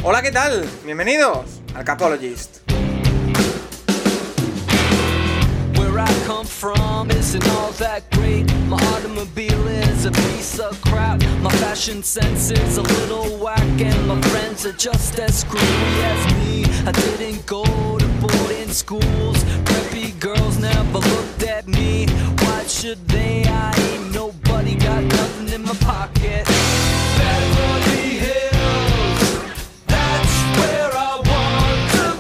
Hola, ¿qué tal? Bienvenidos al Capologist. Where I come from isn't all that great. My automobile is a piece of crap. My fashion sense is a little whack, and my friends are just as screwy as me. I didn't go to boarding schools. Preppy girls never looked at me. Why should they? I ain't nobody, got nothing in my pocket. Beverly Hills, that's where I want to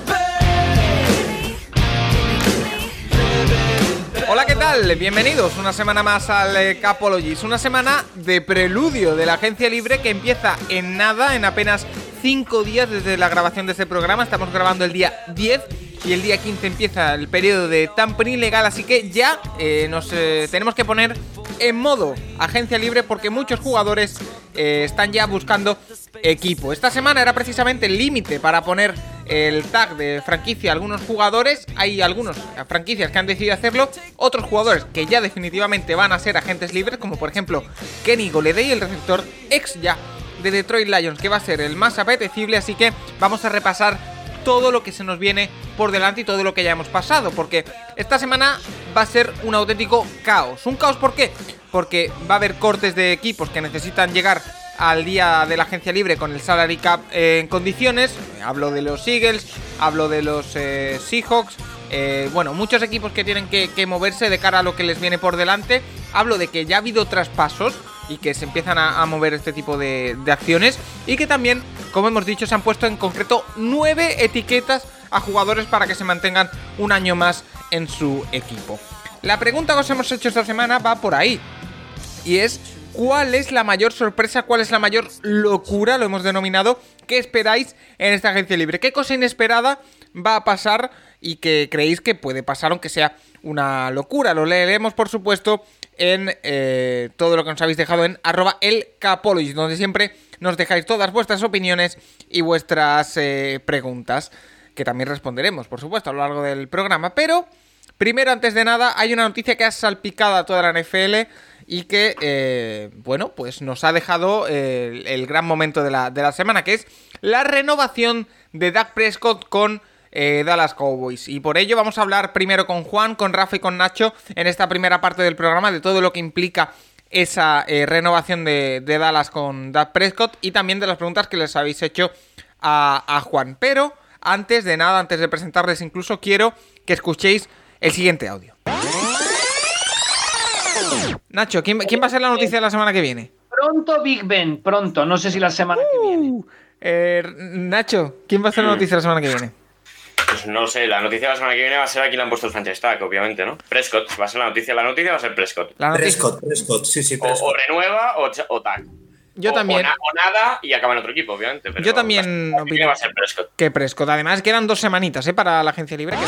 be. Hola, ¿qué tal? Bienvenidos una semana más al Capologist. Una semana de preludio de la agencia libre que empieza en nada, en apenas 5 días desde la grabación de este programa. Estamos grabando el día 10 y el día 15 empieza el periodo de tampering legal, así que ya nos tenemos que poner en modo agencia libre porque muchos jugadores están ya buscando equipo. Esta semana era precisamente el límite para poner el tag de franquicia a algunos jugadores. Hay algunas franquicias que han decidido hacerlo, otros jugadores que ya definitivamente van a ser agentes libres, como por ejemplo Kenny Golladay, el receptor ex ya de Detroit Lions, que va a ser el más apetecible. Así que vamos a repasar todo lo que se nos viene por delante y todo lo que ya hemos pasado, porque esta semana va a ser un auténtico caos. ¿Un caos por qué? Porque va a haber cortes de equipos que necesitan llegar al día de la agencia libre con el salary cap en condiciones. Hablo de los Eagles, hablo de los Seahawks, bueno, muchos equipos que tienen que moverse de cara a lo que les viene por delante. Hablo de que ya ha habido traspasos y que se empiezan a mover este tipo de acciones, y que también, como hemos dicho, se han puesto en concreto 9 etiquetas a jugadores para que se mantengan un año más en su equipo. La pregunta que os hemos hecho esta semana va por ahí, y es: ¿cuál es la mayor sorpresa, cuál es la mayor locura, lo hemos denominado, que esperáis en esta agencia libre? ¿Qué cosa inesperada va a pasar y que creéis que puede pasar aunque sea una locura? Lo leeremos, por supuesto, en todo lo que nos habéis dejado en @elcapologist, donde siempre nos dejáis todas vuestras opiniones y vuestras preguntas, que también responderemos, por supuesto, a lo largo del programa. Pero primero, antes de nada, hay una noticia que ha salpicado a toda la NFL y que, bueno, pues nos ha dejado el gran momento de la semana, que es la renovación de Dak Prescott con Dallas Cowboys. Y por ello vamos a hablar primero con Juan, con Rafa y con Nacho en esta primera parte del programa de todo lo que implica esa renovación de Dallas con Dak Prescott, y también de las preguntas que les habéis hecho a Juan. Pero antes de nada, antes de presentarles incluso, quiero que escuchéis el siguiente audio. Nacho, ¿quién va a ser la noticia de la semana que viene? Pronto Big Ben, pronto, no sé si la semana que viene. Nacho, ¿quién va a ser la noticia de la semana que viene? Pues no sé, la noticia de la semana que viene va a ser a quien le han puesto el franchise tag, obviamente, ¿no? Prescott, va a ser la noticia va a ser Prescott. Prescott, sí, Prescott. O renueva o tag. Yo también. O nada y acaba en otro equipo, obviamente. Pero yo también opino va a ser Prescott. Que Prescott. Además, quedan 2 semanitas para la agencia libre.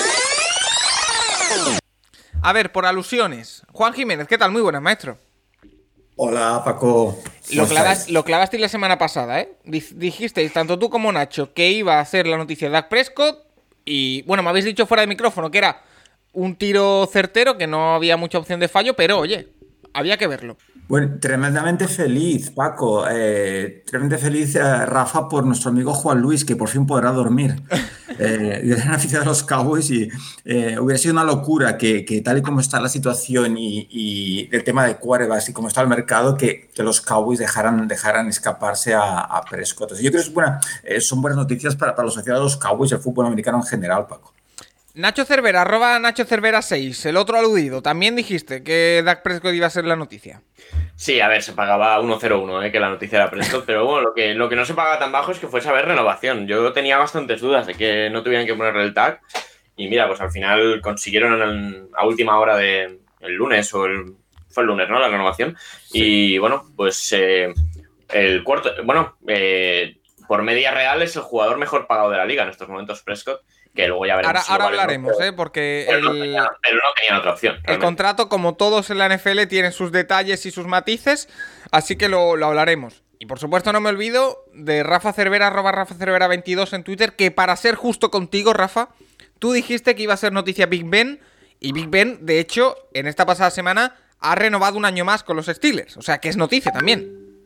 A ver, por alusiones. Juan Jiménez, ¿qué tal? Muy buenas, maestro. Hola, Paco. Lo clavasteis la semana pasada, ¿eh? Dijisteis, tanto tú como Nacho, que iba a hacer la noticia de Dak Prescott. Y, bueno, me habéis dicho fuera de micrófono que era un tiro certero, que no había mucha opción de fallo, pero, oye, había que verlo. Bueno, tremendamente feliz, Paco. Tremendamente feliz, Rafa, por nuestro amigo Juan Luis, que por fin podrá dormir. Yo era aficionado a los Cowboys y hubiera sido una locura que tal y como está la situación y el tema de quarterbacks y cómo está el mercado, que los Cowboys dejaran escaparse a Prescott. O sea, yo creo que son buenas noticias para los aficionados de los Cowboys y el fútbol americano en general, Paco. Nacho Cervera, @NachoCervera6, el otro aludido. También dijiste que Dak Prescott iba a ser la noticia. Sí, a ver, se pagaba 1.01, que la noticia era Prescott, pero bueno, lo que no se pagaba tan bajo es que fuese a haber renovación. Yo tenía bastantes dudas de que no tuvieran que ponerle el tag, y mira, pues al final consiguieron a última hora del lunes, fue el lunes, ¿no?, la renovación. Y bueno, pues el cuarto, por media real es el jugador mejor pagado de la liga en estos momentos, Prescott. Que luego ya veremos. Ahora hablaremos, porque pero no tenían otra opción. Realmente. El contrato, como todos en la NFL, tiene sus detalles y sus matices, así que lo hablaremos. Y por supuesto no me olvido de Rafa Cervera, @RafaCervera22 en Twitter, que para ser justo contigo, Rafa, tú dijiste que iba a ser noticia Big Ben, y Big Ben, de hecho, en esta pasada semana ha renovado un año más con los Steelers, o sea que es noticia también.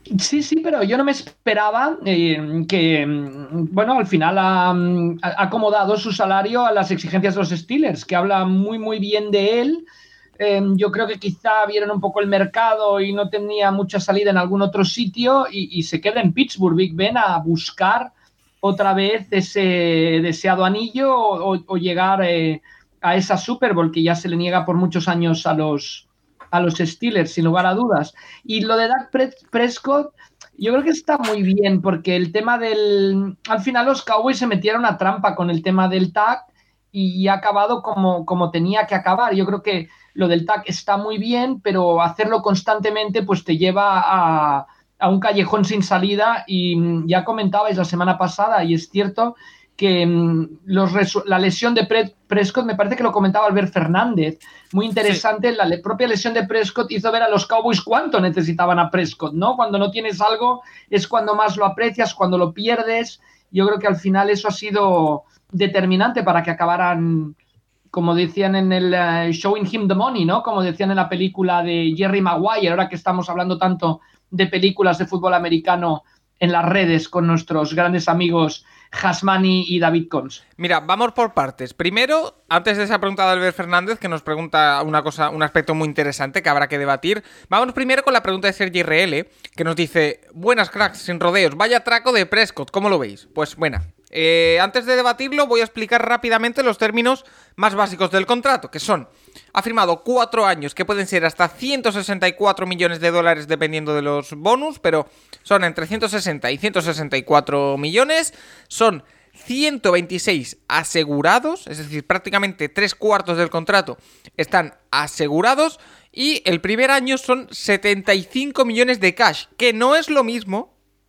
Sí, pero yo no me esperaba que, bueno, al final ha acomodado su salario a las exigencias de los Steelers, que habla muy, muy bien de él. Yo creo que quizá vieron un poco el mercado y no tenía mucha salida en algún otro sitio y se queda en Pittsburgh. Big Ben a buscar otra vez ese deseado anillo o llegar a esa Super Bowl que ya se le niega por muchos años a los Steelers, sin lugar a dudas. Y lo de Dak Prescott, yo creo que está muy bien, porque el tema del... Al final los Cowboys se metieron a trampa con el tema del tag y ha acabado como tenía que acabar. Yo creo que lo del tag está muy bien, pero hacerlo constantemente pues te lleva a un callejón sin salida y ya comentabais la semana pasada, y es cierto que la lesión de Prescott, me parece que lo comentaba Albert Fernández, muy interesante, sí. La propia lesión de Prescott hizo ver a los Cowboys cuánto necesitaban a Prescott, ¿no? Cuando no tienes algo es cuando más lo aprecias, cuando lo pierdes. Yo creo que al final eso ha sido determinante para que acabaran, como decían en el Showing Him the Money, ¿no? Como decían en la película de Jerry Maguire, ahora que estamos hablando tanto de películas de fútbol americano en las redes con nuestros grandes amigos Hasmani y David Cons. Mira, vamos por partes. Primero, antes de esa pregunta de Albert Fernández, que nos pregunta una cosa, un aspecto muy interesante que habrá que debatir, vamos primero con la pregunta de Sergi RL, que nos dice: buenas cracks, sin rodeos, vaya traco de Prescott, ¿cómo lo veis? Pues buena. Antes de debatirlo, voy a explicar rápidamente los términos más básicos del contrato, que son: ha firmado 4 años que pueden ser hasta 164 millones de dólares dependiendo de los bonus, pero son entre 160 y 164 millones, son 126 asegurados, es decir, prácticamente 3/4 del contrato están asegurados, y el primer año son 75 millones de cash, que no es lo mismo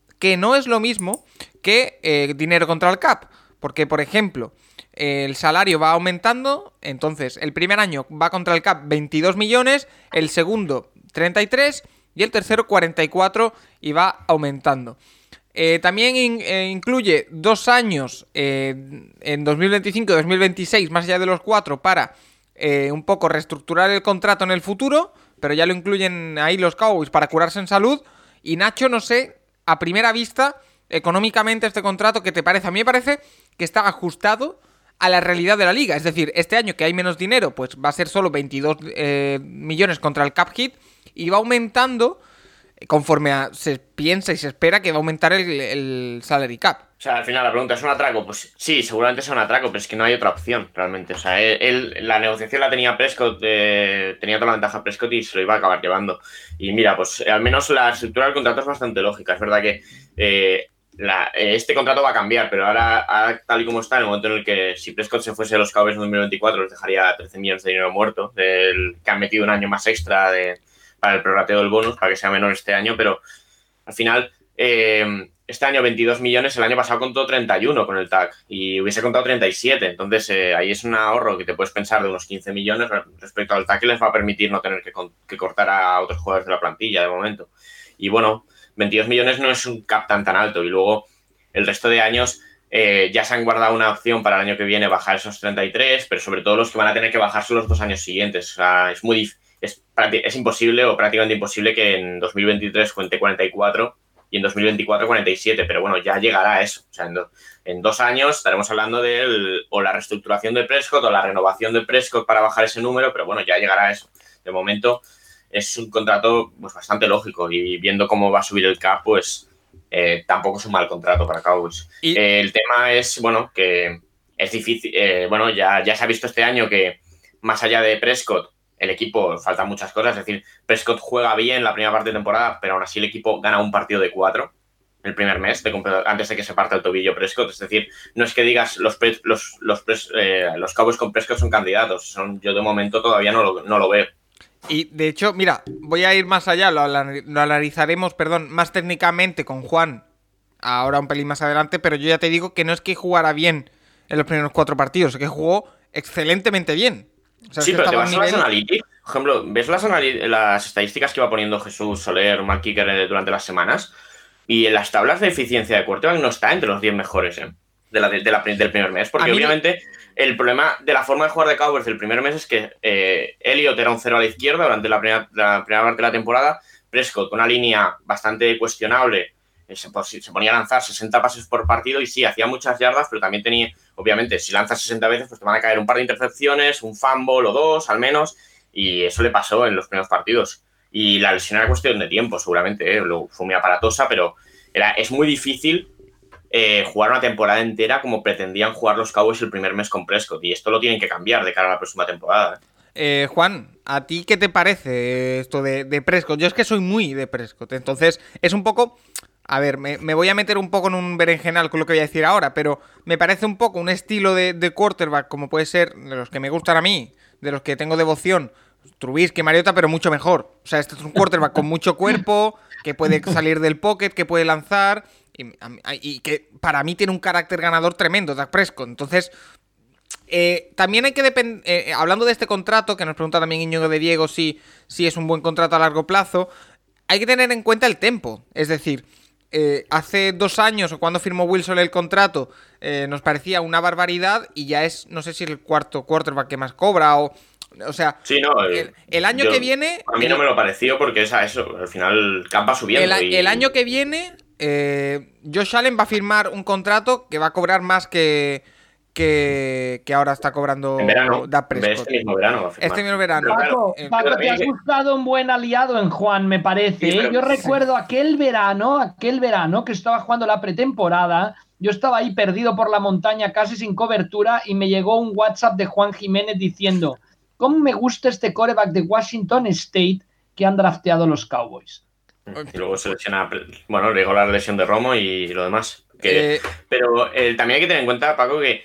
que dinero contra el cap, porque, por ejemplo, el salario va aumentando, entonces el primer año va contra el cap 22 millones, el segundo 33 y el tercero 44 y va aumentando. También incluye 2 años en 2025 y 2026, más allá de los 4, para un poco reestructurar el contrato en el futuro, pero ya lo incluyen ahí los Cowboys para curarse en salud. Y Nacho, no sé, a primera vista, económicamente este contrato, ¿qué te parece? A mí me parece que está ajustado a la realidad de la liga. Es decir, este año que hay menos dinero, pues va a ser solo 22 millones contra el cap hit, y va aumentando conforme se piensa y se espera que va a aumentar el salary cap. O sea, al final la pregunta, ¿es un atraco? Pues sí, seguramente es un atraco, pero es que no hay otra opción, realmente. O sea, la negociación la tenía Prescott, tenía toda la ventaja Prescott y se lo iba a acabar llevando. Y mira, pues al menos la estructura del contrato es bastante lógica. Es verdad que este contrato va a cambiar, pero ahora tal y como está, en el momento en el que si Prescott se fuese a los Cowboys en 2024, les dejaría 13 millones de dinero muerto, que han metido un año más extra para el prorrateo del bonus, para que sea menor este año, pero al final... este año 22 millones, el año pasado contó 31 con el tag y hubiese contado 37, entonces ahí es un ahorro que te puedes pensar de unos 15 millones respecto al tag, que les va a permitir no tener que cortar a otros jugadores de la plantilla de momento. Y bueno, 22 millones no es un cap tan alto, y luego el resto de años ya se han guardado una opción para el año que viene bajar esos 33, pero sobre todo los que van a tener que bajarse los 2 años siguientes. O sea, es imposible o prácticamente imposible que en 2023 cuente 44 y en 2024 47, pero bueno, ya llegará a eso. O sea, en 2 años estaremos hablando de o la reestructuración de Prescott o la renovación de Prescott para bajar ese número, pero bueno, ya llegará a eso. De momento es un contrato pues bastante lógico, y viendo cómo va a subir el cap, pues tampoco es un mal contrato para Cowboys. El tema es, bueno, que es difícil, bueno, ya se ha visto este año que más allá de Prescott, el equipo faltan muchas cosas. Es decir, Prescott juega bien la primera parte de temporada, pero aún así el equipo gana un partido de 4 el primer mes, antes de que se parta el tobillo Prescott. Es decir, no es que digas los Cowboys con Prescott son candidatos. Yo de momento todavía no lo veo. Y de hecho, mira, voy a ir más allá, lo analizaremos, más técnicamente con Juan ahora un pelín más adelante, pero yo ya te digo que no es que jugara bien en los primeros 4 partidos, es que jugó excelentemente bien. O sea, sí, pero te vas a las analytics. Por ejemplo, ¿ves las estadísticas que iba poniendo Jesús Soler, Mark Kicker durante las semanas? Y en las tablas de eficiencia de quarterback no está entre los 10 mejores del primer mes. Porque obviamente el problema de la forma de jugar de Cowboys del primer mes es que Elliott era un 0 a la izquierda durante la primera parte de la temporada. Prescott, con una línea bastante cuestionable, se ponía a lanzar 60 pases por partido y sí, hacía muchas yardas, pero también tenía, obviamente, si lanzas 60 veces, pues te van a caer un par de intercepciones, un fumble o dos al menos, y eso le pasó en los primeros partidos. Y la lesión era cuestión de tiempo, seguramente, fue muy aparatosa, pero es muy difícil jugar una temporada entera como pretendían jugar los Cowboys el primer mes con Prescott, y esto lo tienen que cambiar de cara a la próxima temporada. Juan, ¿a ti qué te parece esto de Prescott? Yo es que soy muy de Prescott, entonces es un poco... A ver, me voy a meter un poco en un berenjenal con lo que voy a decir ahora, pero me parece un poco un estilo de quarterback como puede ser de los que me gustan a mí, de los que tengo devoción, Trubisky, Mariota, pero mucho mejor. O sea, este es un quarterback con mucho cuerpo, que puede salir del pocket, que puede lanzar y que para mí tiene un carácter ganador tremendo, Dak Prescott. Entonces, también hay que hablando de este contrato, que nos pregunta también Íñigo de Diego si es un buen contrato a largo plazo, hay que tener en cuenta el tempo. Es decir, hace 2 años, o cuando firmó Wilson el contrato, nos parecía una barbaridad y ya es, no sé si el cuarto quarterback que más cobra o sea, sí, no, el año que viene... A mí no me lo pareció porque eso, al final Camp va subiendo. El año que viene, Josh Allen va a firmar un contrato que va a cobrar más que ahora está cobrando Dak Prescott. Este mismo verano va a firmar. Este mismo verano. Paco, te has buscado un buen aliado en Juan, me parece. Sí, yo recuerdo aquel verano que estaba jugando la pretemporada. Yo estaba ahí perdido por la montaña, casi sin cobertura, y me llegó un WhatsApp de Juan Jiménez diciendo: ¿cómo me gusta este quarterback de Washington State que han drafteado los Cowboys? Y luego se lesiona, bueno, le llegó la lesión de Romo y lo demás. Pero también hay que tener en cuenta, Paco, que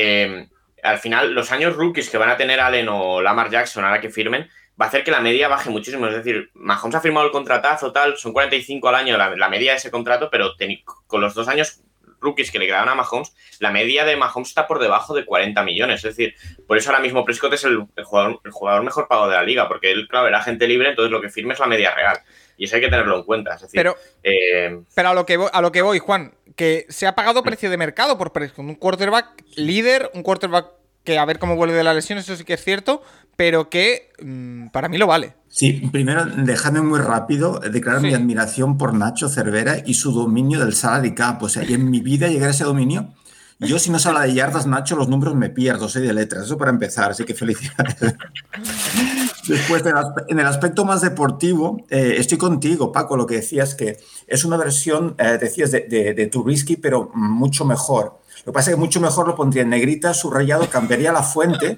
al final los años rookies que van a tener Allen o Lamar Jackson ahora que firmen va a hacer que la media baje muchísimo. Es decir, Mahomes ha firmado el contratazo, tal, son 45 al año la media de ese contrato, pero con los 2 años rookies que le quedaban a Mahomes, la media de Mahomes está por debajo de 40 millones. Es decir, por eso ahora mismo Prescott es el jugador mejor pagado de la liga, porque él, claro, era agente libre, entonces lo que firme es la media real. Y eso hay que tenerlo en cuenta. Es decir, pero a lo que voy, Juan, que se ha pagado precio de mercado por Prescott. Un quarterback líder, un quarterback que a ver cómo vuelve de la lesión, eso sí que es cierto, pero que para mí lo vale. Sí, primero, dejadme muy rápido declarar mi admiración por Nacho Cervera y su dominio del salary cap. O sea, y en mi vida llegar a ese dominio, yo si no se habla de yardas, Nacho, los números me pierdo, soy de letras, eso para empezar, así que felicidades. Después, en el aspecto más deportivo, estoy contigo, Paco, lo que decías, que es una versión, decías, de Trubisky, pero mucho mejor. Lo que pasa es que mucho mejor lo pondría en negrita, subrayado, cambiaría la fuente.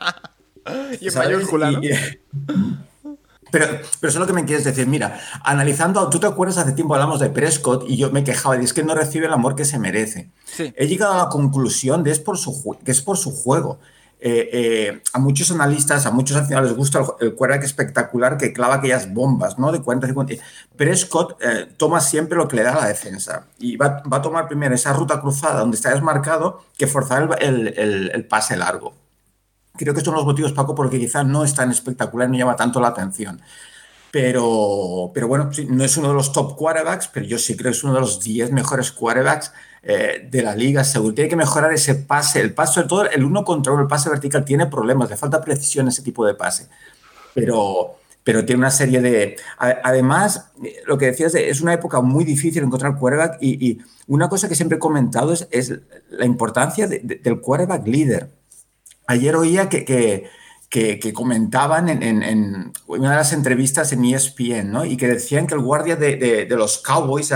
Y en mayúscula, ¿no? Pero eso es lo que me quieres decir. Mira, analizando, tú te acuerdas, hace tiempo hablamos de Prescott y yo me quejaba de es que no recibe el amor que se merece. Sí. He llegado a la conclusión de que es por su juego. A muchos analistas, a muchos aficionados les gusta el quarterback espectacular que clava aquellas bombas, ¿no? De 40-50. Prescott toma siempre lo que le da a la defensa y va a tomar primero esa ruta cruzada donde está desmarcado que forzar el pase largo. Creo que estos son los motivos, Paco, por los que quizás no es tan espectacular, no llama tanto la atención. Pero bueno, sí, no es uno de los top quarterbacks, pero yo sí creo que es uno de los 10 mejores quarterbacks de la liga. Seguro tiene que mejorar ese pase. El pase, sobre todo el 1 contra 1, el pase vertical, tiene problemas. Le falta precisión ese tipo de pase. Pero tiene una serie de... Además, lo que decías, es una época muy difícil encontrar quarterback y una cosa que siempre he comentado es la importancia del quarterback líder. Ayer oía que comentaban en una de las entrevistas en ESPN, ¿no? Y que decían que el guardia de los Cowboys,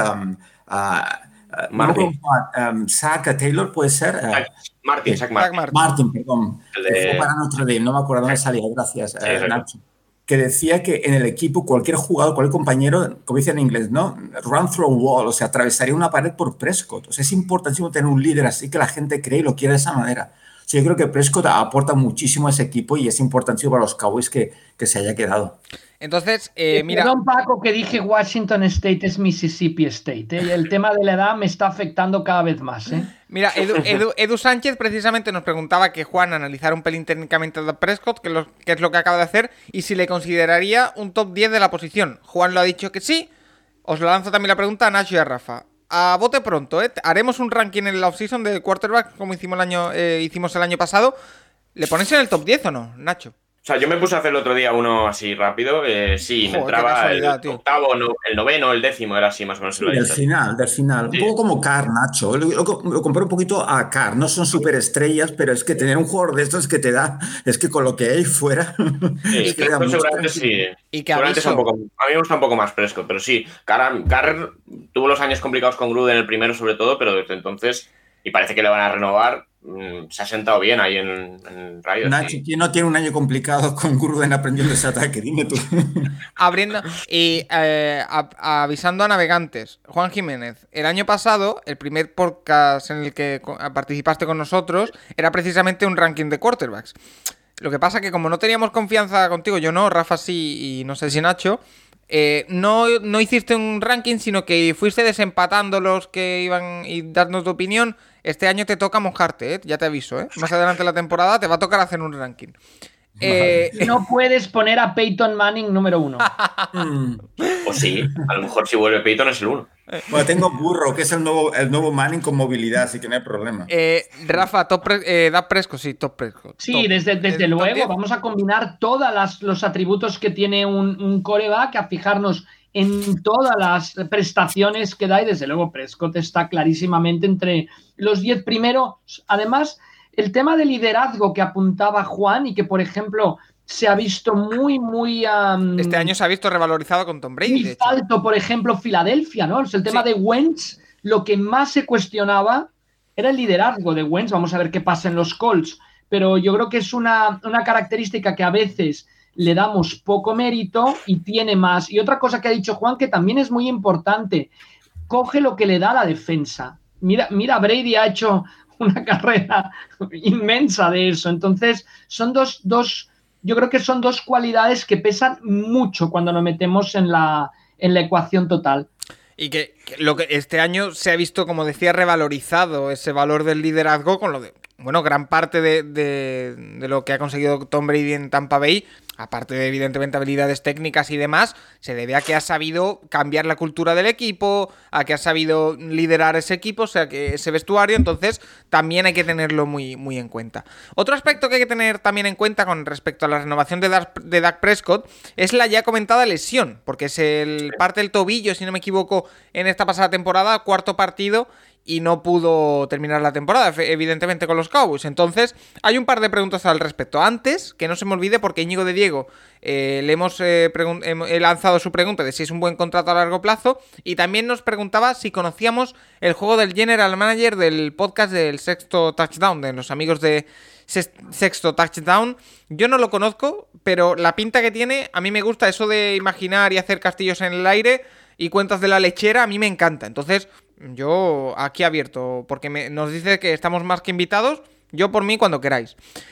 Zach Taylor, ¿puede ser? Zach Martin. Martin, perdón. Que fue para Notre Dame, no me acuerdo dónde salía, gracias, Nacho. Que decía que en el equipo cualquier jugador, cualquier compañero, como dice en inglés, ¿no? Run through a wall, o sea, atravesaría una pared por Prescott. O sea, es importantísimo tener un líder así que la gente cree y lo quiere de esa manera. Sí, yo creo que Prescott aporta muchísimo a ese equipo y es importantísimo para los Cowboys que se haya quedado. Entonces, mira... Perdón, Paco, que dije Washington State es Mississippi State. El tema de la edad me está afectando cada vez más. Mira, Edu Sánchez precisamente nos preguntaba que Juan analizara un pelín técnicamente a Prescott, que es lo que acaba de hacer, y si le consideraría un top 10 de la posición. Juan lo ha dicho que sí. Os lo lanzo también la pregunta a Nacho y a Rafa. A bote pronto, haremos un ranking en la offseason de quarterback como hicimos el año pasado. ¿Le ponéis en el top 10 o no, Nacho? O sea, yo me puse a hacer el otro día uno así rápido. Sí, me entraba el octavo, el noveno, el décimo, era así más o menos en la lista. Del final. Sí. Un poco como Carr, Nacho. Lo compré un poquito a Carr. No son superestrellas, pero es que tener un jugador de estos que te da, es que con lo que hay fuera. Sí, es que seguramente sí. Y que seguramente a mí me gusta un poco más Prescott, pero sí. Carr tuvo los años complicados con Gruden en el primero, sobre todo, pero desde entonces, y parece que le van a renovar. Se ha sentado bien ahí en Raiders. Nacho, ¿quién no tiene un año complicado con Gruden aprendiendo ese ataque? Dime tú. Abriendo y avisando a navegantes, Juan Jiménez, el año pasado, el primer podcast en el que participaste con nosotros era precisamente un ranking de quarterbacks. Lo que pasa que como no teníamos confianza contigo, yo no, Rafa sí y no sé si Nacho, no hiciste un ranking, sino que fuiste desempatando los que iban y dando tu opinión. Este año te toca mojarte, ya te aviso, Más adelante en la temporada te va a tocar hacer un ranking. No puedes poner a Peyton Manning número 1. O sí, a lo mejor si vuelve Peyton es el 1. Bueno, tengo Burrow, que es el nuevo Manning con movilidad, así que no hay problema. Rafa, Dak Prescott, sí, top Prescott. Sí, desde luego, vamos a combinar todos los atributos que tiene un quarterback, a fijarnos en todas las prestaciones que da, y desde luego Prescott está clarísimamente entre los 10 primeros. Además, el tema de liderazgo que apuntaba Juan y que, por ejemplo, se ha visto muy... este año se ha visto revalorizado con Tom Brady, de hecho. Alto, por ejemplo, Filadelfia, ¿no? El tema de Wentz, lo que más se cuestionaba era el liderazgo de Wentz. Vamos a ver qué pasa en los Colts, pero yo creo que es una característica que a veces le damos poco mérito y tiene más. Y otra cosa que ha dicho Juan, que también es muy importante, coge lo que le da la defensa. Mira, Brady ha hecho una carrera inmensa de eso. Entonces, son yo creo que son dos cualidades que pesan mucho cuando nos metemos en la ecuación total. Y que lo que este año se ha visto, como decía, revalorizado ese valor del liderazgo con lo de, bueno, gran parte de lo que ha conseguido Tom Brady en Tampa Bay, aparte de evidentemente habilidades técnicas y demás, se debe a que ha sabido cambiar la cultura del equipo, a que ha sabido liderar ese equipo, o sea, que ese vestuario. Entonces también hay que tenerlo muy, muy en cuenta. Otro aspecto que hay que tener también en cuenta con respecto a la renovación de Dak Prescott es la ya comentada lesión, porque es parte del tobillo, si no me equivoco, en esta pasada temporada, cuarto partido, y no pudo terminar la temporada, evidentemente, con los Cowboys. Entonces, hay un par de preguntas al respecto. Antes, que no se me olvide, porque Íñigo de Diego le he lanzado su pregunta de si es un buen contrato a largo plazo, y también nos preguntaba si conocíamos el juego del General Manager del podcast del Sexto Touchdown, de los amigos de Sexto Touchdown. Yo no lo conozco, pero la pinta que tiene, a mí me gusta eso de imaginar y hacer castillos en el aire y cuentas de la lechera, a mí me encanta. Entonces, yo aquí abierto, porque nos dice que estamos más que invitados. Yo por mí cuando queráis.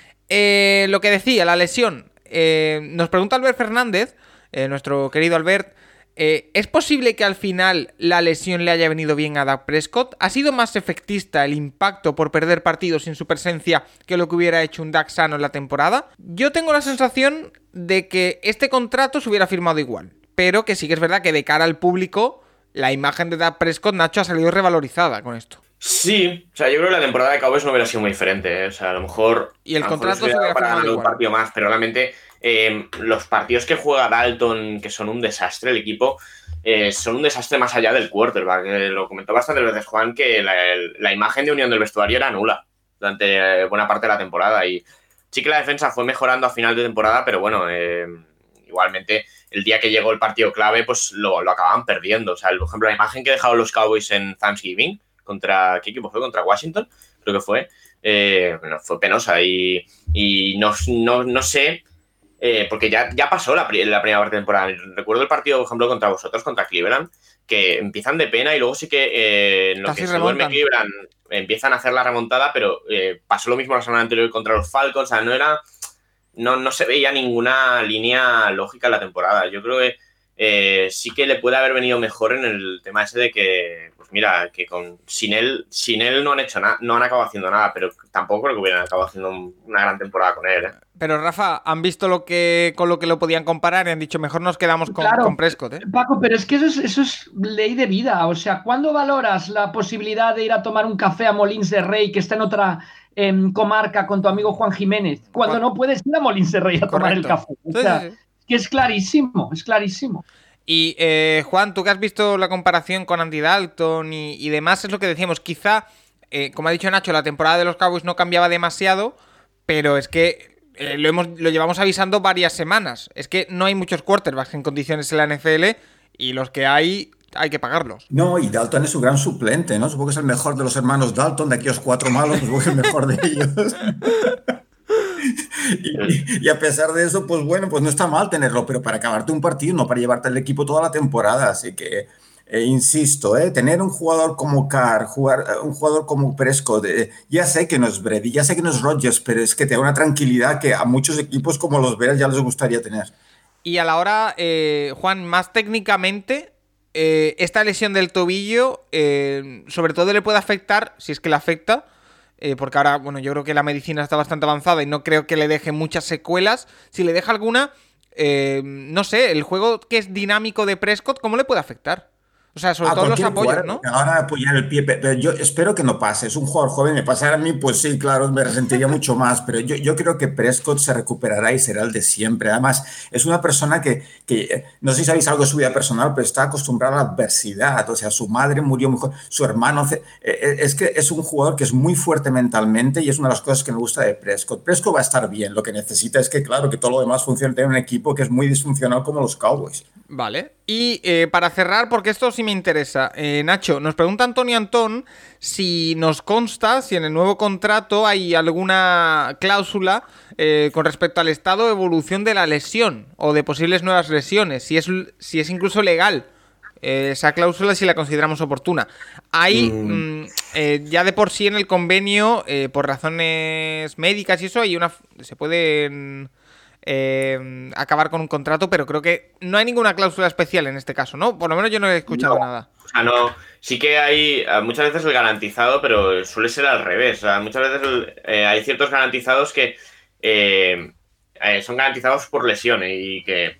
Lo que decía, la lesión. Nos pregunta Albert Fernández, nuestro querido Albert, ¿es posible que al final la lesión le haya venido bien a Dak Prescott? ¿Ha sido más efectista el impacto por perder partidos sin su presencia que lo que hubiera hecho un Dak sano en la temporada? Yo tengo la sensación de que este contrato se hubiera firmado igual, pero que sí que es verdad que de cara al público la imagen de Dak Prescott, Nacho, ha salido revalorizada con esto. Sí, o sea, yo creo que la temporada de Cowboys no hubiera sido muy diferente, O sea, a lo mejor... Y el contrato se hubiera firmado igual. Un partido más, pero realmente los partidos que juega Dalton, que son un desastre, el equipo, son un desastre más allá del quarterback. Lo comentó bastantes veces Juan, que la imagen de unión del vestuario era nula durante buena parte de la temporada. Y sí que la defensa fue mejorando a final de temporada, pero bueno, igualmente el día que llegó el partido clave, pues lo acababan perdiendo. O sea, por ejemplo, la imagen que dejaron los Cowboys en Thanksgiving, ¿contra qué equipo fue? Contra Washington, creo que fue. Fue penosa y no sé, porque ya pasó la primera parte de temporada. Recuerdo el partido, por ejemplo, contra vosotros, contra Cleveland, que empiezan de pena y luego sí que en lo casi que se remontan. duerme Cleveland empiezan a hacer la remontada, pero pasó lo mismo la semana anterior contra los Falcons. O sea, no se veía ninguna línea lógica en la temporada. Yo creo que sí que le puede haber venido mejor en el tema ese de que, pues mira, que sin él no han hecho nada, no han acabado haciendo nada, pero tampoco creo que hubieran acabado haciendo una gran temporada con él. Pero Rafa, han visto con lo que lo podían comparar y han dicho mejor nos quedamos con Prescott, Paco, pero es que eso es ley de vida. O sea, ¿cuándo valoras la posibilidad de ir a tomar un café a Molins de Rey, que está en comarca con tu amigo Juan Jiménez, cuando no puedes ir a Molinserrey a tomar el café. O sea, sí. que es clarísimo, es clarísimo. Y Juan, tú que has visto la comparación con Andy Dalton y demás, es lo que decíamos, quizá, como ha dicho Nacho, la temporada de los Cowboys no cambiaba demasiado, pero es que lo llevamos avisando varias semanas. Es que no hay muchos quarterbacks en condiciones en la NFL y los que hay que pagarlos. No, y Dalton es un gran suplente, ¿no? Supongo que es el mejor de los hermanos Dalton, de aquellos 4 malos, supongo que es el mejor de ellos. Y a pesar de eso, pues bueno, pues no está mal tenerlo, pero para acabarte un partido, no para llevarte el equipo toda la temporada. Así que, insisto, tener un jugador como Carr, un jugador como Prescott, ya sé que no es Brady, ya sé que no es Rodgers, pero es que te da una tranquilidad que a muchos equipos como los Bears ya les gustaría tener. Y a la hora, Juan, más técnicamente, esta lesión del tobillo, sobre todo le puede afectar, si es que le afecta, porque ahora, bueno, yo creo que la medicina está bastante avanzada y no creo que le deje muchas secuelas. Si le deja alguna, no sé, el juego que es dinámico de Prescott, ¿cómo le puede afectar? O sea, sobre todo los apoyos, ¿no? Ahora apoyar el pie, pero yo espero que no pase. Es un jugador joven, me pasara a mí, pues sí, claro, me resentiría mucho más, pero yo creo que Prescott se recuperará y será el de siempre. Además, es una persona que no sé si sabéis algo de su vida personal, pero está acostumbrada a la adversidad. O sea, su madre murió muy joven, su hermano... Es que es un jugador que es muy fuerte mentalmente y es una de las cosas que me gusta de Prescott. Prescott va a estar bien, lo que necesita es que, claro, que todo lo demás funcione, tener un equipo que es muy disfuncional como los Cowboys. Vale. Y para cerrar, porque esto sí me interesa, Nacho, nos pregunta Antonio Antón si nos consta, si en el nuevo contrato hay alguna cláusula con respecto al estado de evolución de la lesión o de posibles nuevas lesiones, si es incluso legal esa cláusula, si la consideramos oportuna. Hay ya de por sí en el convenio, por razones médicas y eso, se pueden... acabar con un contrato, pero creo que no hay ninguna cláusula especial en este caso, ¿no? Por lo menos yo no he escuchado nada. O sea, no, sí que hay muchas veces el garantizado, pero suele ser al revés. O sea, muchas veces hay ciertos garantizados que son garantizados por lesiones y que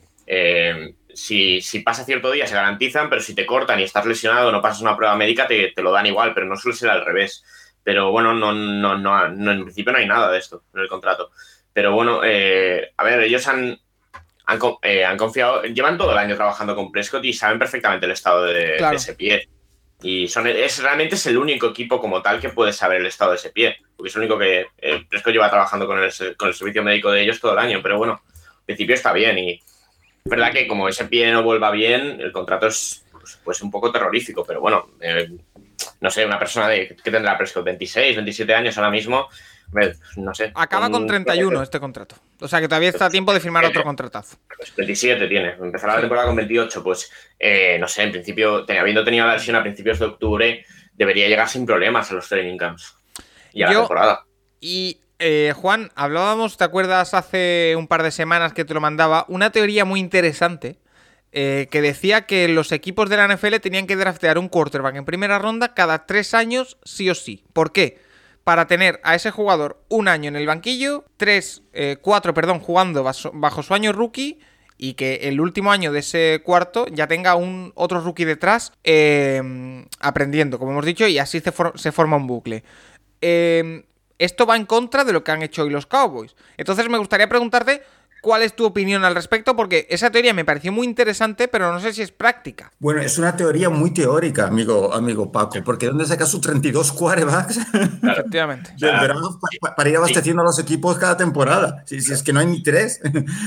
si pasa cierto día se garantizan, pero si te cortan y estás lesionado o no pasas una prueba médica te lo dan igual, pero no suele ser al revés. Pero bueno, no, en principio no hay nada de esto en el contrato. Pero bueno, a ver, ellos han confiado, llevan todo el año trabajando con Prescott y saben perfectamente el estado de ese pie. Y realmente es el único equipo como tal que puede saber el estado de ese pie. Porque es el único que Prescott lleva trabajando con el servicio médico de ellos todo el año. Pero bueno, en principio está bien. Y es verdad que como ese pie no vuelva bien, el contrato es pues un poco terrorífico. Pero bueno, no sé, una persona que tendrá Prescott 26, 27 años ahora mismo... No sé. Acaba con 31 este contrato. O sea que todavía está a tiempo de firmar otro contratazo. Pues 27 tiene. Empezará la temporada con 28. Pues no sé, en principio, habiendo tenido la lesión a principios de octubre, debería llegar sin problemas a los training camps. Y a la temporada. Y Juan, hablábamos, ¿te acuerdas hace un par de semanas que te lo mandaba? Una teoría muy interesante que decía que los equipos de la NFL tenían que draftear un quarterback en primera ronda cada 3 años sí o sí. ¿Por qué? Para tener a ese jugador un año en el banquillo, 4 jugando bajo su año rookie y que el último año de ese cuarto ya tenga otro rookie detrás aprendiendo, como hemos dicho, y así se forma un bucle. Esto va en contra de lo que han hecho hoy los Cowboys. Entonces me gustaría preguntarte cuál es tu opinión al respecto, porque esa teoría me pareció muy interesante, pero no sé si es práctica. Bueno, es una teoría muy teórica, amigo Paco, porque ¿dónde saca sus 32 quarterbacks? Efectivamente. Para ir abasteciendo a los equipos cada temporada. Si es que no hay ni 3.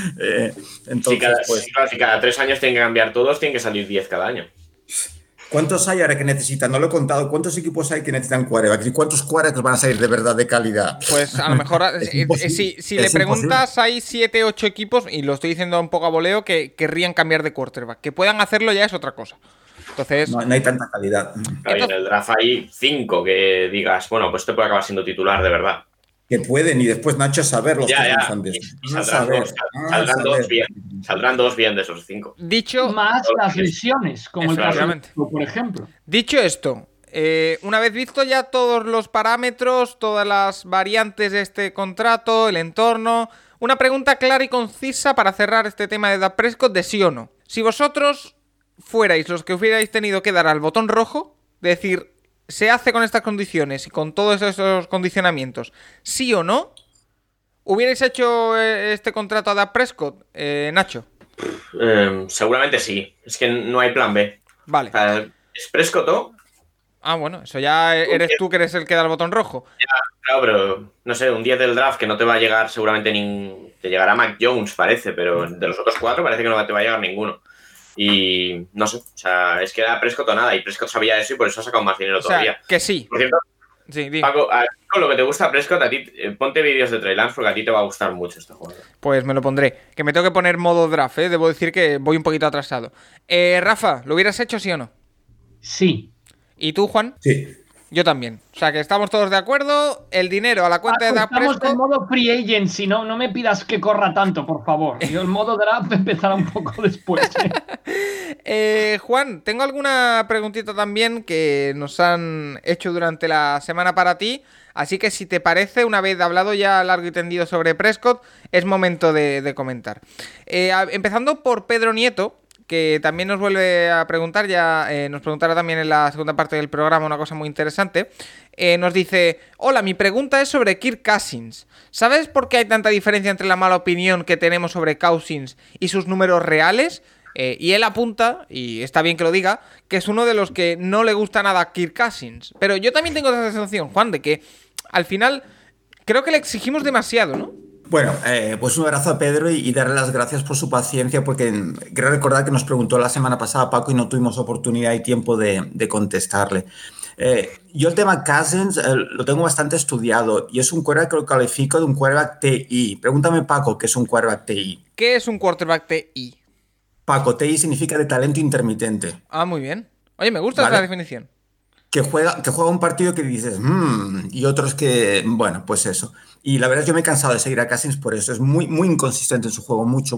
Entonces, si cada 3 años tienen que cambiar todos, tienen que salir 10 cada año. ¿Cuántos hay ahora que necesitan? No lo he contado. ¿Cuántos equipos hay que necesitan quarterbacks? ¿Y cuántos quarterbacks van a salir de verdad de calidad? Pues a lo mejor, si le preguntas, hay 7, 8 equipos, y lo estoy diciendo un poco a voleo, que querrían cambiar de quarterback. Que puedan hacerlo ya es otra cosa. Entonces... No hay tanta calidad. En el draft hay 5 que digas, bueno, pues te puede acabar siendo titular de verdad. Que pueden, y después Nacho saber los que piensan de eso. Saldrán 2 bien de esos 5. Dicho... Más las lesiones, como el caso, por ejemplo. Dicho esto, una vez visto ya todos los parámetros, todas las variantes de este contrato, el entorno, una pregunta clara y concisa para cerrar este tema de Dak Prescott, de sí o no. Si vosotros fuerais los que hubierais tenido que dar al botón rojo, de decir, se hace con estas condiciones y con todos esos condicionamientos, sí o no, ¿hubierais hecho este contrato a Dak Prescott, Nacho? Seguramente sí. Es que no hay plan B. Vale. O sea, ¿es Prescott o? Ah, bueno, eso ya eres tú que eres el que da el botón rojo. Claro, pero no sé, un 10 del draft que no te va a llegar seguramente te llegará Mac Jones, parece, pero de los otros 4 parece que no te va a llegar ninguno. Y no sé, o sea, es que era Prescott o nada, y Prescott sabía eso y por eso ha sacado más dinero todavía. Que sí. Por cierto, sí, Paco, lo que te gusta a Prescott, a ti, ponte vídeos de Trey Lance porque a ti te va a gustar mucho este juego. Pues me lo pondré. Que me tengo que poner modo draft, ¿eh? Debo decir que voy un poquito atrasado. Rafa, ¿lo hubieras hecho sí o no? Sí. ¿Y tú, Juan? Sí. Yo también. O sea, que estamos todos de acuerdo. El dinero a la cuenta de Dak Prescott. Estamos en modo free agency, no me pidas que corra tanto, por favor. Yo el modo draft empezará un poco después. Juan, tengo alguna preguntita también que nos han hecho durante la semana para ti. Así que si te parece, una vez hablado ya largo y tendido sobre Prescott, es momento de comentar. Empezando por Pedro Nieto, que también nos vuelve a preguntar, nos preguntará también en la segunda parte del programa una cosa muy interesante. Nos dice: hola, mi pregunta es sobre Kirk Cousins. ¿Sabes por qué hay tanta diferencia entre la mala opinión que tenemos sobre Cousins y sus números reales? Y él apunta, y está bien que lo diga, que es uno de los que no le gusta nada a Kirk Cousins. Pero yo también tengo esa sensación, Juan, de que al final creo que le exigimos demasiado, ¿no? Bueno, pues un abrazo a Pedro y darle las gracias por su paciencia, porque creo recordar que nos preguntó la semana pasada Paco y no tuvimos oportunidad y tiempo de contestarle. Yo el tema Cousins lo tengo bastante estudiado y es un quarterback que lo califico de un quarterback TI. Pregúntame, Paco, ¿qué es un quarterback TI? ¿Qué es un quarterback TI? Paco, TI significa de talento intermitente. Ah, muy bien. Oye, me gusta esa definición. Que juega un partido que dices, y otros que, bueno, pues eso. Y la verdad es que yo me he cansado de seguir a Cousins por eso. Es muy, muy inconsistente en su juego, mucho.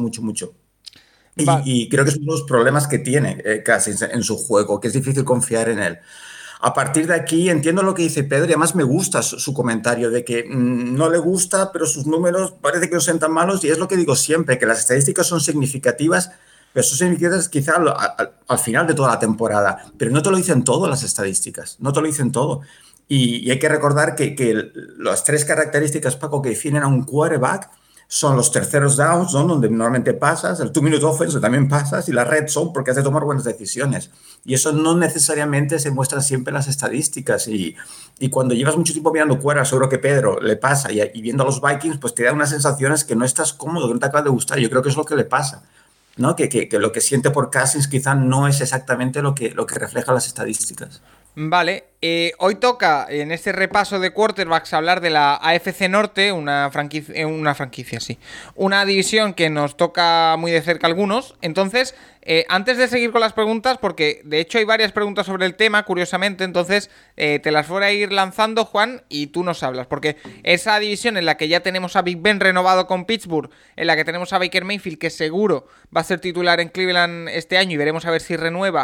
Y creo que es uno de los problemas que tiene Cousins en su juego, que es difícil confiar en él. A partir de aquí entiendo lo que dice Pedro y además me gusta su comentario de que no le gusta, pero sus números parece que no son tan malos y es lo que digo siempre, que las estadísticas son significativas, pero son significativas quizá al final de toda la temporada, pero no te lo dicen todo las estadísticas, no te lo dicen todo. Y hay que recordar que las 3 características, Paco, que definen a un quarterback son los terceros downs, ¿no? Donde normalmente pasas, el 2-minute offense también pasas, y la red zone porque has de tomar buenas decisiones. Y eso no necesariamente se muestra siempre en las estadísticas. Y cuando llevas mucho tiempo mirando quarterbacks, seguro que Pedro le pasa, y viendo a los Vikings, pues te da unas sensaciones que no estás cómodo, que no te acaba de gustar. Yo creo que es lo que le pasa, ¿no? Que lo que siente por Cousins quizá no es exactamente lo que reflejan las estadísticas. Vale, hoy toca en este repaso de quarterbacks hablar de la AFC Norte, una franquicia, sí, una división que nos toca muy de cerca a algunos. Entonces, antes de seguir con las preguntas, porque de hecho hay varias preguntas sobre el tema, curiosamente, entonces te las voy a ir lanzando, Juan, y tú nos hablas, porque esa división en la que ya tenemos a Big Ben renovado con Pittsburgh, en la que tenemos a Baker Mayfield, que seguro va a ser titular en Cleveland este año y veremos a ver si renueva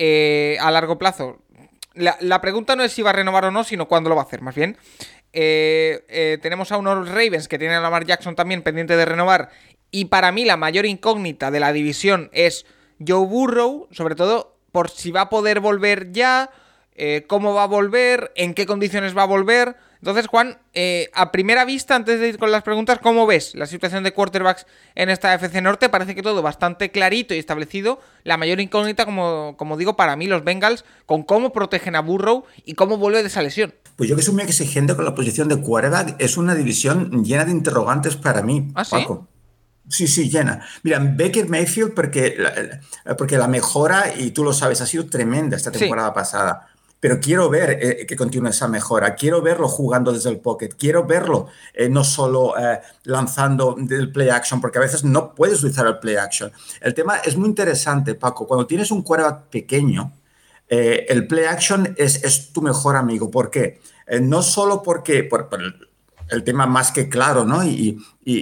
a largo plazo. La pregunta no es si va a renovar o no, sino cuándo lo va a hacer, más bien. Tenemos a unos Ravens que tienen a Lamar Jackson también pendiente de renovar. Y para mí la mayor incógnita de la división es Joe Burrow, sobre todo por si va a poder volver ya, cómo va a volver, en qué condiciones va a volver. Entonces, Juan, a primera vista, antes de ir con las preguntas, ¿cómo ves la situación de quarterbacks en esta AFC Norte? Parece que todo bastante clarito y establecido. La mayor incógnita, como digo, para mí, los Bengals, con cómo protegen a Burrow y cómo vuelve de esa lesión. Pues yo que soy muy exigente con la posición de quarterback, es una división llena de interrogantes para mí, ¿Ah, sí? Paco. Sí, llena. Mira, Baker Mayfield, porque la mejora, y tú lo sabes, ha sido tremenda esta temporada pasada. Pero quiero ver que continúe esa mejora, quiero verlo jugando desde el pocket, quiero verlo no solo lanzando del play action, porque a veces no puedes utilizar el play action. El tema es muy interesante, Paco. Cuando tienes un quarterback pequeño, el play action es tu mejor amigo. ¿Por qué? No solo porque por el tema más que claro, ¿no? Y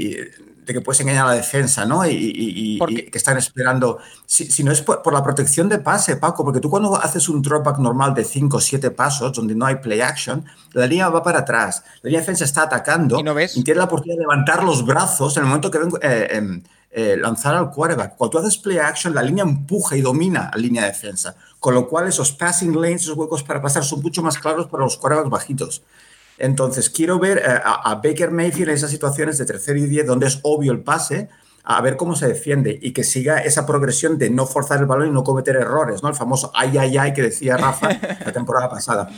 de que puedes engañar a la defensa, ¿no? Y que están esperando. Si no es por la protección de pase, Paco, porque tú cuando haces un dropback normal de 5 o 7 pasos, donde no hay play action, la línea va para atrás. La línea de defensa está atacando y no ves. Y tiene la oportunidad de levantar los brazos en el momento que ven lanzar al quarterback. Cuando tú haces play action, la línea empuja y domina la línea de defensa, con lo cual esos passing lanes, esos huecos para pasar, son mucho más claros para los quarterbacks bajitos. Entonces, quiero ver a Baker Mayfield en esas situaciones de 3rd y 10, donde es obvio el pase, a ver cómo se defiende y que siga esa progresión de no forzar el balón y no cometer errores, ¿no? El famoso ay, ay, ay que decía Rafa la temporada pasada.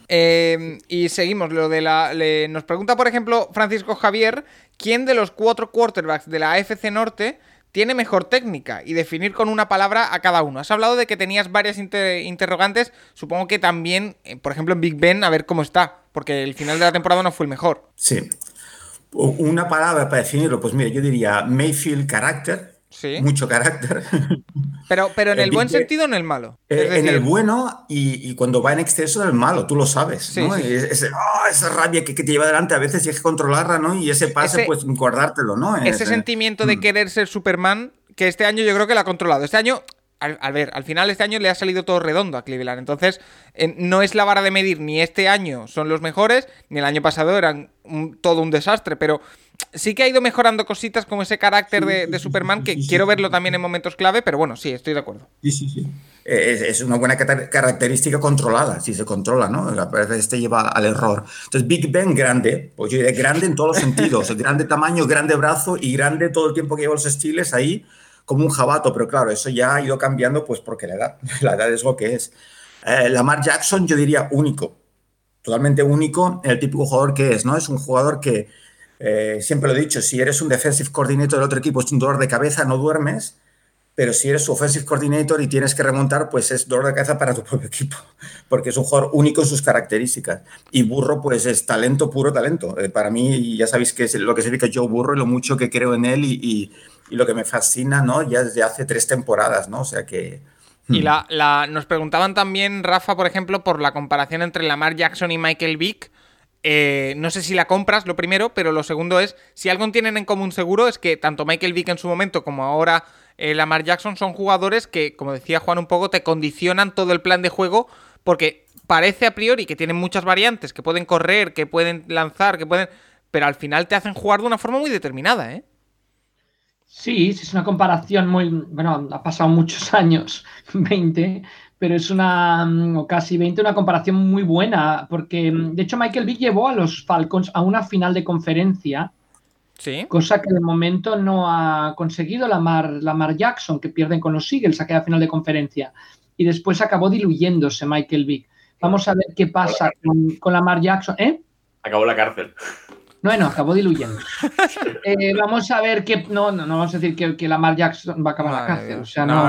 Y seguimos. Nos pregunta, por ejemplo, Francisco Javier, ¿quién de los 4 quarterbacks de la AFC Norte tiene mejor técnica? Y definir con una palabra a cada uno. Has hablado de que tenías varias interrogantes. Supongo que también, por ejemplo, en Big Ben, a ver cómo está, porque el final de la temporada no fue el mejor. Sí. Una palabra para definirlo, pues mira, yo diría Mayfield carácter, sí. Mucho carácter. Pero en el buen sentido o en el malo. Es decir, en el bueno y cuando va en exceso en el malo, tú lo sabes, sí, ¿no? Sí. Esa rabia que te lleva adelante a veces tienes que controlarla, ¿no? Y ese pase, pues guardártelo, ¿no? Ese sentimiento de querer ser Superman, que este año yo creo que lo ha controlado. Este año... al final este año le ha salido todo redondo a Cleveland, entonces no es la vara de medir, ni este año son los mejores, ni el año pasado eran todo un desastre, pero sí que ha ido mejorando cositas como ese carácter de Superman, que quiero verlo también en momentos clave, pero bueno, sí, estoy de acuerdo. Sí. Es una buena característica controlada, si se controla, ¿no? A veces te lleva al error. Entonces, Big Ben grande, pues yo diré grande en todos los sentidos, grande tamaño, grande brazo y grande todo el tiempo que lleva los Steelers ahí, como un jabato, pero claro, eso ya ha ido cambiando pues porque la edad es lo que es. Lamar Jackson yo diría único, totalmente único, el típico jugador que es, ¿no? Es un jugador que, siempre lo he dicho, si eres un defensive coordinator del otro equipo es un dolor de cabeza, no duermes, pero si eres su offensive coordinator y tienes que remontar, pues es dolor de cabeza para tu propio equipo, porque es un jugador único en sus características. Y Burrow, pues es talento, puro talento. Para mí, ya sabéis que es lo que significa Joe Burrow y lo mucho que creo en él y lo que me fascina, ¿no? Ya desde hace 3 temporadas, ¿no? O sea que... Y nos preguntaban también, Rafa, por ejemplo, por la comparación entre Lamar Jackson y Michael Vick. No sé si la compras, lo primero, pero lo segundo es, si algo tienen en común seguro es que tanto Michael Vick en su momento como ahora Lamar Jackson son jugadores que, como decía Juan un poco, te condicionan todo el plan de juego, porque parece a priori que tienen muchas variantes, que pueden correr, que pueden lanzar, pero al final te hacen jugar de una forma muy determinada, ¿eh? Sí, es una comparación muy... Bueno, ha pasado muchos años, 20, pero es o casi 20, una comparación muy buena, porque de hecho Michael Vick llevó a los Falcons a una final de conferencia, ¿sí? Cosa que de momento no ha conseguido Lamar Jackson, que pierden con los Eagles, aquella final de conferencia, y después acabó diluyéndose Michael Vick. Vamos a ver qué pasa con Lamar Jackson, ¿eh? Acabó la cárcel. Bueno, acabó diluyendo. Vamos a ver que... No vamos a decir que Lamar Jackson va a acabar la cárcel. O sea, no.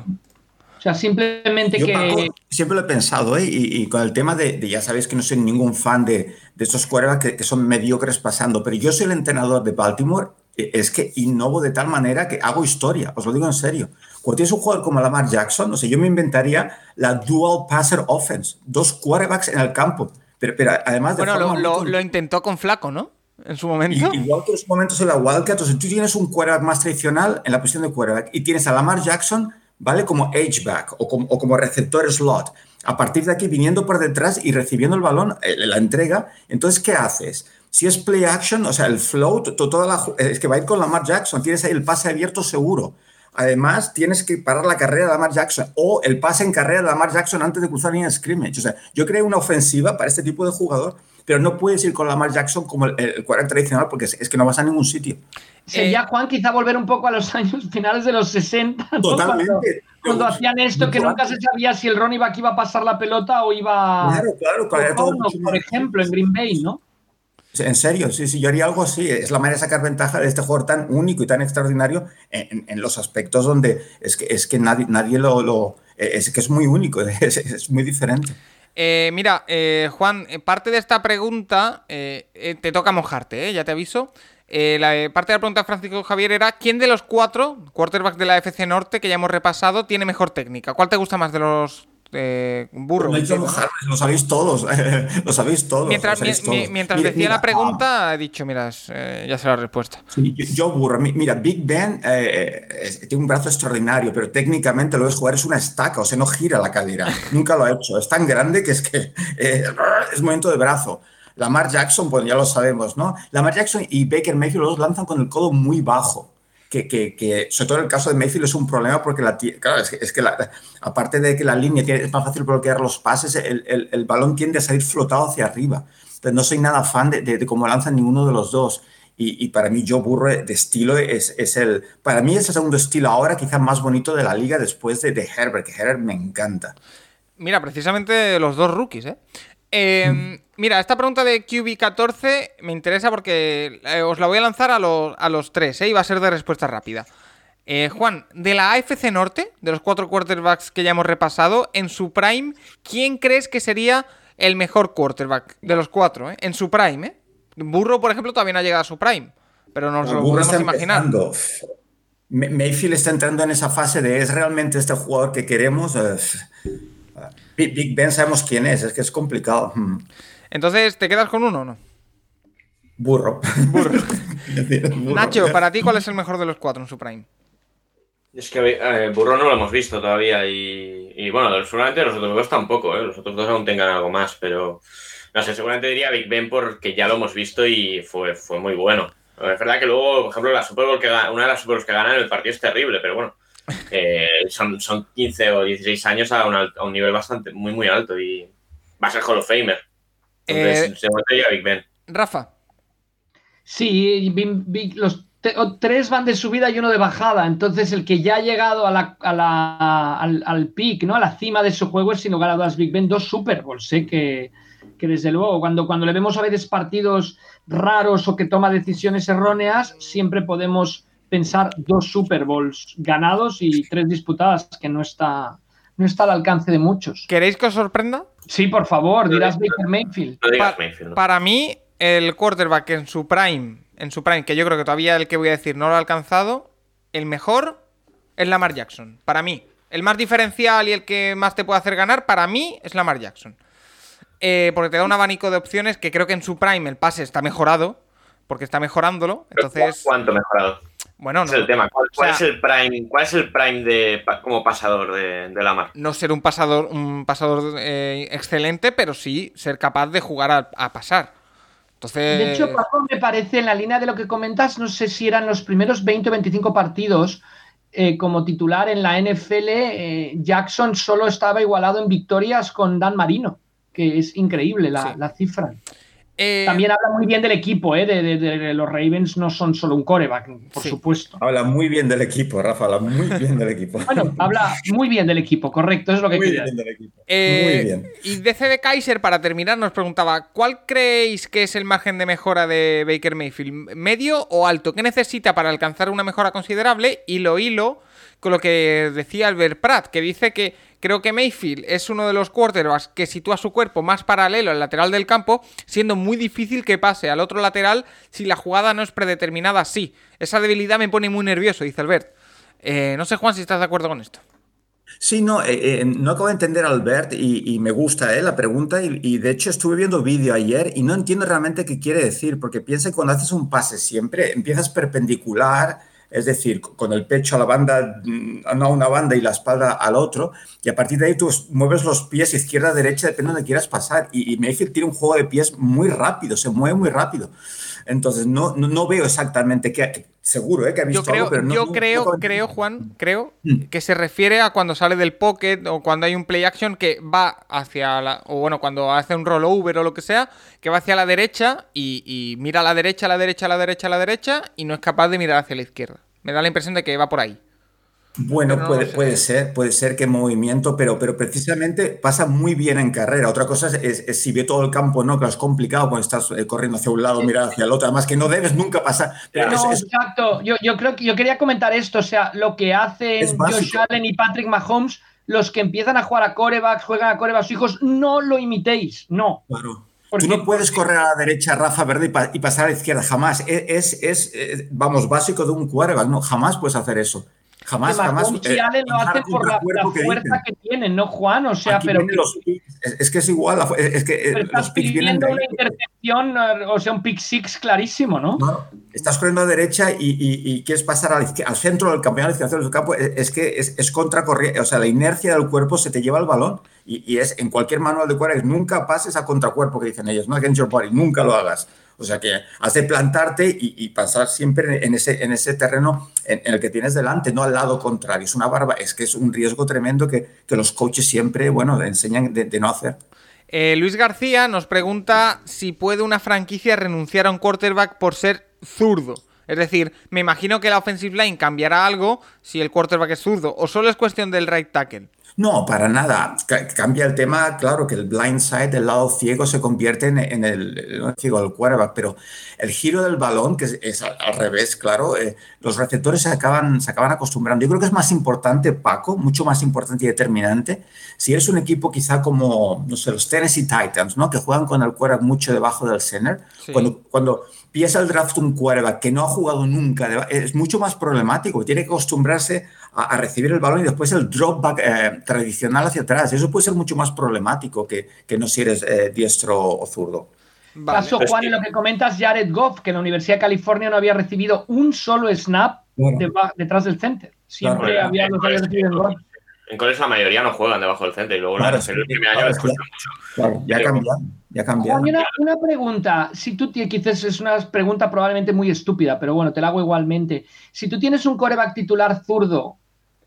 O sea, simplemente yo, que... Paco, siempre lo he pensado, ¿eh? Y con el tema de ya sabéis que no soy ningún fan de estos quarterbacks que son mediocres pasando, pero yo soy el entrenador de Baltimore, es que innovo de tal manera que hago historia, os lo digo en serio. Cuando tienes un jugador como Lamar Jackson, no sé, yo me inventaría la dual passer offense, 2 quarterbacks en el campo. Pero además de lo intentó con Flaco, ¿no? En su momento. Igual que en su momento en la Wildcat, o sea, tú tienes un quarterback más tradicional en la posición de quarterback y tienes a Lamar Jackson, ¿vale? Como H-back o como receptor slot. A partir de aquí, viniendo por detrás y recibiendo el balón, la entrega. Entonces, ¿qué haces? Si es play action, o sea, el float, es que va a ir con Lamar Jackson. Tienes ahí el pase abierto seguro. Además, tienes que parar la carrera de Lamar Jackson o el pase en carrera de Lamar Jackson antes de cruzar línea de scrimmage. O sea, yo creo una ofensiva para este tipo de jugador, pero no puedes ir con Lamar Jackson como el quarterback tradicional porque es que no vas a ningún sitio. Sería, Juan, quizá volver un poco a los años finales de los 60, ¿no? Totalmente. Cuando hacían esto, que nunca se sabía si el running back iba a pasar la pelota o iba... Claro. Era todo por ejemplo, en Green Bay, ¿no? En serio, sí, yo haría algo así. Es la manera de sacar ventaja de este jugador tan único y tan extraordinario en los aspectos donde es que nadie es que es muy único, es muy diferente. Mira, Juan, parte de esta pregunta te toca mojarte, ya te aviso. Parte de la pregunta de Francisco Javier era: ¿quién de los 4 quarterbacks de la AFC Norte que ya hemos repasado tiene mejor técnica? ¿Cuál te gusta más de los Burrow? No hay que mojarme, lo sabéis todos. Lo sabéis todos. Mientras decía la pregunta, he dicho, mira, ya sé la respuesta. Sí, yo Burrow. Mira, Big Ben tiene un brazo extraordinario, pero técnicamente lo ves jugar, es una estaca, o sea, no gira la cadera. Nunca lo ha hecho. Es tan grande que es movimiento de brazo. Lamar Jackson, pues ya lo sabemos, ¿no? Lamar Jackson y Baker Mayfield los lanzan con el codo muy bajo. sobre todo en el caso de Mayfield, es un problema porque claro, aparte de que la línea es más fácil bloquear los pases, el balón tiende a salir flotado hacia arriba. Entonces, no soy nada fan de cómo lanzan ninguno de los dos. Y para mí, Joe Burrow de estilo para mí es el segundo estilo ahora quizá más bonito de la liga después de Herbert, que Herbert me encanta. Mira, precisamente los dos rookies, ¿eh? Mira, esta pregunta de QB14 me interesa porque os la voy a lanzar a los tres, ¿eh? Y va a ser de respuesta rápida. Juan, de la AFC Norte, de los 4 quarterbacks que ya hemos repasado, en su prime, ¿quién crees que sería el mejor quarterback de los 4, en su prime, Burrow, por ejemplo, todavía no ha llegado a su prime, pero nos lo podemos imaginar. Mayfield está entrando en esa fase de ¿es realmente este jugador que queremos? Big Ben sabemos quién es que es complicado. Entonces, ¿te quedas con uno o no? Burrow. Nacho, para ti, ¿cuál es el mejor de los 4 en su prime? Es que Burrow no lo hemos visto todavía y bueno, seguramente los otros dos tampoco, los otros dos aún tengan algo más, pero no sé, seguramente diría Big Ben porque ya lo hemos visto y fue muy bueno. Es verdad que luego, por ejemplo, una de las Super Bowls que ganan el partido es terrible, pero bueno, son 15 o 16 años a un nivel bastante muy alto y va a ser Hall of Famer. Entonces, seguramente diría Big Ben. Rafa. Sí, los 3 van de subida y uno de bajada, entonces el que ya ha llegado al peak, ¿no? A la cima de su juego es sin lugar a dudas Big Ben. 2 Super Bowls, que desde luego cuando le vemos a veces partidos raros o que toma decisiones erróneas, siempre podemos pensar 2 Super Bowls ganados y 3 disputadas, que no está al alcance de muchos. ¿Queréis que os sorprenda? Sí, por favor, dirás Baker Mayfield. No digas Mayfield, ¿no? Para mí, el quarterback en su prime, que yo creo que todavía el que voy a decir no lo ha alcanzado, el mejor es Lamar Jackson. Para mí, el más diferencial y el que más te puede hacer ganar, para mí es Lamar Jackson. Porque te da un abanico de opciones que creo que en su prime el pase está mejorado, porque está mejorándolo. Entonces, ¿cuánto mejorado? Bueno, no. Es el tema. ¿Cuál es el prime? ¿Cuál es el prime como pasador de Lamar? No ser un pasador excelente, pero sí ser capaz de jugar a pasar. Entonces... De hecho, Paco, me parece, en la línea de lo que comentas, no sé si eran los primeros 20 o 25 partidos como titular en la NFL, Jackson solo estaba igualado en victorias con Dan Marino, que es increíble la cifra. También habla muy bien del equipo, de los Ravens no son solo un quarterback, por supuesto. Habla muy bien del equipo, Rafa, habla muy bien del equipo. Bueno, habla muy bien del equipo, correcto, es lo que quería. Muy bien del equipo. Muy bien. Y DC de Kaiser, para terminar, nos preguntaba, ¿cuál creéis que es el margen de mejora de Baker Mayfield? ¿Medio o alto? ¿Qué necesita para alcanzar una mejora considerable? Y lo hilo con lo que decía Albert Pratt, que dice que creo que Mayfield es uno de los quarterbacks que sitúa su cuerpo más paralelo al lateral del campo, siendo muy difícil que pase al otro lateral si la jugada no es predeterminada así. Esa debilidad me pone muy nervioso, dice Albert. No sé, Juan, si estás de acuerdo con esto. Sí, no acabo de entender a Albert y me gusta la pregunta y de hecho estuve viendo vídeo ayer y no entiendo realmente qué quiere decir, porque piensa que cuando haces un pase siempre empiezas perpendicular, es decir, con el pecho a la banda, no a una banda y la espalda al otro, y a partir de ahí tú mueves los pies izquierda, derecha, depende de donde quieras pasar, y Mayfield tiene un juego de pies muy rápido, se mueve muy rápido. Entonces no veo exactamente seguro que ha visto algo, pero yo creo, Juan, que se refiere a cuando sale del pocket o cuando hay un play action que va hacia cuando hace un rollover o lo que sea, que va hacia la derecha y mira a la derecha y no es capaz de mirar hacia la izquierda. Me da la impresión de que va por ahí. Bueno, puede ser que movimiento, pero precisamente pasa muy bien en carrera. Otra cosa es si ve todo el campo, ¿no? Que es complicado cuando estás corriendo hacia un lado, mirar hacia el otro. Además que no debes nunca pasar. Exacto. Yo creo que yo quería comentar esto. O sea, lo que hacen Josh Allen y Patrick Mahomes, los que empiezan a jugar a quarterbacks, juegan a quarterbacks hijos, no lo imitéis. No. Claro. Tú no puedes correr a la derecha, Rafa, Verde, y pasar a la izquierda. Jamás. Vamos, básico de un quarterback. No, jamás puedes hacer eso. Jamás. Y Allen lo hacen por la fuerza que tienen, ¿no, Juan? O sea, pero es que es igual. Es que pero estás pidiendo una intercepción, o sea, un pick six clarísimo, ¿no? No, estás corriendo a la derecha y quieres pasar al centro del campo, a la izquierda del campo. Es que es contracorriente. O sea, la inercia del cuerpo se te lleva el balón y es en cualquier manual de quarterback. Nunca pases a contracuerpo, que dicen ellos, no against your body. Nunca lo hagas. O sea que has de plantarte y pasar siempre en ese terreno en el que tienes delante, no al lado contrario. Es una es que es un riesgo tremendo que los coaches siempre, bueno, enseñan de no hacer. Luis García nos pregunta si puede una franquicia renunciar a un quarterback por ser zurdo. Es decir, me imagino que la offensive line cambiará algo si el quarterback es zurdo, o solo es cuestión del right tackle. No, para nada. Cambia el tema, claro, que el blind side, el lado ciego, se convierte en el ciego del quarterback, pero el giro del balón, que es al revés, claro, los receptores se acaban acostumbrando. Yo creo que es más importante, Paco, mucho más importante y determinante, si eres un equipo quizá como, no sé, los Tennessee Titans, ¿no? Que juegan con el quarterback mucho debajo del center. Sí. Cuando empieza el draft un quarterback que no ha jugado nunca, es mucho más problemático, tiene que acostumbrarse a recibir el balón y después el drop back tradicional hacia atrás. Eso puede ser mucho más problemático que no si eres diestro o zurdo. Vale. Caso, Juan, en lo que comentas, Jared Goff, que en la Universidad de California no había recibido un solo snap detrás del center. Siempre había recibido en gol. En college la mayoría no juegan debajo del center y luego el primer año les cuesta mucho. Claro, ya cambiaron. Una pregunta, si tú quizás es una pregunta probablemente muy estúpida, pero bueno, te la hago igualmente. Si tú tienes un quarterback titular zurdo,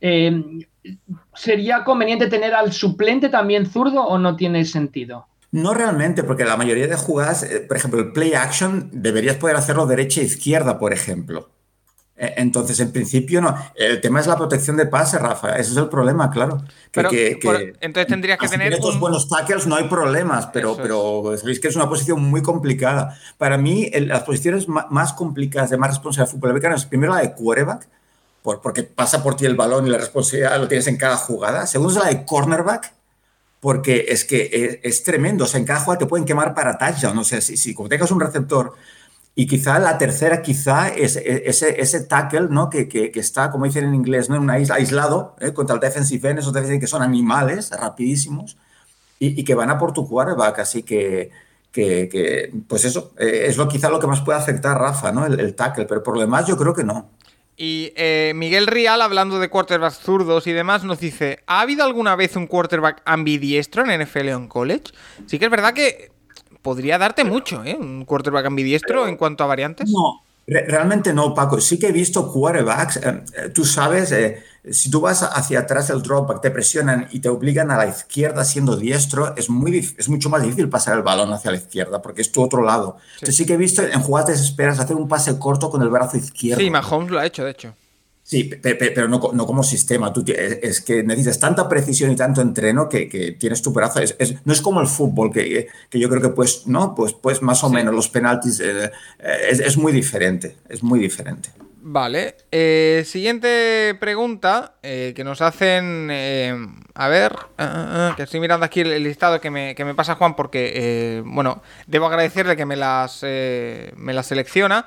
¿sería conveniente tener al suplente también zurdo o no tiene sentido? No realmente, porque la mayoría de jugadas, por ejemplo, el play action, deberías poder hacerlo derecha e izquierda, por ejemplo. Entonces, en principio, no. El tema es la protección de pase, Rafa. Ese es el problema, claro. Entonces tendrías que tener estos buenos tackles no hay problemas, pero sabéis que es una posición muy complicada. Para mí, las posiciones más complicadas de más responsabilidad de fútbol americano es primero la de quarterback, porque pasa por ti el balón y la responsabilidad lo tienes en cada jugada. Segundo es la de cornerback, porque es que es tremendo. O sea, en cada jugada te pueden quemar para touchdown. O sea, si como tengas un receptor. Y quizá la tercera, es ese tackle, ¿no? que está, como dicen en inglés, ¿no? En una isla aislado contra el defensive end, esos defensivos que son animales, rapidísimos, y que van a por tu quarterback. Así que pues eso, es quizá lo que más puede afectar, Rafa, ¿no? El tackle, pero por lo demás yo creo que no. Y Miguel Rial, hablando de quarterbacks zurdos y demás, nos dice, ¿ha habido alguna vez un quarterback ambidiestro en NFL o en college? Sí que es verdad que podría darte mucho, un quarterback ambidiestro en cuanto a variantes. No, realmente no, Paco. Sí que he visto quarterbacks, tú sabes, si tú vas hacia atrás del dropback, te presionan y te obligan a la izquierda siendo diestro, es mucho más difícil pasar el balón hacia la izquierda porque es tu otro lado. Sí. Entonces sí que he visto en jugadas desesperadas hacer un pase corto con el brazo izquierdo. Sí, Mahomes lo ha hecho, de hecho. Sí, pero no como sistema. Es que necesitas tanta precisión y tanto entreno que tienes tu brazo. No es como el fútbol, que yo creo que pues más o menos los penaltis es muy diferente. Es muy diferente. Vale. Siguiente pregunta que nos hacen. A ver, que estoy mirando aquí el listado que me pasa Juan porque, debo agradecerle que me las selecciona.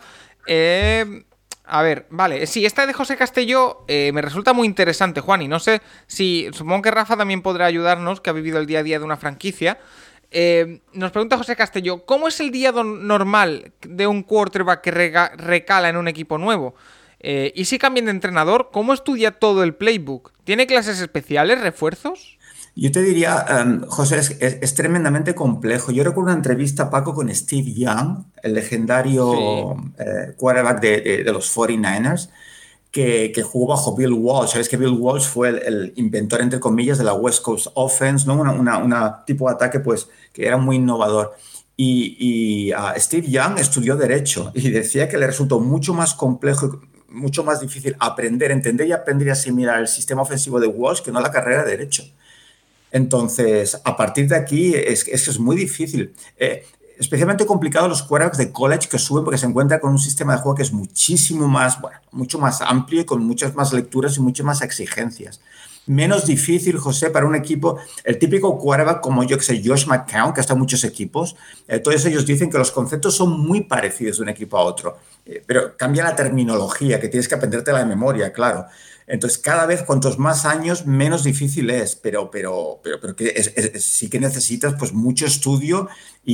A ver, vale, sí, esta de José Castelló me resulta muy interesante, Juan, y no sé si, supongo que Rafa también podrá ayudarnos, que ha vivido el día a día de una franquicia. Nos pregunta José Castelló, ¿cómo es el día normal de un quarterback que recala en un equipo nuevo? Y si cambian de entrenador, ¿cómo estudia todo el playbook? ¿Tiene clases especiales, refuerzos? Yo te diría, José, es tremendamente complejo. Yo recuerdo una entrevista, Paco, con Steve Young, el legendario quarterback de los 49ers, que jugó bajo Bill Walsh. Sabes que Bill Walsh fue el inventor, entre comillas, de la West Coast Offense, ¿no? Una tipo de ataque pues, que era muy innovador. Y Steve Young estudió Derecho y decía que le resultó mucho más complejo, mucho más difícil entender y asimilar el sistema ofensivo de Walsh que no la carrera de Derecho. Entonces, a partir de aquí es muy difícil. Especialmente complicado los quarterbacks de college que suben porque se encuentran con un sistema de juego que es mucho más amplio y con muchas más lecturas y muchas más exigencias. Menos difícil, José, para un equipo, el típico quarterback como yo que sé, Josh McCown, que está en muchos equipos, todos ellos dicen que los conceptos son muy parecidos de un equipo a otro, pero cambia la terminología, que tienes que aprenderte la de memoria, claro. Entonces, cada vez, cuantos más años, menos difícil es, pero que sí que necesitas pues mucho estudio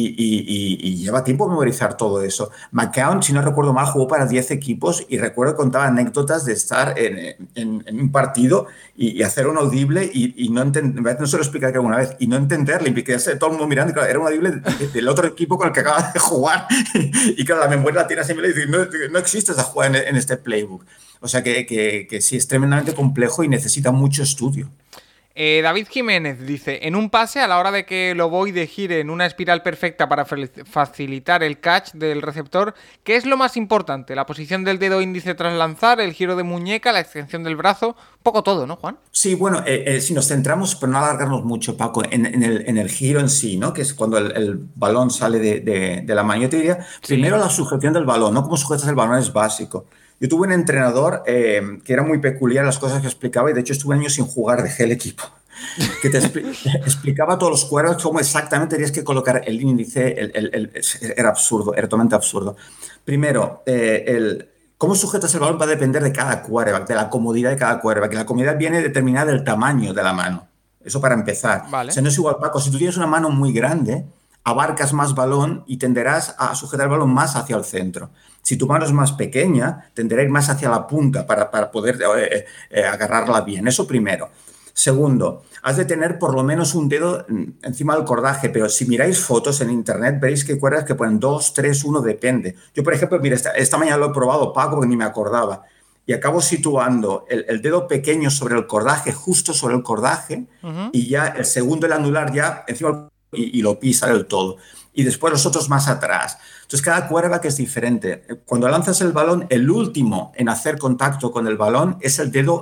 y lleva tiempo memorizar todo eso. McCown, si no recuerdo mal, jugó para 10 equipos y recuerdo que contaba anécdotas de estar en un partido y hacer un audible y no entender, no se lo expliqué alguna vez, y no entenderle, y quedarse todo el mundo mirando, y claro, era un audible del otro equipo con el que acaba de jugar, y claro, la memoria la tiene así, y dice, no existe esa jugada en este playbook. O sea que sí, es tremendamente complejo y necesita mucho estudio. David Jiménez dice, en un pase, a la hora de que el ovoide gire en una espiral perfecta para facilitar el catch del receptor, ¿qué es lo más importante? ¿La posición del dedo índice tras lanzar, el giro de muñeca, la extensión del brazo? Un poco todo, ¿no, Juan? Sí, bueno, si nos centramos, pero no alargarnos mucho, Paco, en el giro en sí, ¿no? Que es cuando el balón sale de la mano. Yo te diría, primero la sujeción del balón, ¿no? Cómo sujetas el balón es básico. Yo tuve un entrenador que era muy peculiar las cosas que explicaba y de hecho estuve años sin jugar, dejé el equipo, que te explicaba a todos los quarterbacks cómo exactamente tenías que colocar el índice, era absurdo, era totalmente absurdo. Primero, cómo sujetas el balón va a depender de cada quarterback, de la comodidad de cada quarterback, y la comodidad viene determinada del tamaño de la mano. Eso para empezar. Vale. O sea, no es igual, Paco, si tú tienes una mano muy grande, abarcas más balón y tenderás a sujetar el balón más hacia el centro. Si tu mano es más pequeña, tenderá a ir más hacia la punta para poder agarrarla bien. Eso primero. Segundo, has de tener por lo menos un dedo encima del cordaje, pero si miráis fotos en internet, veréis que cuerdas que ponen 2, 3, 1, depende. Yo, por ejemplo, mira, esta mañana lo he probado, Paco, porque ni me acordaba, y acabo situando el dedo pequeño sobre el cordaje, justo sobre el cordaje, y ya el segundo, el anular, ya encima y lo pisa del todo. Y después los otros más atrás. Entonces, cada quarterback es diferente. Cuando lanzas el balón, el último en hacer contacto con el balón es el dedo,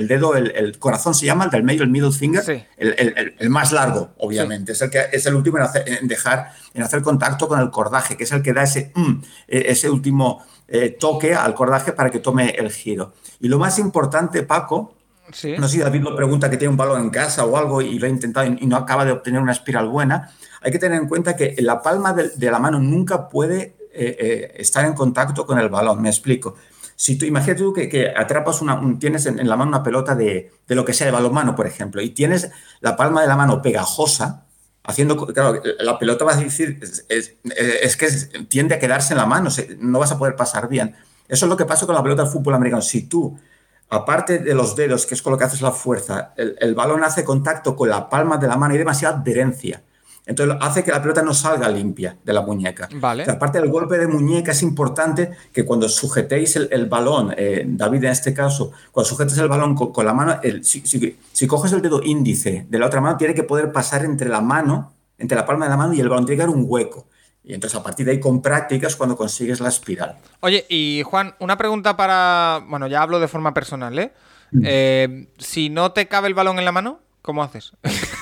el corazón se llama, el del medio, el middle finger, sí. el más largo, obviamente. Sí. Es el último en hacer contacto con el cordaje, que es el que da ese último toque al cordaje para que tome el giro. Y lo más importante, Paco, sí. No sé si David lo pregunta que tiene un balón en casa o algo y lo ha intentado y no acaba de obtener una espiral buena. Hay que tener en cuenta que la palma de la mano nunca puede estar en contacto con el balón. Me explico. Si tú, imagínate tú que atrapas tienes en la mano una pelota de lo que sea, de balonmano, por ejemplo, y tienes la palma de la mano pegajosa, claro, la pelota va a decir, es que tiende a quedarse en la mano, no vas a poder pasar bien. Eso es lo que pasa con la pelota del fútbol americano. Si tú, aparte de los dedos, que es con lo que haces la fuerza, el balón hace contacto con la palma de la mano y hay demasiada adherencia. Entonces hace que la pelota no salga limpia de la muñeca. Vale. O sea, aparte del golpe de muñeca, es importante que cuando sujetéis el balón, David en este caso, cuando sujetes el balón con la mano, si coges el dedo índice de la otra mano, tiene que poder pasar entre la palma de la mano y el balón, tiene que haber un hueco. Y entonces a partir de ahí con prácticas cuando consigues la espiral. Oye, y Juan, una pregunta bueno, ya hablo de forma personal, ¿eh? Si no te cabe el balón en la mano, ¿cómo haces?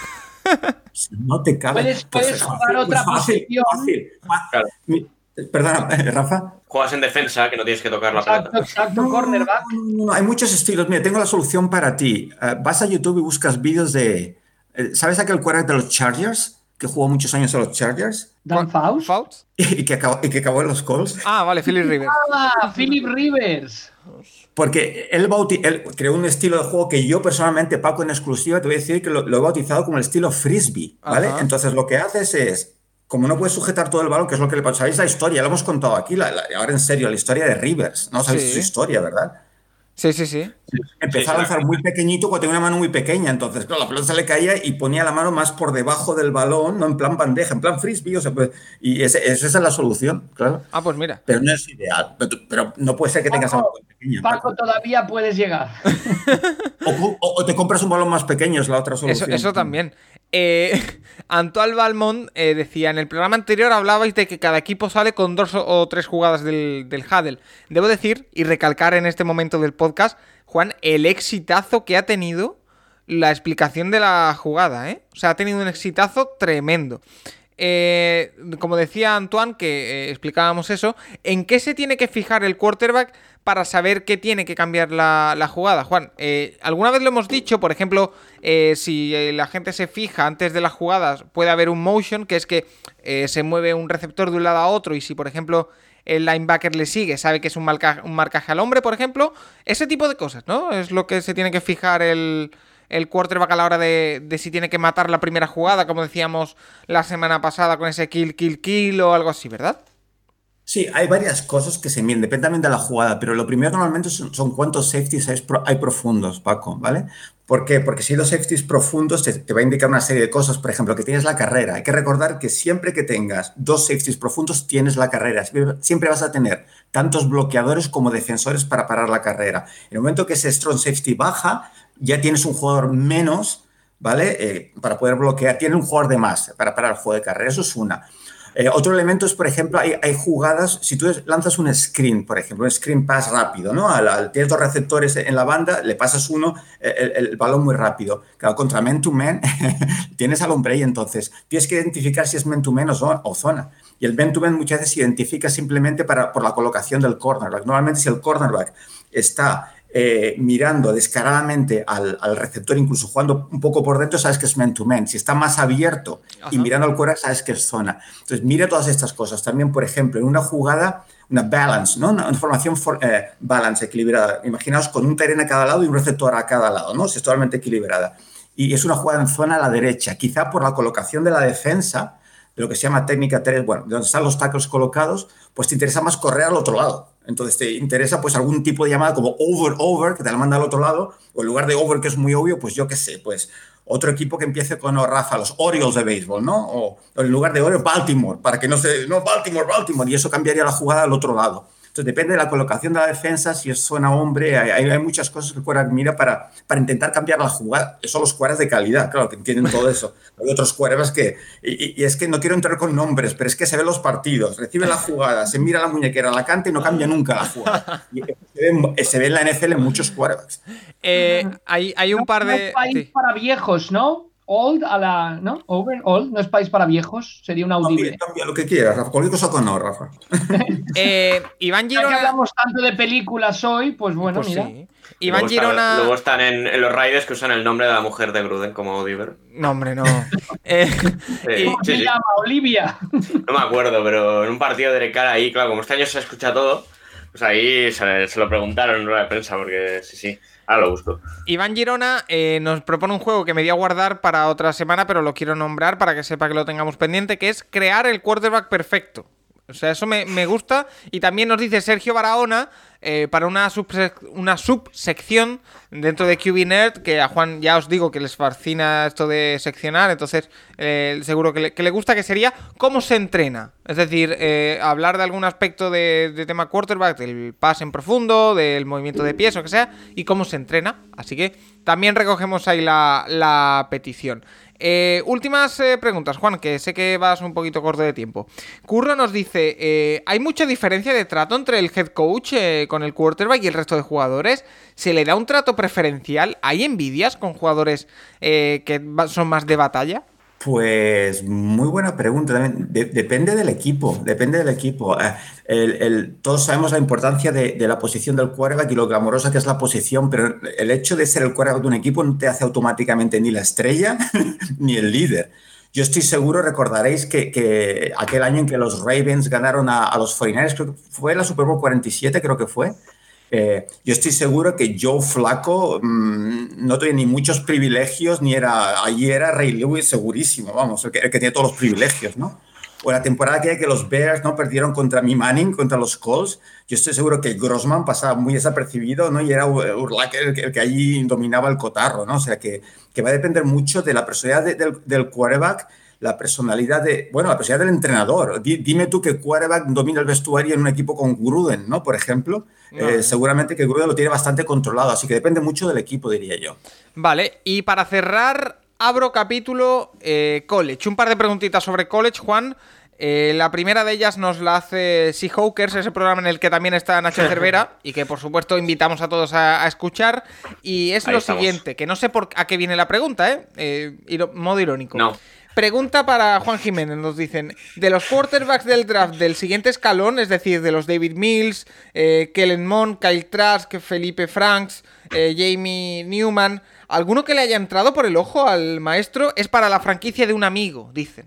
Si no te cabe... Puedes jugar otra posición. Fácil. Claro. Perdona, Rafa. Juegas en defensa, que no tienes que tocar la pelota. Exacto, cornerback. No, hay muchos estilos. Mira, tengo la solución para ti. Vas a YouTube y buscas vídeos de... ¿Sabes aquel quarterback de los Chargers? Que jugó muchos años a los Chargers. Dan Fouts. Y que acabó en los Colts. Ah, vale, Philip Rivers. Philip Rivers. Porque él creó un estilo de juego que yo personalmente, Paco, en exclusiva, te voy a decir que lo he bautizado como el estilo frisbee, ¿vale? Ajá. Entonces lo que haces es, como no puedes sujetar todo el balón, que es lo que le pasa, sabéis la historia, lo hemos contado aquí, ahora en serio, la historia de Rivers, ¿no? Sabéis su historia, ¿verdad? Sí. Empezó a lanzar muy pequeñito cuando tenía una mano muy pequeña, entonces claro, la pelota se le caía y ponía la mano más por debajo del balón, no en plan bandeja, en plan frisbee, o sea, y esa es la solución, claro. Ah, pues mira. Pero no es ideal, pero no puede ser que tengas una mano muy pequeña. Paco, todavía puedes llegar. O te compras un balón más pequeño, es la otra solución. Eso también. Antoine Valmont decía, en el programa anterior hablabais de que cada equipo sale con 2 o 3 jugadas del huddle. Debo decir y recalcar en este momento del podcast, Juan, el exitazo que ha tenido la explicación de la jugada, ¿eh? O sea, ha tenido un exitazo tremendo. Como decía Antoine, que explicábamos eso, ¿en qué se tiene que fijar el quarterback para saber que tiene que cambiar la jugada? Juan, alguna vez lo hemos dicho, por ejemplo, si la gente se fija antes de las jugadas, puede haber un motion, que es que se mueve un receptor de un lado a otro, y si, por ejemplo, el linebacker le sigue, sabe que es un marcaje al hombre, por ejemplo. Ese tipo de cosas, ¿no? Es lo que se tiene que fijar el quarterback a la hora de si tiene que matar la primera jugada, como decíamos la semana pasada con ese kill o algo así, ¿verdad? Sí, hay varias cosas que se miden, depende también de la jugada, pero lo primero normalmente son cuántos safeties hay profundos, Paco, ¿vale? ¿Por qué? Porque si hay los safeties profundos te va a indicar una serie de cosas, por ejemplo, que tienes la carrera. Hay que recordar que siempre que tengas 2 safeties profundos tienes la carrera. Siempre vas a tener tantos bloqueadores como defensores para parar la carrera. En el momento que ese strong safety baja, ya tienes un jugador menos, ¿vale? Para poder bloquear. Tienes un jugador de más para parar el juego de carrera. Eso es una. Otro elemento es, por ejemplo, hay jugadas, si tú lanzas un screen, por ejemplo, un screen pass rápido, ¿no? Tienes 2 receptores en la banda, le pasas uno, el balón muy rápido. Claro, contra man-to-man tienes al hombre ahí, entonces tienes que identificar si es man-to-man o zona. Y el man-to-man muchas veces se identifica simplemente por la colocación del cornerback. Normalmente si el cornerback está mirando descaradamente al receptor, incluso jugando un poco por dentro, sabes que es man-to-man. Si está más abierto y mirando al quarterback, sabes que es zona. Entonces, mira todas estas cosas. También, por ejemplo, en una jugada, una balance, ¿no? Una formación balance, equilibrada. Imaginaos con un terreno a cada lado y un receptor a cada lado, ¿no? Es totalmente equilibrada. Y es una jugada en zona a la derecha. Quizá por la colocación de la defensa, de lo que se llama técnica 3, bueno, de donde están los tackles colocados, pues te interesa más correr al otro lado. Entonces te interesa pues algún tipo de llamada como over, que te la manda al otro lado, o en lugar de over, que es muy obvio, pues yo qué sé, pues otro equipo que empiece con Rafa, los Orioles de béisbol, ¿no? O en lugar de Orioles, Baltimore, para que no Baltimore, y eso cambiaría la jugada al otro lado. Entonces depende de la colocación de la defensa, si es zona hombre, hay muchas cosas que el quarterback mira para intentar cambiar la jugada. Son los quarterbacks de calidad, claro, que entienden todo eso. Hay otros quarterbacks que, y es que no quiero entrar con nombres, pero es que se ven los partidos, recibe la jugada, se mira la muñequera, la canta y no cambia nunca la jugada. Y se ve en la NFL en muchos quarterbacks. Hay un par de... No es país para viejos, ¿no? Old a la, ¿no? Old, no es país para viejos, sería un audible. Cambia lo que quieras, Rafa. Cualquier cosa con no, Rafa. Iván Ya Girona... que hablamos tanto de películas hoy, pues bueno, mira. Sí. Iván Girona... Luego están en los Raiders que usan el nombre de la mujer de Gruden como Audible. No, hombre, no. ¿Cómo se llama? Olivia. No me acuerdo, pero en un partido de cara ahí, claro, como este año se escucha todo, pues ahí se lo preguntaron en rueda de prensa, porque sí. Ahora lo busco. Iván Girona nos propone un juego que me di a guardar para otra semana, pero lo quiero nombrar para que sepa que lo tengamos pendiente, que es crear el quarterback perfecto. O sea, eso me gusta. Y también nos dice Sergio Barahona para una subsección dentro de QB Nerd, que a Juan ya os digo que les fascina esto de seccionar, entonces seguro que le gusta, que sería cómo se entrena. Es decir, hablar de algún aspecto de tema quarterback, del pase en profundo, del movimiento de pies o que sea, y cómo se entrena. Así que también recogemos ahí la petición. Últimas preguntas, Juan, que sé que vas un poquito corto de tiempo. Curro nos dice, ¿hay mucha diferencia de trato entre el head coach con el quarterback y el resto de jugadores? ¿Se le da un trato preferencial? ¿Hay envidias con jugadores que son más de batalla? Pues muy buena pregunta. También depende del equipo. Todos sabemos la importancia de la posición del quarterback y lo glamorosa que es la posición, pero el hecho de ser el quarterback de un equipo no te hace automáticamente ni la estrella ni el líder. Yo estoy seguro, recordaréis que aquel año en que los Ravens ganaron a los 49ers, creo que fue la Super Bowl 47, creo que fue. Yo estoy seguro que Joe Flacco no tenía ni muchos privilegios, allí era Ray Lewis segurísimo, vamos, el que tenía todos los privilegios, ¿no? O la temporada que los Bears no perdieron contra Manning, contra los Colts, yo estoy seguro que Grossman pasaba muy desapercibido, ¿no? Y era Urlacher el que allí dominaba el cotarro, ¿no? O sea, que va a depender mucho de la personalidad del quarterback, la personalidad del entrenador. Dime tú que quarterback domina el vestuario en un equipo con Gruden, ¿no? Por ejemplo, seguramente que Gruden lo tiene bastante controlado, así que depende mucho del equipo, diría yo. Vale, y para cerrar, abro capítulo college. Un par de preguntitas sobre college, Juan. La primera de ellas nos la hace Seahawkers, ese programa en el que también está Nacho Cervera y que por supuesto invitamos a todos a escuchar. Y es ahí lo estamos. Siguiente, que no sé a qué viene la pregunta, modo irónico. No. Pregunta para Juan Jiménez, nos dicen, de los quarterbacks del draft del siguiente escalón, es decir, de los David Mills, Kellen Mond, Kyle Trask, Felipe Franks, Jamie Newman. ¿Alguno que le haya entrado por el ojo al maestro? Es para la franquicia de un amigo, dicen.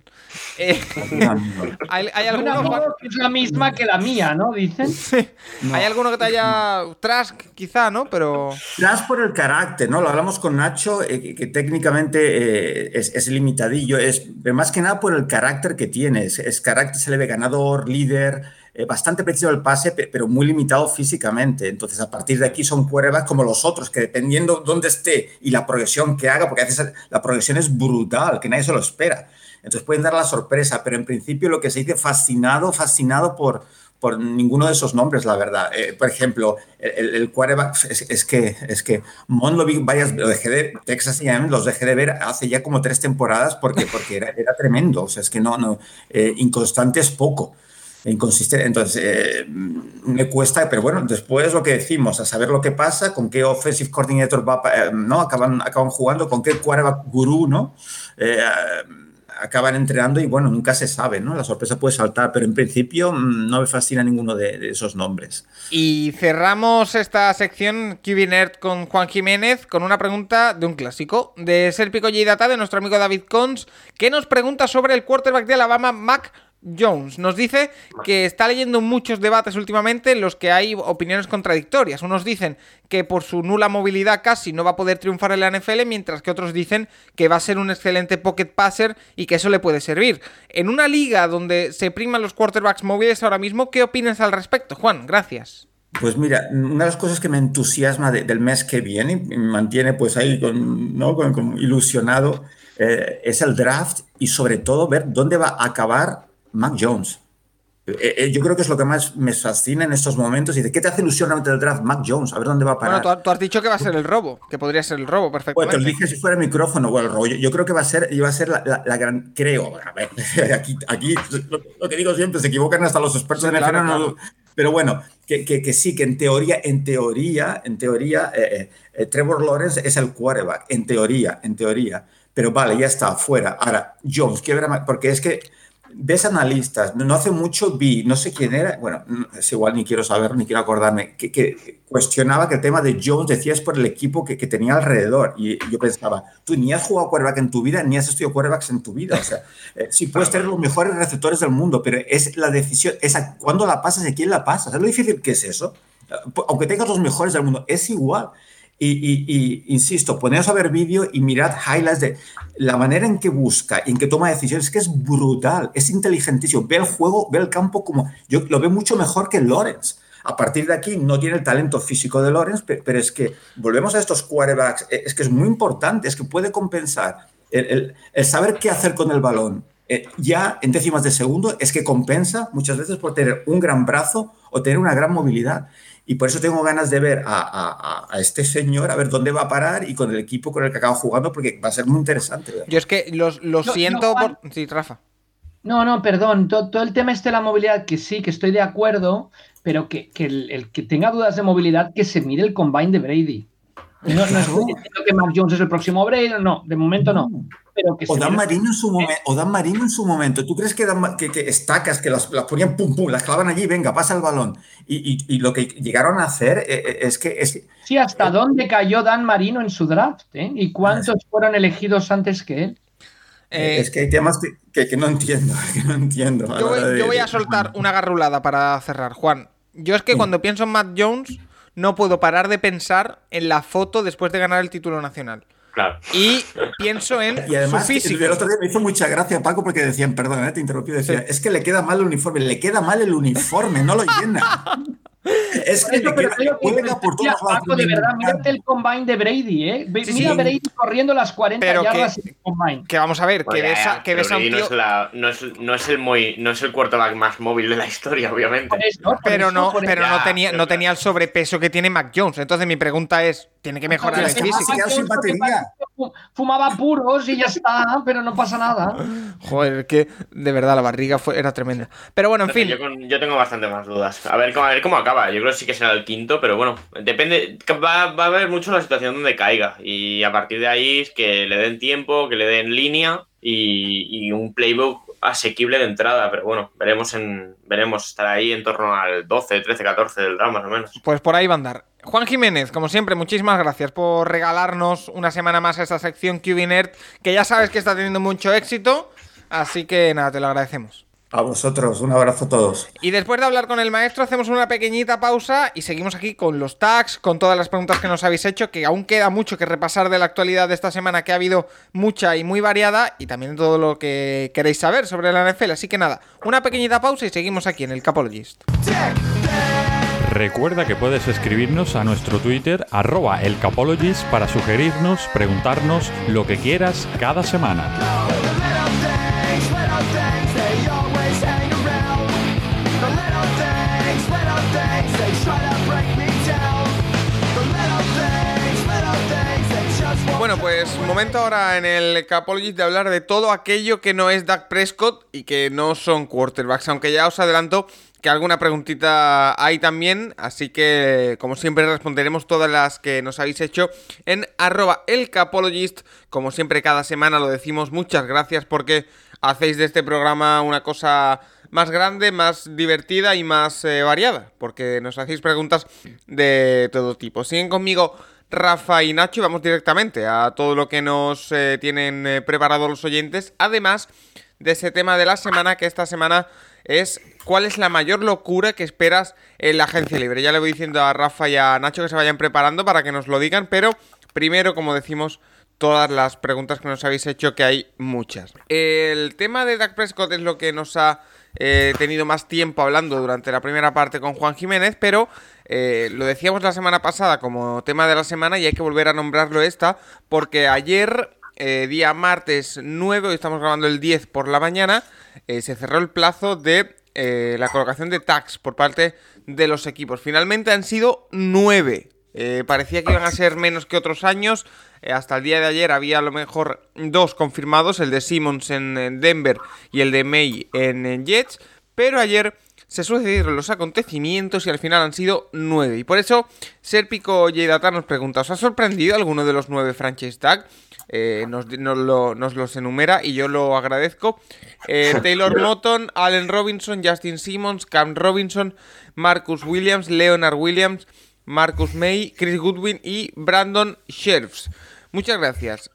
¿Hay alguno, Juan? Que es la misma que la mía, ¿no? Dicen. Sí. No. ¿Hay alguno que te haya... Trask, quizá, ¿no? Pero... Trask por el carácter, ¿no? Lo hablamos con Nacho, que técnicamente es limitadillo, pero más que nada por el carácter que tiene. Es carácter, se le ve ganador, líder, bastante preciso el pase, pero muy limitado físicamente. Entonces, a partir de aquí son quarterbacks como los otros, que dependiendo dónde esté y la progresión que haga, porque a veces la progresión es brutal, que nadie se lo espera. Entonces pueden dar la sorpresa, pero en principio lo que se dice fascinado por ninguno de esos nombres, la verdad. Por ejemplo, el quarterback, es que Mon lo vi lo dejé de Texas A&M, los dejé de ver hace ya como 3 temporadas porque era tremendo. O sea, es que inconstante es poco. Inconsistente. Entonces, me cuesta, pero bueno, después lo que decimos, a saber lo que pasa, con qué offensive coordinator ¿no? acaban jugando, con qué quarterback gurú, ¿no? Acaban entrenando y bueno, nunca se sabe, ¿no? La sorpresa puede saltar, pero en principio no me fascina ninguno de esos nombres. Y cerramos esta sección QB Nerd con Juan Jiménez con una pregunta de un clásico de Serpico J Data, de nuestro amigo David Cons, que nos pregunta sobre el quarterback de Alabama, Mac Jones. Nos dice que está leyendo muchos debates últimamente en los que hay opiniones contradictorias. Unos dicen que por su nula movilidad casi no va a poder triunfar en la NFL, mientras que otros dicen que va a ser un excelente pocket passer y que eso le puede servir. En una liga donde se priman los quarterbacks móviles ahora mismo, ¿qué opinas al respecto, Juan? Gracias. Pues mira, una de las cosas que me entusiasma del mes que viene y me mantiene pues ahí con ilusionado es el draft y sobre todo ver dónde va a acabar Mac Jones. Yo creo que es lo que más me fascina en estos momentos. Y de qué te hace ilusión ante el draft, Mac Jones, a ver dónde va a parar. Bueno, tú has dicho que va a ser el robo, que podría ser el robo perfectamente. Bueno, te lo dije si fuera el micrófono o el robo. Yo creo que iba a ser la gran... Creo, a ver, aquí lo que digo siempre, se equivocan hasta los expertos en NFL. Claro. Pero bueno, que sí, que en teoría, Trevor Lawrence es el quarterback, en teoría. Pero vale, ya está, fuera. Ahora, Jones, porque es que ves analistas, no hace mucho vi, no sé quién era, bueno, es igual, ni quiero saber, ni quiero acordarme, que cuestionaba que el tema de Jones, decías, por el equipo que tenía alrededor. Y yo pensaba, tú ni has jugado quarterback en tu vida, ni has estudiado quarterbacks en tu vida. O sea, sí puedes tener los mejores receptores del mundo, pero es la decisión, cuándo la pasas y a quién la pasas. ¿Sabes lo difícil que es eso? Aunque tengas los mejores del mundo, es igual. Y insisto, poneros a ver vídeo y mirad highlights de la manera en que busca y en que toma decisiones, que es brutal, es inteligentísimo. Ve el juego, ve el campo como... Yo lo veo mucho mejor que Lawrence. A partir de aquí no tiene el talento físico de Lawrence, pero es que volvemos a estos quarterbacks, es que es muy importante, es que puede compensar el saber qué hacer con el balón. Ya en décimas de segundo es que compensa muchas veces por tener un gran brazo o tener una gran movilidad. Y por eso tengo ganas de ver a este señor, a ver dónde va a parar y con el equipo con el que acaba jugando, porque va a ser muy interesante. ¿Verdad? Yo es que lo siento por... Sí, Rafa. No, perdón. Todo el tema de la movilidad, que sí, que estoy de acuerdo, pero que el que tenga dudas de movilidad, que se mire el combine de Brady. No estoy diciendo que Mac Jones es el próximo Brady, no, de momento no. Pero que o Dan Marino en su momento. ¿Tú crees que estacas, que las ponían pum, pum, las clavan allí, venga, pasa el balón? Y lo que llegaron a hacer es que... Sí, ¿hasta dónde cayó Dan Marino en su draft? ¿Y cuántos fueron elegidos antes que él? Es que hay temas que no entiendo. Yo voy a soltar una garrulada para cerrar, Juan. Yo es que cuando pienso en Mac Jones no puedo parar de pensar en la foto después de ganar el título nacional. Claro. Y pienso en y además, su físico. El otro día me hizo mucha gracia, Paco, porque decían, perdón, te interrumpí, decía, sí. Es que le queda mal el uniforme, no lo llena. Es que juega por todos lados. Paco, de verdad, mírate el combine de Brady, ¿eh? Mira a Brady corriendo las 40 yardas en el combine. Que vamos a ver, que ves a un tío... No es el quarterback más móvil de la historia, obviamente. Pero no tenía el sobrepeso que tiene Mac Jones. Entonces mi pregunta es, ¿tiene que mejorar el físico? Fumaba puros y ya está, pero no pasa nada. Joder, que de verdad la barriga era tremenda. Pero bueno, en fin. Yo tengo bastante más dudas. A ver cómo acaba. Yo creo que sí que será el quinto, pero bueno, depende. Va a haber mucho la situación donde caiga. Y a partir de ahí es que le den tiempo, que le den línea y un playbook asequible de entrada, pero bueno, veremos estar ahí en torno al 12, 13, 14 del round más o menos. Pues por ahí va a andar. Juan Jiménez, como siempre, muchísimas gracias por regalarnos una semana más a esta sección QB Nerd, que ya sabes que está teniendo mucho éxito, así que nada, te lo agradecemos. A vosotros, un abrazo a todos. Y después de hablar con el maestro, hacemos una pequeñita pausa y seguimos aquí con los tags, con todas las preguntas que nos habéis hecho, que aún queda mucho que repasar de la actualidad de esta semana, que ha habido mucha y muy variada, y también todo lo que queréis saber sobre la NFL. Así que nada, una pequeñita pausa y seguimos aquí en el Capologist. Recuerda que puedes escribirnos a nuestro Twitter, @elcapologist, para sugerirnos, preguntarnos lo que quieras cada semana. Bueno, pues momento ahora en el Capologist de hablar de todo aquello que no es Dak Prescott y que no son quarterbacks, aunque ya os adelanto que alguna preguntita hay también, así que como siempre responderemos todas las que nos habéis hecho en @elcapologist. Como siempre cada semana lo decimos, muchas gracias porque hacéis de este programa una cosa más grande, más divertida y más variada, porque nos hacéis preguntas de todo tipo. Siguen conmigo Rafa y Nacho y vamos directamente a todo lo que nos tienen preparado los oyentes, además de ese tema de la semana, que esta semana es ¿cuál es la mayor locura que esperas en la agencia libre? Ya le voy diciendo a Rafa y a Nacho que se vayan preparando para que nos lo digan, pero primero, como decimos, todas las preguntas que nos habéis hecho, que hay muchas. El tema de Dak Prescott es lo que nos ha tenido más tiempo hablando durante la primera parte con Juan Jiménez, pero lo decíamos la semana pasada como tema de la semana y hay que volver a nombrarlo porque ayer, día martes 9, hoy estamos grabando el 10 por la mañana, se cerró el plazo de la colocación de tags por parte de los equipos. Finalmente han sido 9. Parecía que iban a ser menos que otros años. Hasta el día de ayer había a lo mejor 2 confirmados, el de Simmons en Denver y el de May en Jets, pero ayer se sucedieron los acontecimientos y al final han sido 9. Y por eso Serpico Yeidata nos pregunta, ¿os ha sorprendido alguno de los 9 franchise tag? Nos los enumera y yo lo agradezco. Taylor Moton, Allen Robinson, Justin Simmons, Cam Robinson, Marcus Williams, Leonard Williams, Marcus May, Chris Goodwin y Brandon Scherfs. Muchas gracias.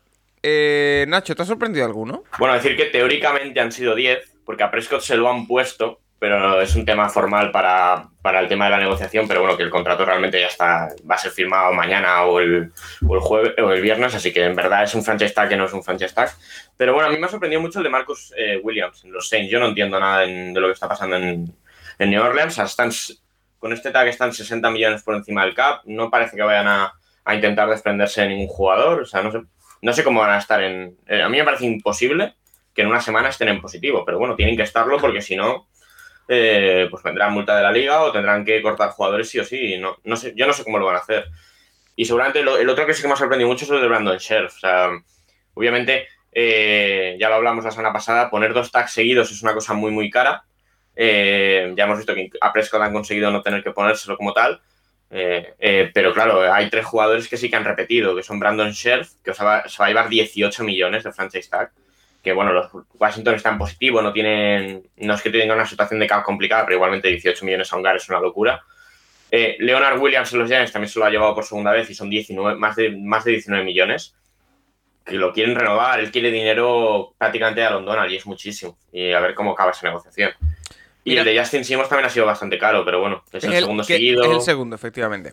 Nacho, ¿te ha sorprendido alguno? Bueno, decir que teóricamente han sido 10, porque a Prescott se lo han puesto, pero es un tema formal para el tema de la negociación, pero bueno, que el contrato realmente ya está, va a ser firmado mañana o el jueves o el viernes, así que en verdad es un franchise tag que no es un franchise tag. Pero bueno, a mí me ha sorprendido mucho el de Marcus Williams en los Saints. Yo no entiendo nada de lo que está pasando en New Orleans. Con este tag están 60 millones por encima del cap. No parece que vayan a intentar desprenderse de ningún jugador. O sea, no sé cómo van a estar a mí me parece imposible que en una semana estén en positivo. Pero bueno, tienen que estarlo porque si no, pues vendrá multa de la liga o tendrán que cortar jugadores sí o sí. No sé, yo no sé cómo lo van a hacer. Y seguramente el otro que sí que me ha sorprendido mucho es el de Brandon Scherf. O sea, obviamente, ya lo hablamos la semana pasada, poner 2 tags seguidos es una cosa muy, muy cara. Ya hemos visto que a Prescott han conseguido no tener que ponérselo como tal, pero claro, hay 3 jugadores que sí que han repetido, que son Brandon Scherf, que se va a llevar 18 millones de franchise tag, que bueno, los Washington están positivos, no es que tengan una situación de cap complicada, pero igualmente 18 millones a un GAR es una locura. Leonard Williams en los Giants también se lo ha llevado por segunda vez y son más de 19 millones. Que lo quieren renovar, él quiere dinero prácticamente a London y es muchísimo. Y a ver cómo acaba esa negociación. Y el de Justin Simmons también ha sido bastante caro, pero bueno, es el segundo seguido. Es el segundo, efectivamente.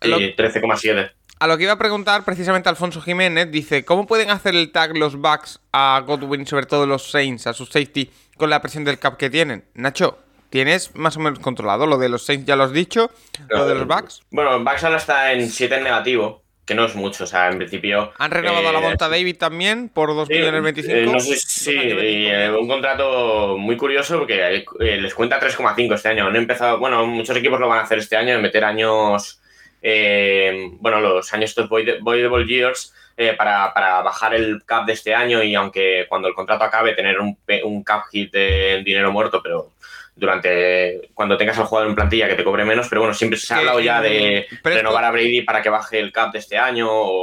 13,7. A lo que iba a preguntar precisamente Alfonso Jiménez, dice, ¿cómo pueden hacer el tag los Bucks a Godwin, sobre todo los Saints, a su safety, con la presión del cap que tienen? Nacho, ¿tienes más o menos controlado lo de los Saints? ¿Ya lo has dicho? ¿Lo de los Bucks? Bueno, Bucks ahora está en 7 en negativo, que no es mucho, o sea, en principio... ¿Han renovado a la Monta David también por 2,25 millones? No sé, sí, un contrato muy curioso porque les cuenta 3,5 este año. Han empezado, bueno, muchos equipos lo van a hacer este año, de meter años... los años estos voidable years para bajar el cap de este año y aunque cuando el contrato acabe tener un cap hit de dinero muerto, pero cuando tengas al jugador en plantilla que te cobre menos, pero bueno, siempre se ha hablado ya de renovar a Brady para que baje el cap de este año o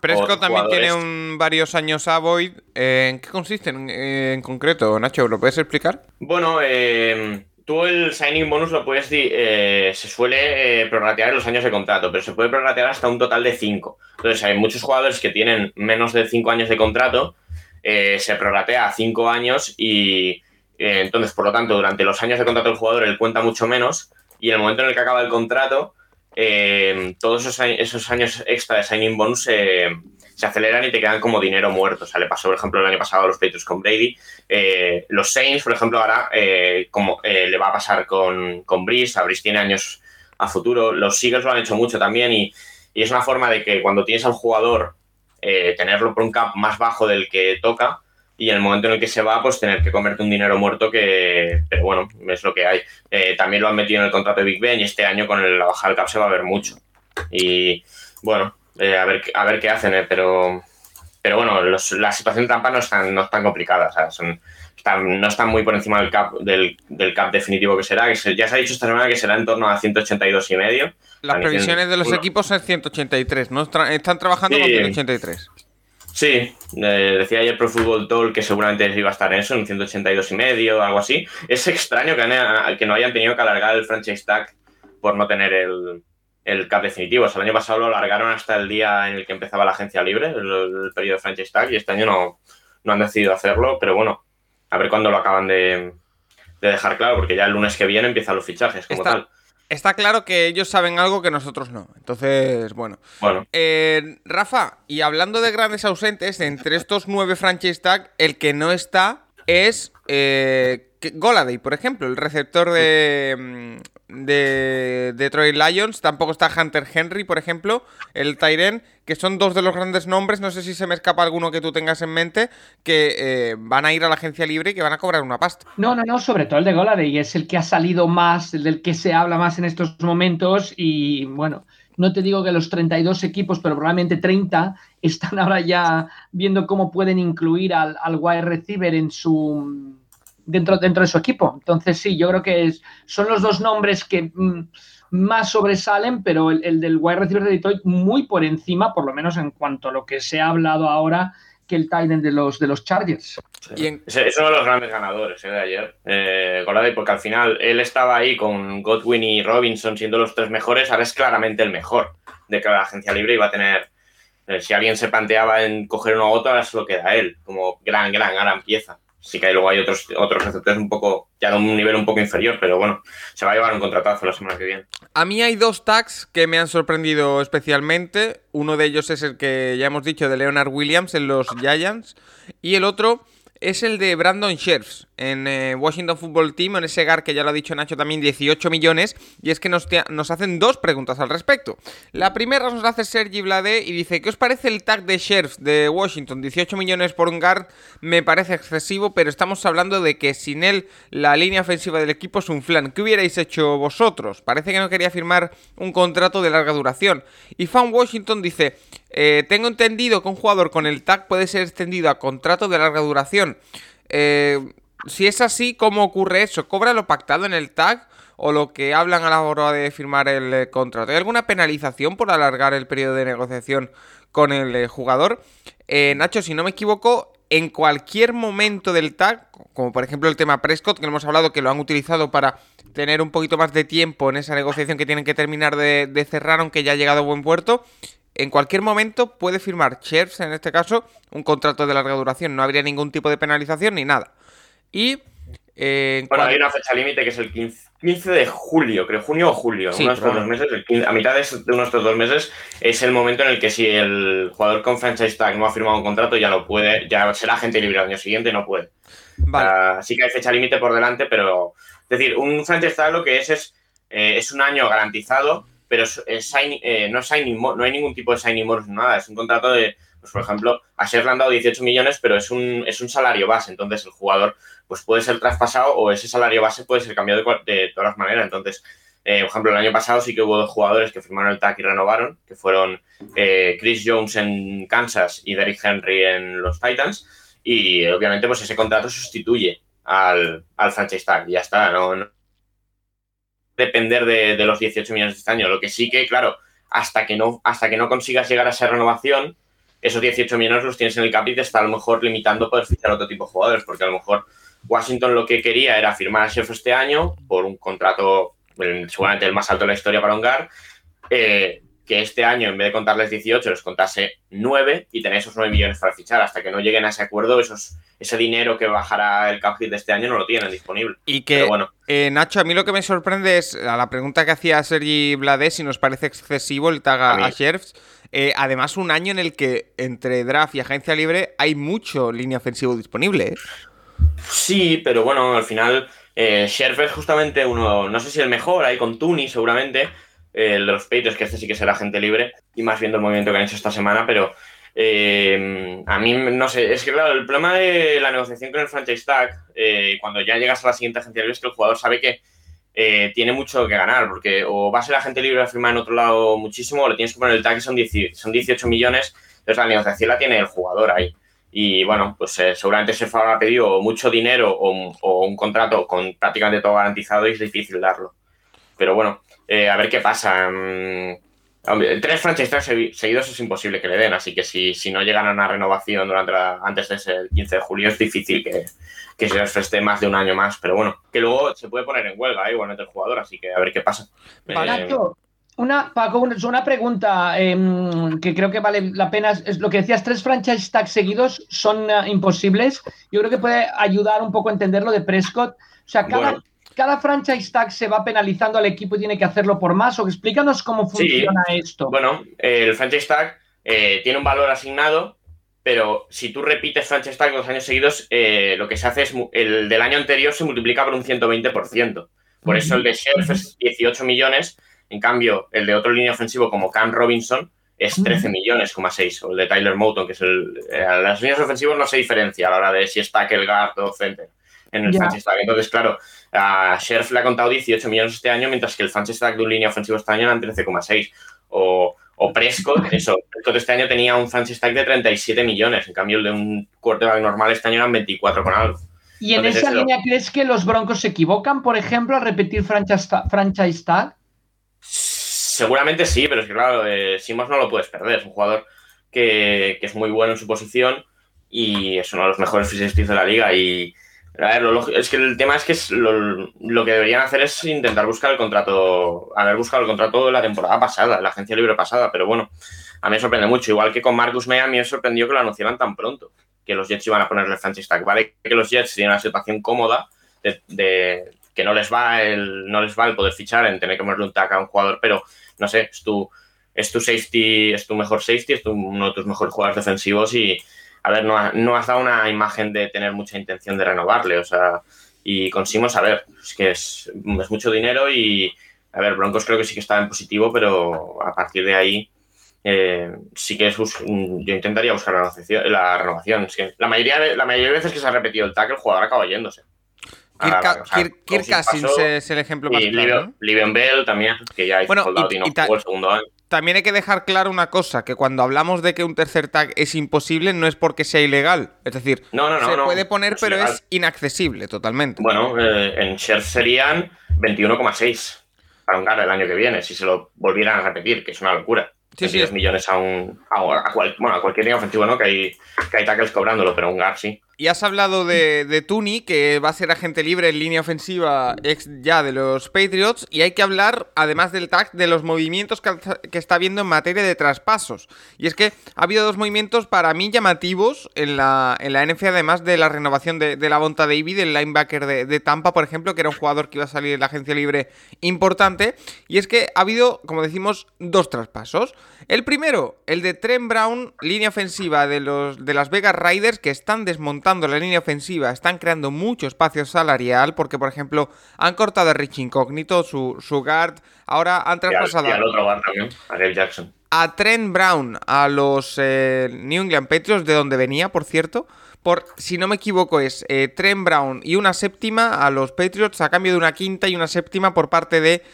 Prescott también jugadores. tiene varios años a Boyd. ¿En qué consisten en concreto, Nacho? ¿Lo puedes explicar? Bueno, tú el signing bonus lo puedes se suele prorratear en los años de contrato, pero se puede prorratear hasta un total de 5. Entonces hay muchos jugadores que tienen menos de 5 años de contrato, se prorratea a 5 años y entonces, por lo tanto, durante los años de contrato del jugador él cuenta mucho menos y en el momento en el que acaba el contrato, todos esos años extra de signing bonus se aceleran y te quedan como dinero muerto. O sea, le pasó, por ejemplo, el año pasado a los Patriots con Brady. Los Saints, por ejemplo, ahora le va a pasar con Breeze. A Breeze tiene años a futuro. Los Eagles lo han hecho mucho también y es una forma de que cuando tienes al jugador tenerlo por un cap más bajo del que toca y en el momento en el que se va, pues tener que comerte un dinero muerto pero bueno, es lo que hay. También lo han metido en el contrato de Big Ben y este año con la bajada del cap se va a ver mucho. Y bueno, a ver qué hacen, pero bueno, la situación de Tampa no es tan complicada, o sea, no están muy por encima del cap definitivo que será, ya se ha dicho esta semana que será en torno a 182,5. Las previsiones de los equipos es 183, ¿no? Están trabajando con 183. Sí, decía ayer Pro Football Talk que seguramente iba a estar en eso, en 182,5, algo así. Es extraño que no hayan tenido que alargar el franchise tag por no tener el cap definitivo. O sea, el año pasado lo alargaron hasta el día en el que empezaba la agencia libre, el periodo de franchise tag, y este año no han decidido hacerlo, pero bueno, a ver cuándo lo acaban de dejar claro, porque ya el lunes que viene empiezan los fichajes como tal. Está claro que ellos saben algo que nosotros no. Entonces, bueno. Rafa, y hablando de grandes ausentes, entre estos 9 franchise tag, el que no está es Golladay, por ejemplo, el receptor de Detroit Lions. Tampoco está Hunter Henry, por ejemplo, el tight end, que son 2 de los grandes nombres. No sé si se me escapa alguno que tú tengas en mente, que van a ir a la agencia libre y que van a cobrar una pasta. No, sobre todo el de Golladay, es el que ha salido más, el del que se habla más en estos momentos y bueno, no te digo que los 32 equipos, pero probablemente 30 están ahora ya viendo cómo pueden incluir al wide receiver dentro de su equipo. Entonces sí, yo creo que son los 2 nombres que más sobresalen, pero el del wide receiver de Detroit muy por encima, por lo menos en cuanto a lo que se ha hablado ahora, que el tight end de los Chargers. Sí. Es uno de los grandes ganadores de ayer, Golladay, porque al final él estaba ahí con Godwin y Robinson siendo los 3 mejores, ahora es claramente el mejor de cada agencia libre y va a tener, si alguien se planteaba en coger uno u otro, ahora solo queda él, como gran empieza. Sí que luego hay otros receptores un poco, ya de un nivel un poco inferior, pero bueno, se va a llevar un contratazo la semana que viene. A mí hay 2 tags que me han sorprendido especialmente. Uno de ellos es el que ya hemos dicho de Leonard Williams en los Giants. Y el otro es el de Brandon Scherff en Washington Football Team, en ese GAR que ya lo ha dicho Nacho también, 18 millones. Y es que nos hacen 2 preguntas al respecto. La primera nos la hace Sergi Blade y dice: ¿qué os parece el tag de Scherff de Washington? 18 millones por un GAR me parece excesivo, pero estamos hablando de que sin él la línea ofensiva del equipo es un flan. ¿Qué hubierais hecho vosotros? Parece que no quería firmar un contrato de larga duración. Y Fan Washington dice: tengo entendido que un jugador con el tag puede ser extendido a contrato de larga duración. Si es así, ¿cómo ocurre eso? ¿Cobra lo pactado en el tag o lo que hablan a la hora de firmar el contrato? ¿Hay alguna penalización por alargar el periodo de negociación con el jugador? Nacho, si no me equivoco, en cualquier momento del tag, como por ejemplo el tema Prescott, que hemos hablado que lo han utilizado para tener un poquito más de tiempo en esa negociación que tienen que terminar de cerrar, aunque ya ha llegado a buen puerto, en cualquier momento puede firmar Scherff, en este caso, un contrato de larga duración. No habría ningún tipo de penalización ni nada. Y hay una fecha límite que es el 15 de julio, creo, junio o julio, sí, uno de estos 2 meses, a mitad de uno de estos 2 meses es el momento en el que si el jugador con franchise tag no ha firmado un contrato ya no puede, ya será agente libre al año siguiente, no puede. Vale. Sí que hay fecha límite por delante, pero es decir, un franchise tag lo que es un año garantizado, pero no hay ningún tipo de signing bonus, nada, es un contrato de, pues por ejemplo, a Scherff le han dado 18 millones, pero es un salario base, entonces el jugador pues puede ser traspasado o ese salario base puede ser cambiado de todas las maneras. Entonces, por ejemplo, el año pasado sí que hubo 2 jugadores que firmaron el tag y renovaron, que fueron Chris Jones en Kansas y Derrick Henry en los Titans, y obviamente pues ese contrato sustituye al franchise tag y ya está, no depender de los 18 millones de este año. Lo que sí que, claro, hasta que no consigas llegar a esa renovación, esos 18 millones los tienes en el cap y te está a lo mejor limitando poder fichar otro tipo de jugadores, porque a lo mejor Washington lo que quería era firmar a Sheriff este año por un contrato seguramente el más alto de la historia para un guard, que este año en vez de contarles 18 les contase 9 y tener esos 9 millones para fichar. Hasta que no lleguen a ese acuerdo, ese dinero que bajará el cap hit de este año no lo tienen disponible. Y que, pero bueno. Nacho, a mí lo que me sorprende es a la pregunta que hacía Sergi Blade, si nos parece excesivo el tag a Sheriffs. Además, un año en el que entre draft y agencia libre hay mucho línea ofensivo disponible, ¿eh? Sí, pero bueno, al final Sheriff es justamente uno, no sé si el mejor, ahí con Tooney seguramente, el de los Patriots, que este sí que será agente libre, y más viendo el movimiento que han hecho esta semana, pero a mí, no sé, es que claro, el problema de la negociación con el franchise tag, cuando ya llegas a la siguiente agencia libre, es que el jugador sabe que tiene mucho que ganar, porque o va a ser agente libre a firmar en otro lado muchísimo, o le tienes que poner el tag, que son 18 millones, entonces la negociación la tiene el jugador ahí. Y bueno, pues seguramente se habrá pedido mucho dinero o un contrato con prácticamente todo garantizado y es difícil darlo. Pero bueno, a ver qué pasa. 3 franchise tags seguidos es imposible que le den, así que si no llegan a una renovación antes de ese 15 de julio es difícil que se les esté más de un año más. Pero bueno, que luego se puede poner en huelga igualmente el jugador, así que a ver qué pasa. Paco, una pregunta que creo que vale la pena. Es lo que decías, 3 franchise tags seguidos son imposibles. Yo creo que puede ayudar un poco a entender lo de Prescott. O sea, cada franchise tag se va penalizando al equipo y tiene que hacerlo por más. O explícanos cómo funciona esto. Bueno, el franchise tag tiene un valor asignado, pero si tú repites franchise tag 2 años seguidos, lo que se hace es el del año anterior se multiplica por un 120%. Por eso el de Sheriff es 18 millones. En cambio, el de otro línea ofensivo como Cam Robinson es 13 millones, 6. O el de Tyler Moton, que es las líneas ofensivas no se diferencia a la hora de si es tackle, guard o center en el franchise tag. Entonces, claro, a Sheriff le ha contado 18 millones este año, mientras que el franchise tag de un línea ofensivo este año eran 13,6. O Prescott, Prescott este año tenía un franchise tag de 37 millones. En cambio, el de un quarterback normal este año eran 24 con algo. ¿Y en esa línea crees que los Broncos se equivocan, por ejemplo, al repetir franchise tag? Seguramente sí, pero es que claro, Simmons no lo puedes perder. Es un jugador que es muy bueno en su posición y es uno de los mejores free safeties de la liga. Y a ver, es que el tema es que lo que deberían hacer es intentar buscar el contrato, haber buscado el contrato de la temporada pasada, la agencia libre pasada. Pero bueno, a mí me sorprende mucho. Igual que con Marcus May, a mí me sorprendió que lo anunciaran tan pronto, que los Jets iban a ponerle franchise tag. Vale, que los Jets tienen una situación cómoda de que no les va el poder fichar en tener que ponerle un tag a un jugador, pero no sé, es tu safety, es tu mejor safety, es uno de tus mejores jugadores defensivos y, a ver, no has dado una imagen de tener mucha intención de renovarle, o sea, y con Simmons, a ver, es que es mucho dinero y, a ver, Broncos creo que sí que está en positivo, pero a partir de ahí sí que yo intentaría buscar la renovación. Es que la mayoría de veces que se ha repetido el tag, el jugador acaba yéndose. Kirk Cousins es el ejemplo más claro, ¿no? Livion Bell también, que ya hizo soldado y no jugó el segundo año. También hay que dejar claro una cosa, que cuando hablamos de que un tercer tag es imposible, no es porque sea ilegal. Es decir, se puede poner, pero ilegal. Es inaccesible totalmente. Bueno, en Sheriff serían 21,6 para un guard el año que viene, si se lo volvieran a repetir, que es una locura. Sí, 22 millones a cualquier línea ofensiva, ¿no? Que hay tackles cobrándolo, pero un guard sí. Y has hablado de Tooney, que va a ser agente libre en línea ofensiva ya de los Patriots, y hay que hablar, además del tag, de los movimientos que está habiendo en materia de traspasos. Y es que ha habido 2 movimientos para mí llamativos en la NFC, además de la renovación de Lavonte David, el linebacker de Tampa, por ejemplo, que era un jugador que iba a salir en la agencia libre importante. Y es que ha habido, como decimos, 2 traspasos. El primero, el de Trent Brown, línea ofensiva de Las Vegas Raiders, que están desmontando la línea ofensiva, están creando mucho espacio salarial, porque, por ejemplo, han cortado a Rich Incógnito, su guard, ahora han traspasado al otro guard también, a Gabe Jackson. A Trent Brown, a los New England Patriots, de donde venía, por cierto, si no me equivoco, es Trent Brown y una séptima a los Patriots, a cambio de una quinta y una séptima por parte de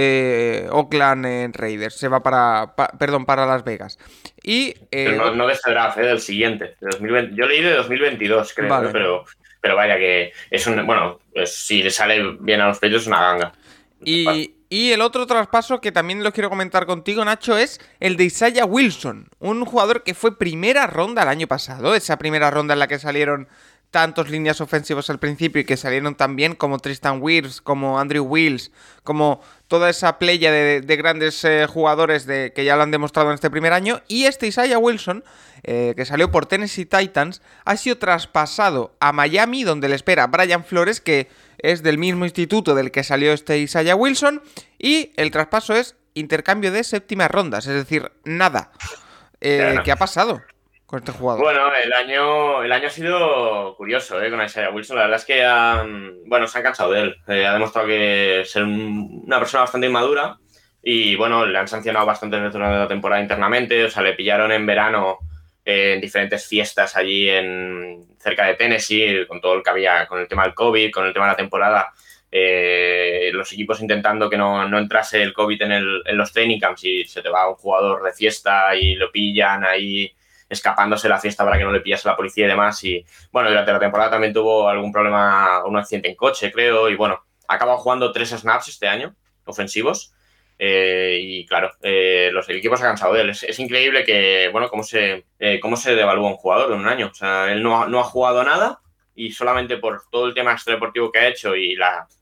Oakland Raiders. Se va para Las Vegas. Y pero no de este draft, del siguiente, de 2020. Yo leí de 2022, creo, vale. pero vaya que es si le sale bien a los Patriots es una ganga. Y Y el otro traspaso que también lo quiero comentar contigo, Nacho, es el de Isaiah Wilson, un jugador que fue primera ronda el año pasado, esa primera ronda en la que salieron tantos líneas ofensivas al principio y que salieron también como Tristan Wirfs, como Andrew Wills, como toda esa playa de grandes jugadores que ya lo han demostrado en este primer año. Y este Isaiah Wilson, que salió por Tennessee Titans, ha sido traspasado a Miami, donde le espera Brian Flores, que es del mismo instituto del que salió este Isaiah Wilson, y el traspaso es intercambio de séptimas rondas, es decir, nada. ¿Qué ha pasado con este jugador? Bueno, el año ha sido curioso con Isaiah Wilson. La verdad es que se han cansado de él. Ha demostrado que ser una persona bastante inmadura y bueno, le han sancionado bastantes veces durante la temporada internamente. O sea, le pillaron en verano en diferentes fiestas allí cerca de Tennessee, con todo lo que había, con el tema del COVID, con el tema de la temporada. Los equipos intentando que no entrase el COVID en los training camps, y se te va un jugador de fiesta y lo pillan ahí escapándose de la fiesta para que no le pillase la policía y demás. Y bueno, durante la temporada también tuvo algún problema, un accidente en coche, creo, y bueno, ha acabado jugando 3 snaps este año, ofensivos. Y claro, el equipo se ha cansado de él. Es increíble que, bueno, cómo se devalúa un jugador en un año. O sea, él no ha jugado nada, y solamente por todo el tema extradeportivo que ha hecho y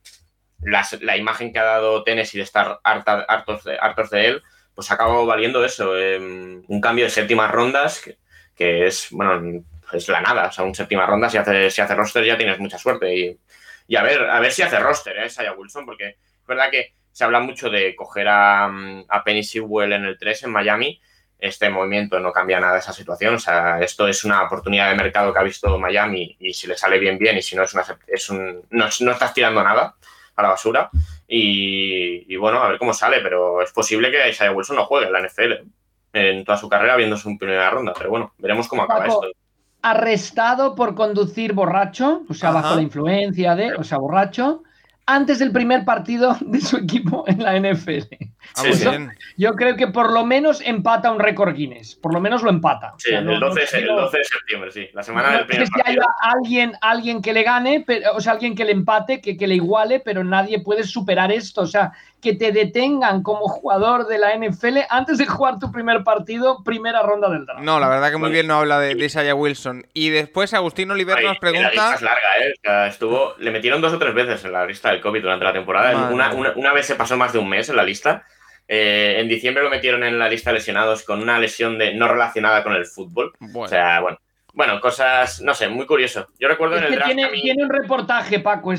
la imagen que ha dado Tennessee de estar hartos de él, pues ha acabado valiendo eso, un cambio de séptimas rondas que es, bueno, es la nada. O sea, un séptimas ronda, si hace roster ya tienes mucha suerte. Y a ver si hace roster, Isaiah Wilson, porque es verdad que se habla mucho de coger a Penny Sewell en el 3 en Miami. Este movimiento no cambia nada esa situación. O sea, esto es una oportunidad de mercado que ha visto Miami, y si le sale bien, y si no, no estás tirando nada a la basura. Y bueno, a ver cómo sale, pero es posible que Isaiah Wilson no juegue en la NFL en toda su carrera viendo su primera ronda, pero bueno, veremos cómo acaba esto. Arrestado por conducir borracho, o sea, bajo la influencia o sea, borracho, antes del primer partido de su equipo en la NFL. Sí. Yo creo que por lo menos empata un récord Guinness, por lo menos lo empata. Sí, o sea, el 12 de septiembre, sí, la semana del primer partido. Que haya alguien que le gane, o sea, alguien que le empate, que le iguale, pero nadie puede superar esto. O sea, que te detengan como jugador de la NFL antes de jugar tu primer partido, primera ronda del draft. No, la verdad que muy bien no habla de Isaiah Wilson. Y después Agustín Oliver nos pregunta... La lista es larga, O sea, le metieron 2 o 3 veces en la lista del COVID durante la temporada. Una vez se pasó más de un mes en la lista. En diciembre lo metieron en la lista de lesionados con una lesión no relacionada con el fútbol. Bueno. O sea, bueno, cosas, no sé, muy curioso. Yo recuerdo en el draft... Tiene un reportaje, Paco,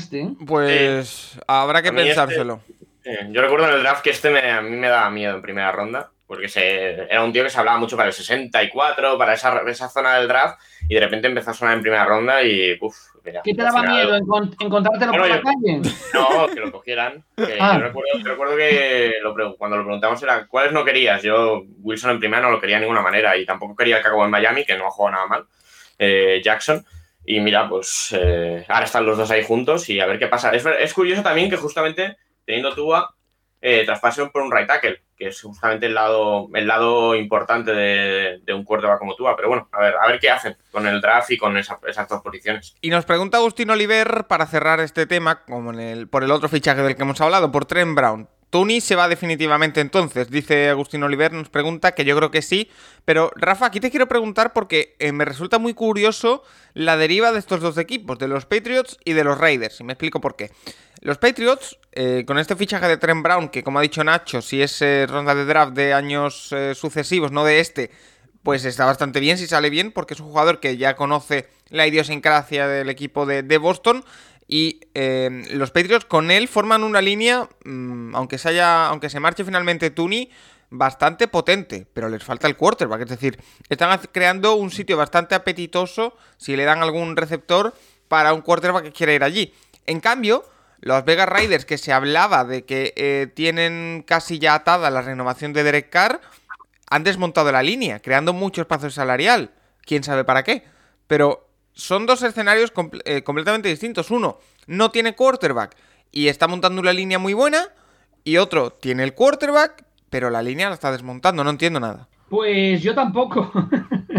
Pues habrá que pensárselo. Yo recuerdo en el draft que a mí me daba miedo en primera ronda, porque era un tío que se hablaba mucho para el 64, para esa zona del draft, y de repente empezó a sonar en primera ronda y mira, ¿qué te daba miedo? ¿Encontrártelo por la calle? No, que lo cogieran. Yo recuerdo que cuando lo preguntamos era ¿cuáles no querías? Yo Wilson en primera no lo quería de ninguna manera, y tampoco quería el que acabó en Miami, que no ha jugado nada mal, Jackson. Y mira, pues ahora están los dos ahí juntos y a ver qué pasa. Es curioso también que justamente teniendo Tua, traspasen por un right tackle, que es justamente el lado importante de un quarterback como Tua. Pero bueno, a ver qué hacen con el draft y con esas 2 posiciones. Y nos pregunta Agustín Oliver, para cerrar este tema, como por el otro fichaje del que hemos hablado, por Trent Brown. ¿Toney se va definitivamente entonces? Dice Agustín Oliver, nos pregunta, que yo creo que sí. Pero Rafa, aquí te quiero preguntar porque me resulta muy curioso la deriva de estos 2 equipos, de los Patriots y de los Raiders, y me explico por qué. Los Patriots, con este fichaje de Trent Brown, que como ha dicho Nacho, si es ronda de draft de años sucesivos, no de este, pues está bastante bien si sale bien, porque es un jugador que ya conoce la idiosincrasia del equipo de Boston. Y los Patriots con él forman una línea, aunque se marche finalmente Toney, bastante potente, pero les falta el quarterback. Es decir, están creando un sitio bastante apetitoso si le dan algún receptor para un quarterback que quiera ir allí. En cambio, los Vegas Raiders, que se hablaba de que tienen casi ya atada la renovación de Derek Carr, han desmontado la línea, creando mucho espacio salarial. ¿Quién sabe para qué? Pero son 2 escenarios completamente distintos. Uno no tiene quarterback y está montando una línea muy buena, y otro tiene el quarterback, pero la línea la está desmontando. No entiendo nada. Pues yo tampoco.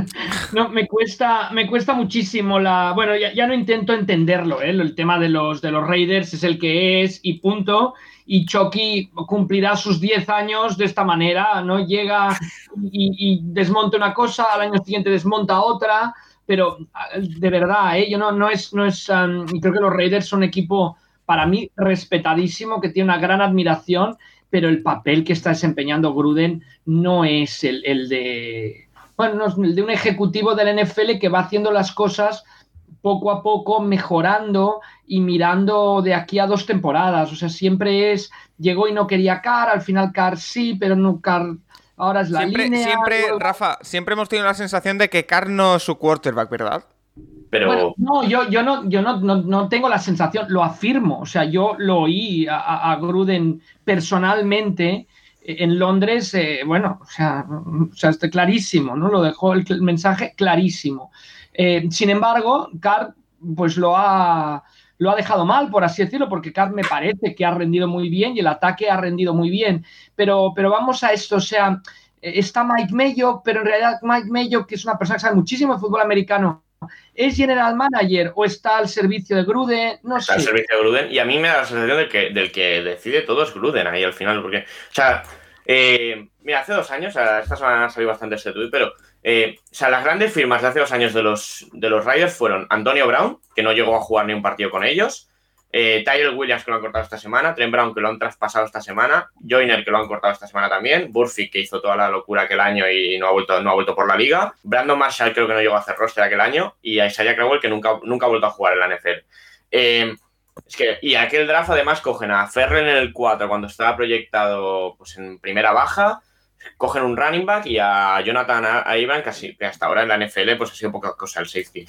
No, me cuesta muchísimo bueno, ya no intento entenderlo, ¿eh? El tema de los Raiders es el que es y punto. Y Chucky cumplirá sus 10 años de esta manera, ¿no? Llega y desmonta una cosa, al año siguiente desmonta otra, pero de verdad, ¿eh? Yo no es creo que los Raiders son un equipo para mí respetadísimo, que tiene una gran admiración, pero el papel que está desempeñando Gruden no es el de... Bueno, el de un ejecutivo del NFL que va haciendo las cosas poco a poco, mejorando y mirando de aquí a 2 temporadas. O sea, siempre llegó y no quería Carr, al final Carr sí, pero no Carr, ahora es la línea. Luego... Rafa, siempre hemos tenido la sensación de que Carr no es su quarterback, ¿verdad? Pero... Bueno, no, yo no tengo la sensación, lo afirmo. O sea, yo lo oí a Gruden personalmente en Londres, o sea, está clarísimo, ¿no? Lo dejó el mensaje clarísimo. Sin embargo, Carr pues lo ha dejado mal, por así decirlo, porque Carr me parece que ha rendido muy bien y el ataque ha rendido muy bien. Pero vamos a esto, o sea, está Mike Mayock, pero en realidad Mike Mayock, que es una persona que sabe muchísimo de fútbol americano, ¿es general manager o está al servicio de Gruden? No sé. Está al servicio de Gruden y a mí me da la sensación del que decide todo es Gruden ahí al final, porque, o sea, mira, hace 2 años, esta semana ha salido bastante este tuit, pero, o sea, las grandes firmas de hace 2 años de los Raiders fueron Antonio Brown, que no llegó a jugar ni un partido con ellos, Tyrell Williams, que lo han cortado esta semana, Trent Brown, que lo han traspasado esta semana, Joyner, que lo han cortado esta semana también, Burfict, que hizo toda la locura aquel año y no ha vuelto por la liga, Brandon Marshall, creo que no llegó a hacer roster aquel año, y Isaiah Crowell, que nunca ha vuelto a jugar en la NFL. Y aquel draft además cogen a Ferrell en el 4 cuando estaba proyectado pues en primera baja, cogen un running back y a Jonathan Abram, que hasta ahora en la NFL pues ha sido poca cosa el safety.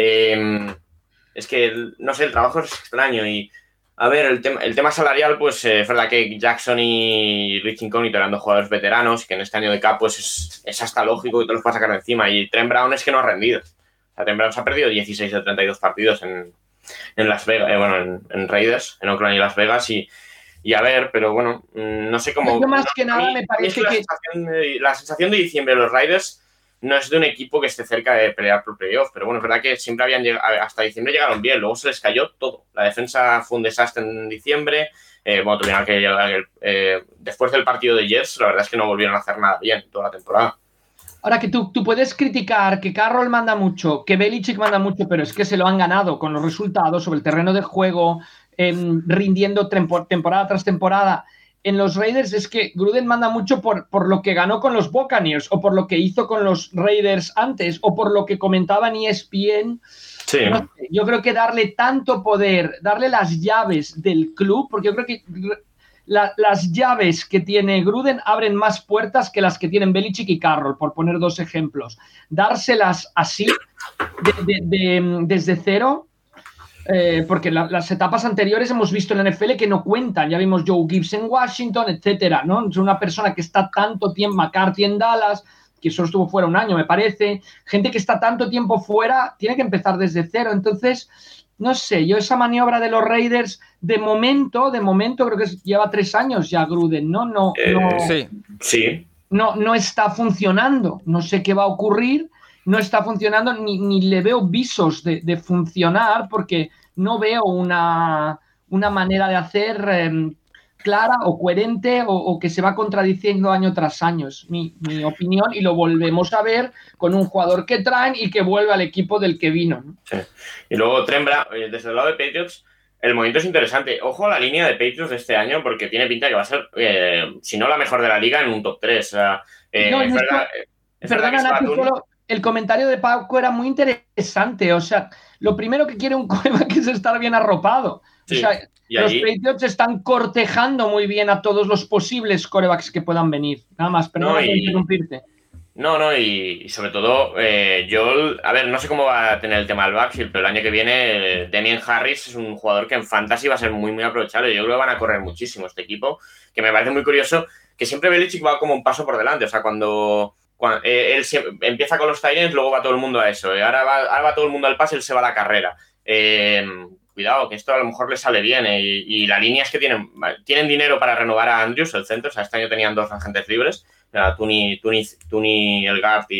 Es que, no sé, el trabajo es extraño y, a ver, el tema salarial, pues es verdad que Jackson y Rich Incognito eran 2 jugadores veteranos, que en este año de cap pues es hasta lógico que te los puedas sacar de encima, y Trent Brown es que no ha rendido. O sea, Trent Brown se ha perdido 16 de 32 partidos en Las Vegas, en Raiders, en Oakland y Las Vegas, y a ver, pero bueno, no sé cómo... Yo más que nada me parece que... La sensación de diciembre de los Raiders no es de un equipo que esté cerca de pelear por playoff, pero bueno, es verdad que siempre habían llegado, hasta diciembre llegaron bien, luego se les cayó todo. La defensa fue un desastre en diciembre, tuvieron que llegar después del partido de Jets, la verdad es que no volvieron a hacer nada bien toda la temporada. Ahora que tú puedes criticar que Carroll manda mucho, que Belichick manda mucho, pero es que se lo han ganado con los resultados sobre el terreno de juego, rindiendo temporada tras temporada. En los Raiders es que Gruden manda mucho por lo que ganó con los Buccaneers o por lo que hizo con los Raiders antes o por lo que comentaba en ESPN. Sí. No sé, yo creo que darle tanto poder, darle las llaves del club, porque yo creo que las llaves que tiene Gruden abren más puertas que las que tienen Belichick y Carroll, por poner 2 ejemplos. Dárselas así, desde cero, porque las etapas anteriores hemos visto en la NFL que no cuentan. Ya vimos Joe Gibbs en Washington, etcétera, ¿no? Es una persona que está tanto tiempo, McCarthy en Dallas, que solo estuvo fuera 1 año, me parece. Gente que está tanto tiempo fuera tiene que empezar desde cero. Entonces, no sé, yo esa maniobra de los Raiders, de momento, creo que lleva 3 años ya Gruden, ¿no? Sí. No está funcionando. No sé qué va a ocurrir. No está funcionando, ni le veo visos de funcionar, porque no veo una manera de hacer clara o coherente o que se va contradiciendo año tras año. Es mi opinión, y lo volvemos a ver con un jugador que traen y que vuelve al equipo del que vino, ¿no? Sí. Y luego Trembra, desde el lado de Patriots, el movimiento es interesante. Ojo a la línea de Patriots de este año, porque tiene pinta que va a ser, si no la mejor de la liga, en un top 3. O sea, perdona, Nacho, solo el comentario de Paco era muy interesante. O sea, lo primero que quiere un quarterback es estar bien arropado. Sí. O sea, los Patriots están cortejando muy bien a todos los posibles quarterbacks que puedan venir. Nada más, pero no voy a interrumpirte. Y sobre todo, a ver, no sé cómo va a tener el tema del backfield, pero el año que viene Damien Harris es un jugador que en fantasy va a ser muy, muy aprovechable. Yo creo que van a correr muchísimo este equipo, que me parece muy curioso, que siempre Belichick va como un paso por delante. O sea, cuando él empieza con los tight ends, luego va todo el mundo a eso. Ahora va todo el mundo al pase, él se va a la carrera. Cuidado, que esto a lo mejor le sale bien. Y la línea es que tienen dinero para renovar a Andrews, el centro. O sea, este año tenían 2 agentes libres. Tuni el guard y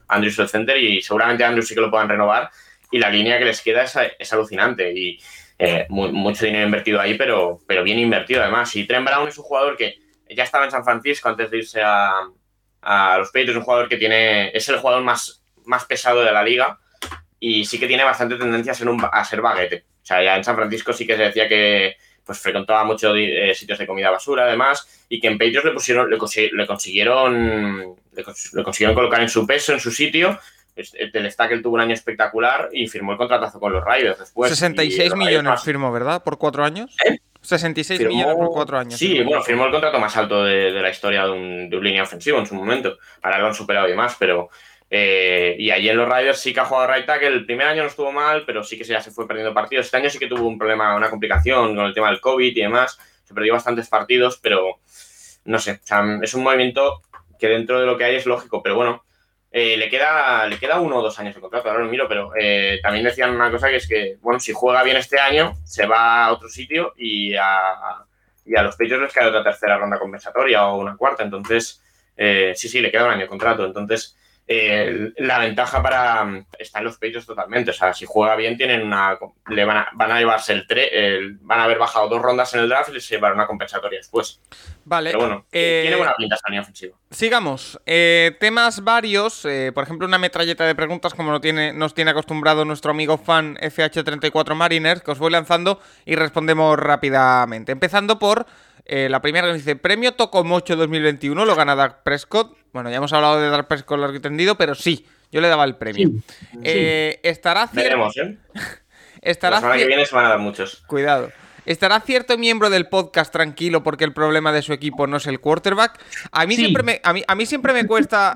Andrews el center y seguramente Andrews sí que lo puedan renovar y la línea que les queda es alucinante y mucho dinero invertido ahí, pero bien invertido además. Y Trent Brown es un jugador que ya estaba en San Francisco antes de irse a los Patriots, es un jugador que es el jugador más pesado de la liga y sí que tiene bastante tendencia a ser baguete. O sea, ya en San Francisco sí que se decía que pues frecuentaba muchos sitios de comida basura, además, y que en Patriots le consiguieron colocar en su peso, en su sitio. El Stackle tuvo un año espectacular y firmó el contratazo con los Raiders después. 66 millones firmó, ¿verdad? ¿Por 4 años? 66 millones por 4 años. Sí, bueno, firmó el contrato más alto de la historia de un línea ofensivo en su momento. Ahora lo han superado y demás, pero... y allí en los Raiders sí que ha jugado right tackle. El primer año no estuvo mal, pero sí que ya se fue perdiendo partidos. Este año sí que tuvo un problema, una complicación con el tema del COVID y demás. Se perdió bastantes partidos, pero no sé. O sea, es un movimiento que dentro de lo que hay es lógico, pero bueno, le queda 1 o 2 años de contrato. Ahora lo miro, pero también decían una cosa que es que, bueno, si juega bien este año, se va a otro sitio y a los Patriots les queda otra tercera ronda compensatoria o una cuarta. Entonces, sí, le queda 1 año de contrato. Entonces, la ventaja está en los Patriots totalmente. O sea, si juega bien, van a llevarse van a haber bajado 2 rondas en el draft y se llevarán una compensatoria después. Vale. Pero bueno, tiene buena pinta esta línea ofensiva. Sigamos. Temas varios. Por ejemplo, una metralleta de preguntas como nos tiene acostumbrado nuestro amigo fan FH34 Mariners, que os voy lanzando y respondemos rápidamente. Empezando por la primera que nos dice: Premio Tocomocho 2021 lo gana Dak Prescott. Bueno, ya hemos hablado de Dak Prescott largo y tendido, pero sí, yo le daba el premio. Sí. Estará cierto. Veremos, la semana que viene se van a dar muchos. Cuidado. ¿Estará cierto miembro del podcast tranquilo porque el problema de su equipo no es el quarterback? A mí siempre me cuesta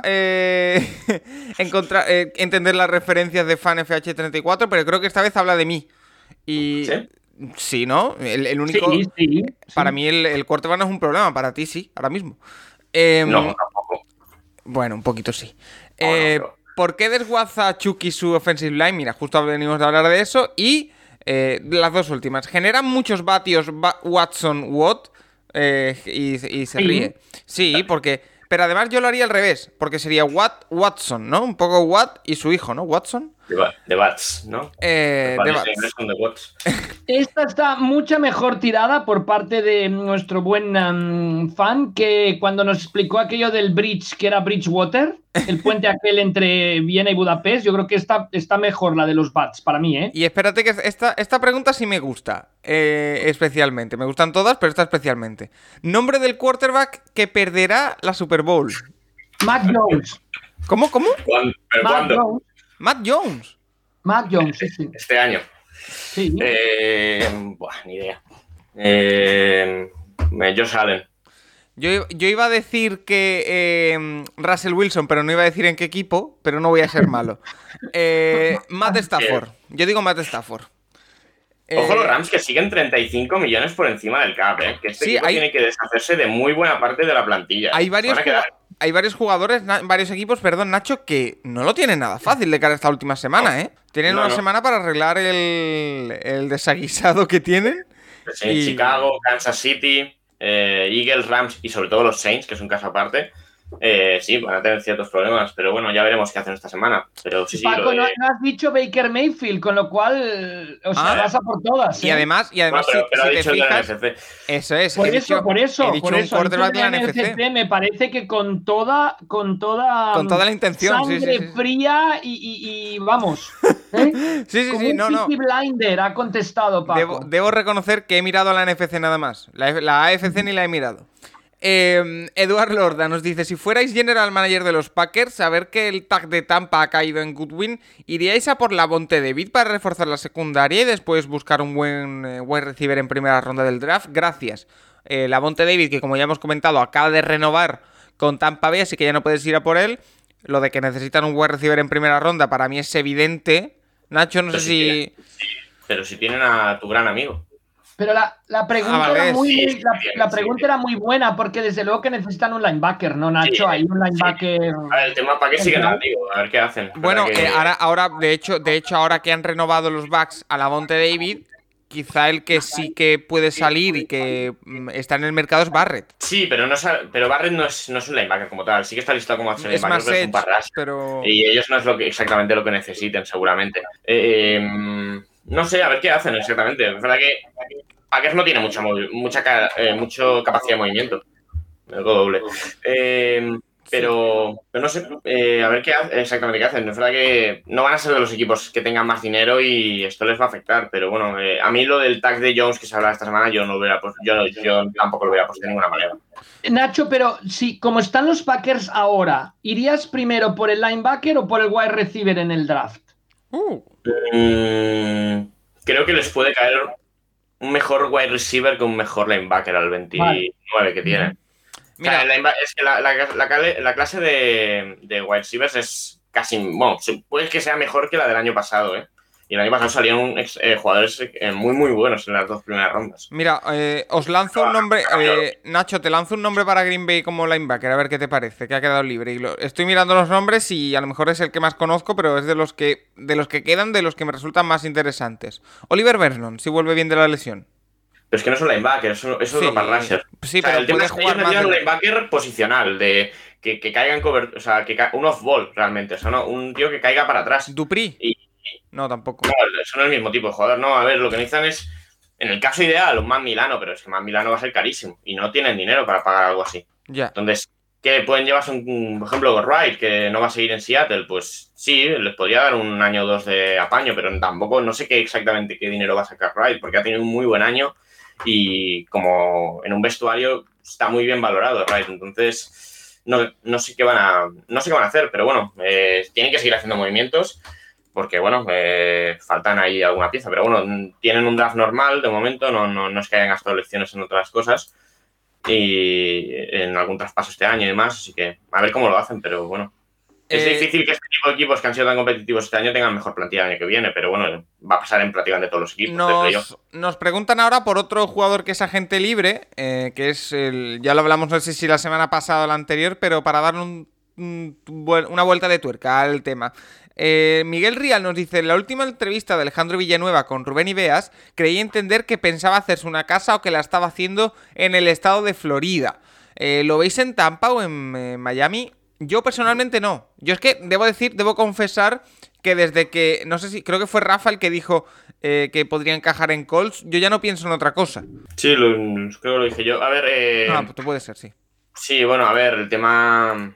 entender las referencias de fan FH34, pero creo que esta vez habla de mí. Y ¿Sí? Sí, ¿no? El único. Sí. Para mí el quarterback no es un problema, para ti sí, ahora mismo. No, tampoco. Bueno, un poquito sí. No. ¿Por qué desguaza Chucky su offensive line? Mira, justo venimos de hablar de eso. Y las dos últimas. Generan muchos vatios Watson-Watt y se ríe. Sí, porque... Pero además yo lo haría al revés, porque sería Watson, ¿no? Un poco Watt y su hijo, ¿no? Watson. De Bats, ¿no? De Bats. Con The Watts. Esta está mucha mejor tirada por parte de nuestro buen fan, que cuando nos explicó aquello del bridge, que era Bridgewater, el puente aquel entre Viena y Budapest, yo creo que está mejor la de los Bats, para mí, ¿eh? Y espérate que esta pregunta sí me gusta, especialmente. Me gustan todas, pero esta especialmente. Nombre del quarterback que perderá la Super Bowl. Matt Jones. ¿Cómo? ¿Cuándo? Matt Jones. Matt Jones, sí. Este año. Sí. Ni idea. Josh Allen. Yo iba a decir que Russell Wilson, pero no iba a decir en qué equipo, pero no voy a ser malo. Matt Stafford. Yo digo Matt Stafford. Ojo los Rams, que siguen 35 millones por encima del cap, que equipo tiene que deshacerse de muy buena parte de la plantilla. Hay varios jugadores, varios equipos, perdón, Nacho, que no lo tienen nada fácil de cara a esta última semana, Tienen una semana para arreglar el desaguisado que tienen. Sí, Chicago, Kansas City, Eagles, Rams y sobre todo los Saints, que es un caso aparte. Sí, van a tener ciertos problemas, pero bueno, ya veremos qué hacen esta semana. Pero sí, Paco, no has dicho Baker Mayfield, con lo cual, pasa por todas. Y además, bueno, pero si ha te dicho fijas, el NFC. eso es. Por eso. He dicho un quarterback de la NFC. Me parece que con toda la intención, sangre fría y vamos. Sí, no. Peaky Blinder ha contestado, Paco. Debo reconocer que he mirado a la NFC nada más. La AFC ni la he mirado. Eduard Lorda nos dice: si fuerais general manager de los Packers, saber que el tag de Tampa ha caído en Goodwin, ¿iríais a por Lavonte David para reforzar la secundaria y después buscar un buen receiver en primera ronda del draft? Gracias. Lavonte David, que como ya hemos comentado, acaba de renovar con Tampa Bay, así que ya no puedes ir a por él. Lo de que necesitan un buen receiver en primera ronda para mí es evidente. Nacho, no sé si... Pero si tienen a tu gran amigo. Pero la pregunta era muy buena, porque desde luego que necesitan un linebacker, ¿no, Nacho? Sí, hay un linebacker. A ver, el tema para qué siguen activo, a ver qué hacen. Bueno, ahora de hecho, ahora que han renovado los Bucks a Lavonte David, quizá el que sí que puede salir y que está en el mercado es Barrett. Sí, pero Barrett no es un linebacker como tal. Sí que está listado como outside Es linebacker, más pero es un edge, pass rush. pero... Y ellos no es exactamente lo que necesiten, seguramente. No sé, a ver qué hacen exactamente. Es verdad que Packers no tiene mucha capacidad de movimiento. Algo doble. Pero no sé, a ver exactamente qué hacen. Es verdad que no van a ser de los equipos que tengan más dinero y esto les va a afectar. Pero bueno, a mí lo del tag de Jones que se hablaba esta semana, yo tampoco lo hubiera puesto de ninguna manera. Nacho, pero si como están los Packers ahora, ¿irías primero por el linebacker o por el wide receiver en el draft? Creo que les puede caer un mejor wide receiver que un mejor linebacker al 29 que tiene. Mira, o sea, es que la clase de wide receivers es casi... Bueno, puede que sea mejor que la del año pasado, ¿eh? Y el año pasado salieron jugadores muy, muy buenos en las 2 primeras rondas. Mira, os lanzo un nombre... Nacho, te lanzo un nombre para Green Bay como linebacker, a ver qué te parece, que ha quedado libre. Estoy mirando los nombres y a lo mejor es el que más conozco, pero es de los que quedan, de los que me resultan más interesantes. Oliver Vernon, si vuelve bien de la lesión. Pero es que no es un linebacker, eso es un pass rusher. Sí, o sea, pero puede jugar más. Un linebacker posicional, de que caiga en cobertura, o sea, un off-ball realmente, o sea, no, un tío que caiga para atrás. ¿Dupri? No, tampoco. No, eso no es el mismo tipo de jugador. No, a ver, lo que necesitan es, en el caso ideal, un Matt Milano, pero es que Matt Milano va a ser carísimo y no tienen dinero para pagar algo así. Ya. Entonces, ¿qué pueden llevarse por ejemplo, Wright, que no va a seguir en Seattle? Pues sí, les podría dar un año o dos de apaño, pero tampoco, no sé exactamente qué dinero va a sacar Wright, porque ha tenido un muy buen año. Y como en un vestuario está muy bien valorado, right? Entonces no sé qué van a hacer, pero bueno, tienen que seguir haciendo movimientos porque bueno, faltan ahí alguna pieza, pero bueno, tienen un draft normal de momento, no es que hayan gastado elecciones en otras cosas y en algún traspaso este año y demás, así que a ver cómo lo hacen, pero bueno. Es difícil que este tipo de equipos que han sido tan competitivos este año tengan mejor plantilla el año que viene, pero bueno, va a pasar en prácticamente todos los equipos. Nos preguntan ahora por otro jugador que es agente libre, que es ya lo hablamos, no sé si la semana pasada o la anterior, pero para darle una vuelta de tuerca al tema. Miguel Rial nos dice: en la última entrevista de Alejandro Villanueva con Rubén Ibeas, creí entender que pensaba hacerse una casa o que la estaba haciendo en el estado de Florida. ¿Lo veis en Tampa o en Miami? Yo personalmente no. Yo es que debo confesar que desde que, no sé si, creo que fue Rafa el que dijo que podría encajar en Colts, yo ya no pienso en otra cosa. Sí, creo que lo dije yo. A ver... pues puede ser, sí. Sí, bueno, a ver, el tema...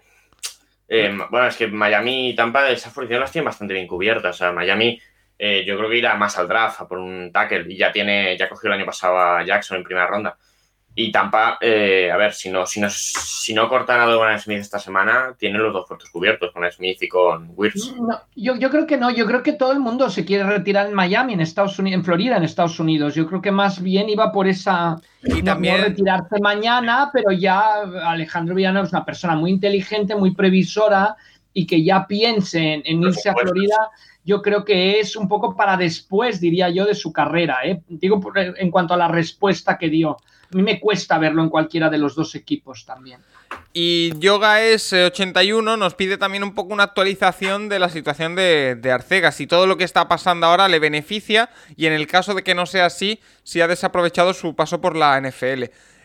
bueno, es que Miami y Tampa esas posiciones las tienen bastante bien cubiertas. O sea, Miami yo creo que irá más al draft a por un tackle y ya cogió el año pasado a Jackson en primera ronda. Y Tampa, a ver, si no cortan a Donovan Smith esta semana, tienen los dos puestos cubiertos, con Smith y con Wirtz. No, yo creo que no, yo creo que todo el mundo se quiere retirar en Miami, en Estados Unidos, en Florida, en Estados Unidos. Yo creo que más bien iba por esa... Y también... no retirarse mañana, pero ya Alejandro Villanueva es una persona muy inteligente, muy previsora, y que ya piense en irse a Florida, yo creo que es un poco para después, diría yo, de su carrera, ¿eh? Digo, en cuanto a la respuesta que dio. A mí me cuesta verlo en cualquiera de los dos equipos también. Y YogaS81 nos pide también un poco una actualización de la situación de Arcega, si todo lo que está pasando ahora le beneficia y en el caso de que no sea así, si ha desaprovechado su paso por la NFL.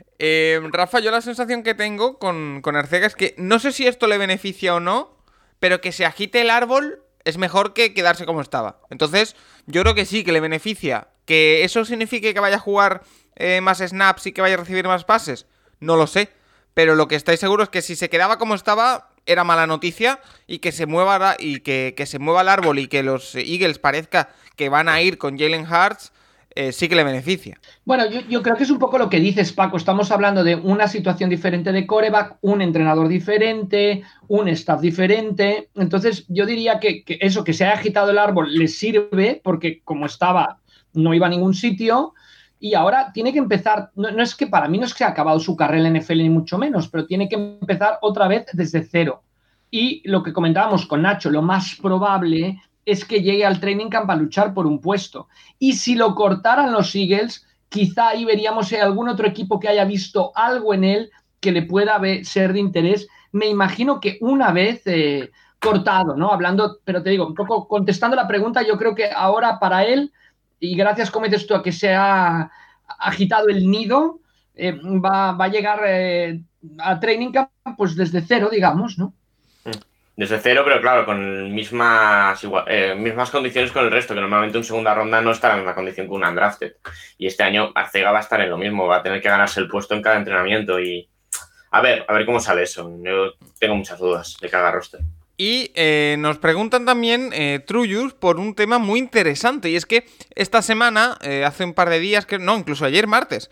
Rafa, yo la sensación que tengo con Arcega es que no sé si esto le beneficia o no, pero que se agite el árbol es mejor que quedarse como estaba. Entonces, yo creo que sí, que le beneficia. ¿Que eso signifique que vaya a jugar más snaps y que vaya a recibir más pases? No lo sé. Pero lo que estoy seguro es que si se quedaba como estaba, era mala noticia. Y que se mueva que se mueva el árbol y que los Eagles parezca que van a ir con Jalen Hurts, sí que le beneficia. Bueno, yo creo que es un poco lo que dices, Paco. Estamos hablando de una situación diferente de quarterback, un entrenador diferente, un staff diferente. Entonces, yo diría que eso, que se haya agitado el árbol, le sirve porque como estaba, no iba a ningún sitio. Y ahora tiene que empezar, no es que para mí no es que ha acabado su carrera en NFL ni mucho menos, pero tiene que empezar otra vez desde cero. Y lo que comentábamos con Nacho, lo más probable es que llegue al training camp a luchar por un puesto. Y si lo cortaran los Eagles, quizá ahí veríamos algún otro equipo que haya visto algo en él que le pueda ser de interés. Me imagino que una vez cortado, ¿no? Hablando, pero te digo, un poco contestando la pregunta, yo creo que ahora para él y gracias, como dices tú, a que se ha agitado el nido, va a llegar a Training Camp pues desde cero, digamos, ¿no? Desde cero, pero claro, con mismas condiciones con el resto, que normalmente un segunda ronda no está en la misma condición que un undrafted. Y este año Arcega va a estar en lo mismo, va a tener que ganarse el puesto en cada entrenamiento. Y a ver cómo sale eso. Yo tengo muchas dudas de que haga roster. Y nos preguntan también, Trujus, por un tema muy interesante. Y es que esta semana, hace un par de días, incluso ayer martes,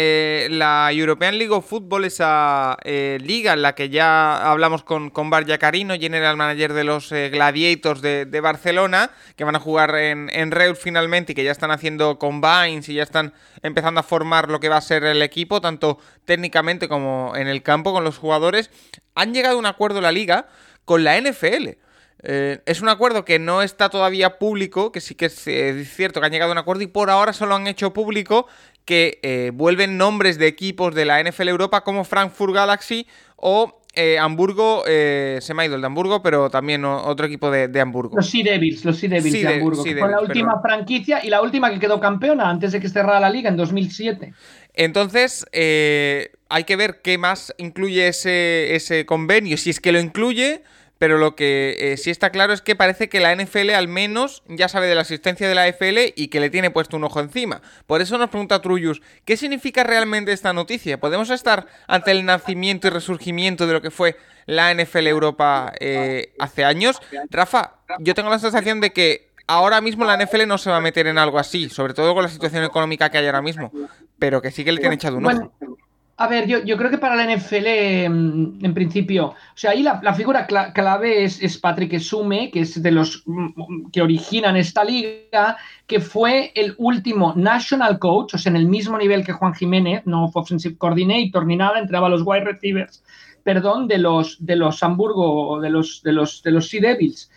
la European League of Football, esa liga en la que ya hablamos con Bar Yacarino, general manager de los Gladiators de Barcelona, que van a jugar en Reus finalmente y que ya están haciendo combines y ya están empezando a formar lo que va a ser el equipo, tanto técnicamente como en el campo con los jugadores. Han llegado a un acuerdo la liga con la NFL. Es un acuerdo que no está todavía público, que sí que es cierto que han llegado a un acuerdo y por ahora solo han hecho público que vuelven nombres de equipos de la NFL Europa como Frankfurt Galaxy o Hamburgo, se me ha ido el de Hamburgo, pero también otro equipo de Hamburgo. Los Sea Devils de Hamburgo, con la última franquicia y la última que quedó campeona antes de que cerrara la liga en 2007. Entonces, hay que ver qué más incluye ese convenio, si es que lo incluye. Pero lo que sí está claro es que parece que la NFL al menos ya sabe de la existencia de la AFL y que le tiene puesto un ojo encima. Por eso nos pregunta Trujus, ¿qué significa realmente esta noticia? ¿Podemos estar ante el nacimiento y resurgimiento de lo que fue la NFL Europa hace años? Rafa, yo tengo la sensación de que ahora mismo la NFL no se va a meter en algo así, sobre todo con la situación económica que hay ahora mismo, pero que sí que le tiene echado un ojo. A ver, yo creo que para la NFL, en principio, o sea, ahí la figura clave es Patrick Esume, que es de los que originan esta liga, que fue el último national coach, o sea, en el mismo nivel que Juan Jiménez, no offensive coordinator ni nada, entraba a los wide receivers, perdón, de los Hamburgo, de los Sea Devils.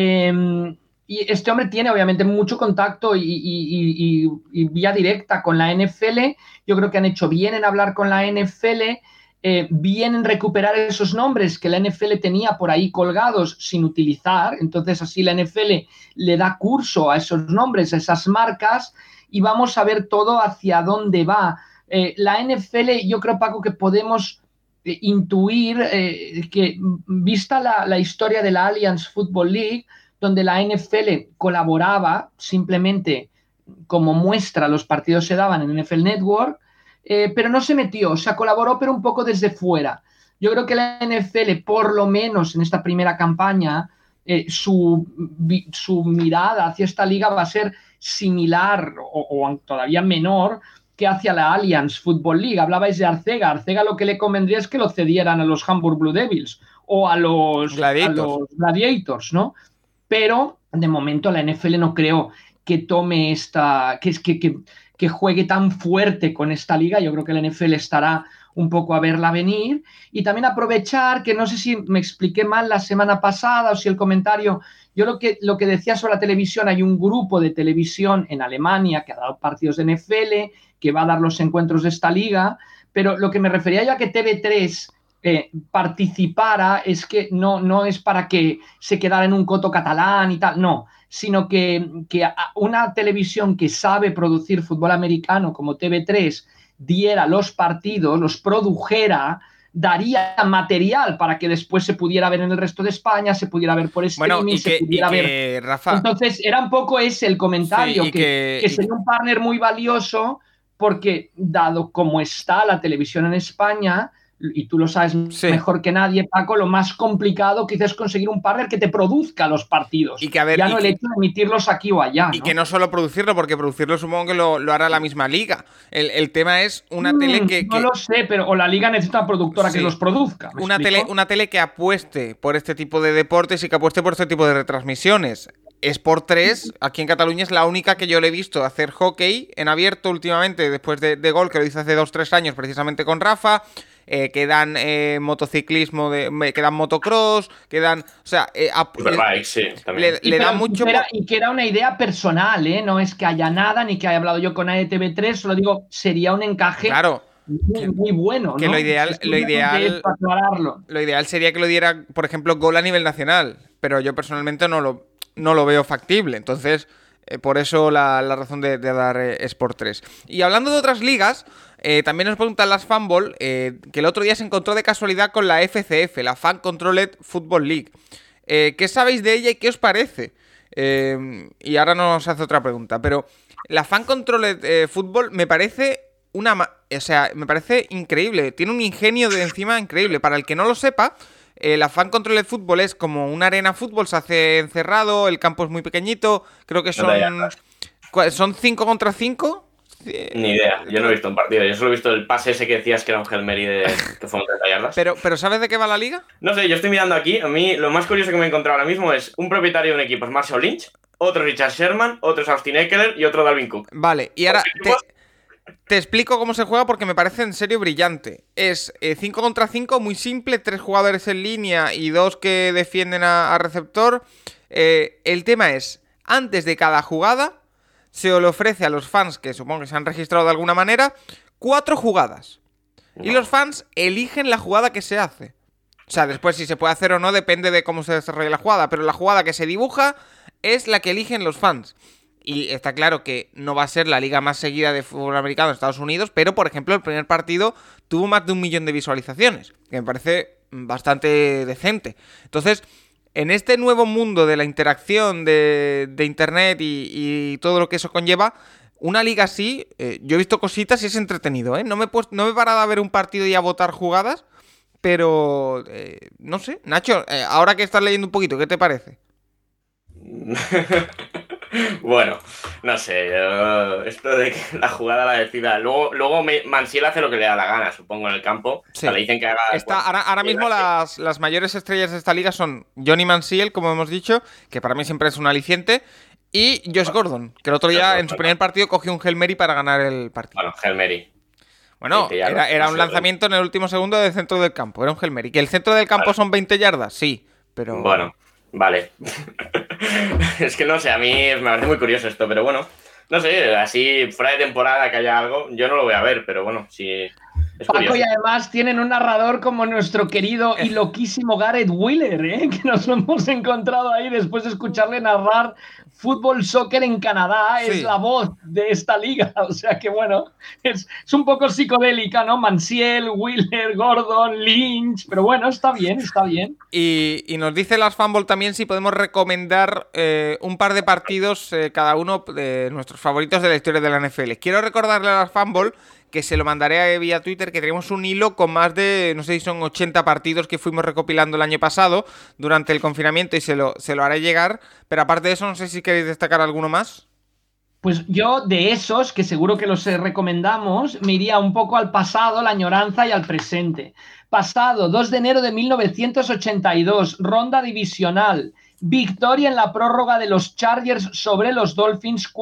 Y este hombre tiene obviamente mucho contacto y vía directa con la NFL. Yo creo que han hecho bien en hablar con la NFL, bien en recuperar esos nombres que la NFL tenía por ahí colgados sin utilizar. Entonces así la NFL le da curso a esos nombres, a esas marcas, y vamos a ver todo hacia dónde va. La NFL, yo creo, Paco, que podemos intuir que, vista la historia de la Alliance Football League, donde la NFL colaboraba simplemente como muestra, los partidos se daban en NFL Network, pero no se metió, o sea, colaboró pero un poco desde fuera. Yo creo que la NFL, por lo menos en esta primera campaña, su mirada hacia esta liga va a ser similar o todavía menor que hacia la Alliance Football League. Hablabais de Arcega. Arcega lo que le convendría es que lo cedieran a los Hamburg Blue Devils o a los Gladiators, ¿no? Pero de momento la NFL no creo que tome que juegue tan fuerte con esta liga. Yo creo que la NFL estará un poco a verla venir y también aprovechar, que no sé si me expliqué mal la semana pasada o si el comentario, yo lo que decía sobre la televisión, hay un grupo de televisión en Alemania que ha dado partidos de NFL, que va a dar los encuentros de esta liga, pero lo que me refería yo a que TV3 participara es que no es para que se quedara en un coto catalán y tal, no, sino que una televisión que sabe producir fútbol americano como TV3 diera los partidos, los produjera, daría material para que después se pudiera ver en el resto de España, se pudiera ver por streaming, se pudiera ver. Rafa, entonces era un poco ese el comentario, sí, que sería un partner muy valioso, porque dado como está la televisión en España, y tú lo sabes mejor que nadie, Paco, lo más complicado quizás es conseguir un partner que te produzca los partidos. Y que, a ver, ya no el hecho de emitirlos aquí o allá. Y que no solo producirlo, porque producirlo supongo que lo hará la misma liga. El tema es una tele que... No lo sé, pero o la liga necesita una productora que los produzca. Una tele que apueste por este tipo de deportes y que apueste por este tipo de retransmisiones. Sport 3, aquí en Cataluña, es la única que yo le he visto hacer hockey en abierto últimamente, después de Gol, que lo hizo hace 2-3 años precisamente con Rafa. Que dan motociclismo, que dan motocross, que dan... O sea, Superbike, sí, también. Le dan mucho... Y que era una idea personal, ¿eh? No es que haya nada, ni que haya hablado yo con AETV3, solo digo, sería un encaje... Claro. Muy bueno, que ¿no? lo ideal sería que lo diera, por ejemplo, Gol a nivel nacional, pero yo personalmente no lo veo factible. Entonces, Por eso la razón de dar Sport 3. Y hablando de otras ligas, también nos preguntan las Fanball que el otro día se encontró de casualidad con la FCF, la Fan Controlled Football League. ¿Qué sabéis de ella y qué os parece? Y ahora nos hace otra pregunta, pero la Fan Controlled Football me parece me parece increíble. Tiene un ingenio de encima increíble. Para el que no lo sepa, la Fan Controlled Football es como una arena fútbol, se hace encerrado, el campo es muy pequeñito, creo que son 5 contra 5. Ni idea, yo no he visto un partido. Yo solo he visto el pase ese que decías que era un Hail Mary que fue 30 yardas. Pero ¿sabes de qué va la liga? No sé, yo estoy mirando aquí. A mí lo más curioso que me he encontrado ahora mismo es un propietario de un equipo, es Marshall Lynch, otro Richard Sherman, otro es Austin Eckler y otro Dalvin Cook. Vale, y ahora te explico cómo se juega porque me parece en serio brillante. Es 5 contra 5, muy simple, 3 jugadores en línea y 2 que defienden a receptor. El tema es, antes de cada jugada se le ofrece a los fans, que supongo que se han registrado de alguna manera, 4 jugadas. Y los fans eligen la jugada que se hace. O sea, después si se puede hacer o no depende de cómo se desarrolle la jugada, pero la jugada que se dibuja es la que eligen los fans. Y está claro que no va a ser la liga más seguida de fútbol americano en Estados Unidos, pero por ejemplo el primer partido tuvo más de 1 millón de visualizaciones, que me parece bastante decente. Entonces, en este nuevo mundo de la interacción de internet y todo lo que eso conlleva, una liga así, yo he visto cositas y es entretenido, ¿eh? No me he parado a ver un partido y a votar jugadas, pero no sé. Nacho, ahora que estás leyendo un poquito, ¿qué te parece? Bueno, no sé, esto de que la jugada la decida. Luego Mansiel hace lo que le da la gana, supongo, en el campo. Sí. O sea, le dicen que haga. Ahora mismo las mayores estrellas de esta liga son Johnny Manziel, como hemos dicho, que para mí siempre es un aliciente, y Josh Gordon, que el otro día en su primer partido cogió un Hail Mary para ganar el partido. Bueno, Hail Mary. Bueno, era un lanzamiento en el último segundo del centro del campo, era un Hail Mary. ¿Que el centro del campo son 20 yardas? Sí, pero... Bueno, vale. Es que no sé, a mí me parece muy curioso esto, pero bueno, no sé, así fuera de temporada que haya algo, yo no lo voy a ver, pero bueno, sí. Es Paco, curioso. y además tienen un narrador como nuestro querido y loquísimo Gareth Wheeler, que nos lo hemos encontrado ahí después de escucharle narrar fútbol, soccer en Canadá. Sí. Es la voz de esta liga, o sea que bueno, es un poco psicodélica, ¿no? Manziel, Wheeler, Gordon, Lynch, pero bueno, está bien, está bien. Y nos dice las Fanball también si podemos recomendar un par de partidos cada uno de nuestros favoritos de la historia de la NFL. Quiero recordarle a las Fanball que se lo mandaré vía Twitter, que tenemos un hilo con más de, no sé si son 80 partidos que fuimos recopilando el año pasado durante el confinamiento y se lo haré llegar, pero aparte de eso no sé si queréis destacar alguno más. Pues yo de esos, que seguro que los recomendamos, me iría un poco al pasado, la añoranza y al presente. Pasado, 2 de enero de 1982, ronda divisional, victoria en la prórroga de los Chargers sobre los Dolphins,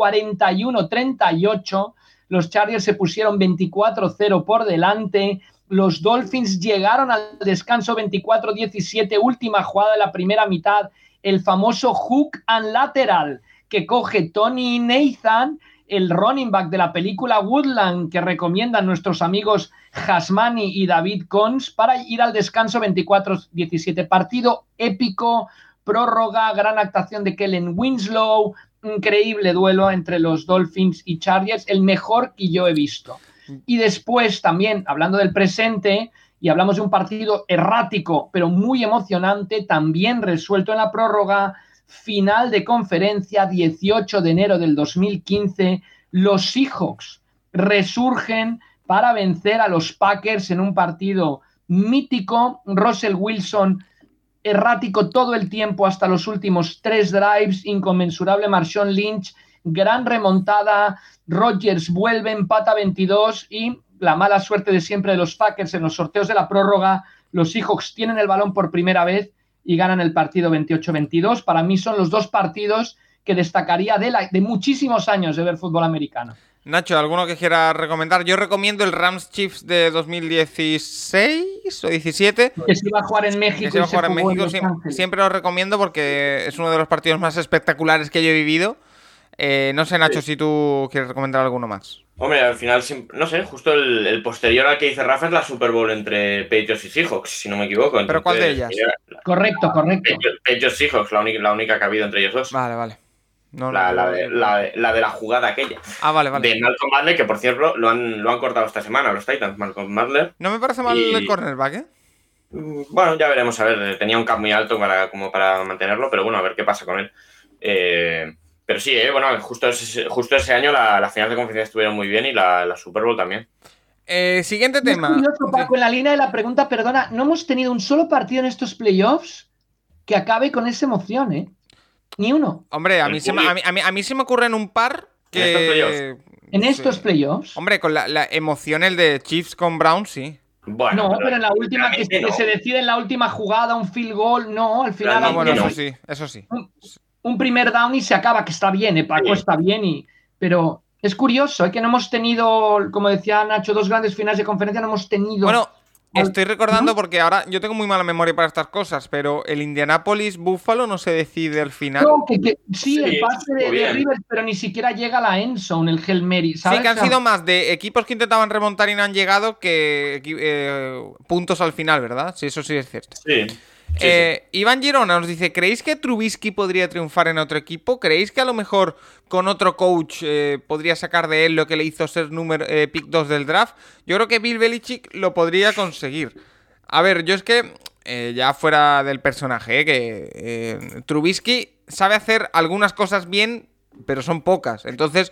41-38, los Chargers se pusieron 24-0 por delante. Los Dolphins llegaron al descanso 24-17, última jugada de la primera mitad, el famoso hook and lateral que coge Tony Nathan, el running back de la película Woodland que recomiendan nuestros amigos Hasmani y David Cons para ir al descanso 24-17. Partido épico, prórroga, gran actuación de Kellen Winslow, increíble duelo entre los Dolphins y Chargers, el mejor que yo he visto. Y después también, hablando del presente, y hablamos de un partido errático, pero muy emocionante, también resuelto en la prórroga, final de conferencia, 18 de enero del 2015, los Seahawks resurgen para vencer a los Packers en un partido mítico. Russell Wilson errático todo el tiempo hasta los últimos 3 drives, inconmensurable Marshawn Lynch, gran remontada, Rodgers vuelve, empata 22 y la mala suerte de siempre de los Packers en los sorteos de la prórroga, los Seahawks tienen el balón por primera vez y ganan el partido 28-22. Para mí son los 2 partidos que destacaría de muchísimos años de ver fútbol americano. Nacho, ¿alguno que quieras recomendar? Yo recomiendo el Rams Chiefs de 2016 o 17. Que se iba a jugar en México. Que se iba a jugar en México. Siempre lo recomiendo porque es uno de los partidos más espectaculares que yo he vivido. No sé, Nacho, si tú quieres recomendar alguno más. Hombre, al final, no sé, justo el posterior al que dice Rafa es la Super Bowl entre Patriots y Seahawks, si no me equivoco. ¿Pero cuál de ellas? Correcto. Patriots Seahawks, la única que ha habido entre ellos dos. Vale. No, la de la jugada aquella. Ah, vale. De Malcolm Butler, que por cierto lo han cortado esta semana los Titans, Malcolm Butler. No me parece mal el cornerback, ¿eh? Bueno, ya veremos, a ver, tenía un cap muy alto como para mantenerlo, pero bueno, a ver qué pasa con él. Pero sí, bueno, justo ese año la final de conferencia estuvieron muy bien y la Super Bowl también. Siguiente tema. Es curioso, Paco, en la línea de la pregunta, perdona, no hemos tenido un solo partido en estos playoffs que acabe con esa emoción, ¿eh? Ni uno. Hombre, a mí se me ocurren un par que... ¿En estos playoffs? Hombre, con la emoción el de Chiefs con Browns, sí. Bueno, pero en la última, que se decide en la última jugada, un field goal, no, al final... Ah, bueno, eso sí. Un primer down y se acaba, que está bien, Paco, está bien, pero es curioso, que no hemos tenido, como decía Nacho, 2 grandes finales de conferencia, no hemos tenido... Bueno, estoy recordando porque ahora yo tengo muy mala memoria para estas cosas, pero el Indianapolis-Buffalo no se decide al final. No, sí, el pase de Rivers, pero ni siquiera llega a la end zone, el Hail Mary, ¿sabes? Sí, que han sido más de equipos que intentaban remontar y no han llegado que puntos al final, ¿verdad? Sí, eso sí es cierto. Sí. Iván Girona nos dice: ¿creéis que Trubisky podría triunfar en otro equipo? ¿Creéis que a lo mejor con otro coach podría sacar de él lo que le hizo ser pick 2 del draft? Yo creo que Bill Belichick lo podría conseguir. A ver, yo es que ya fuera del personaje, que Trubisky sabe hacer algunas cosas bien, pero son pocas. Entonces,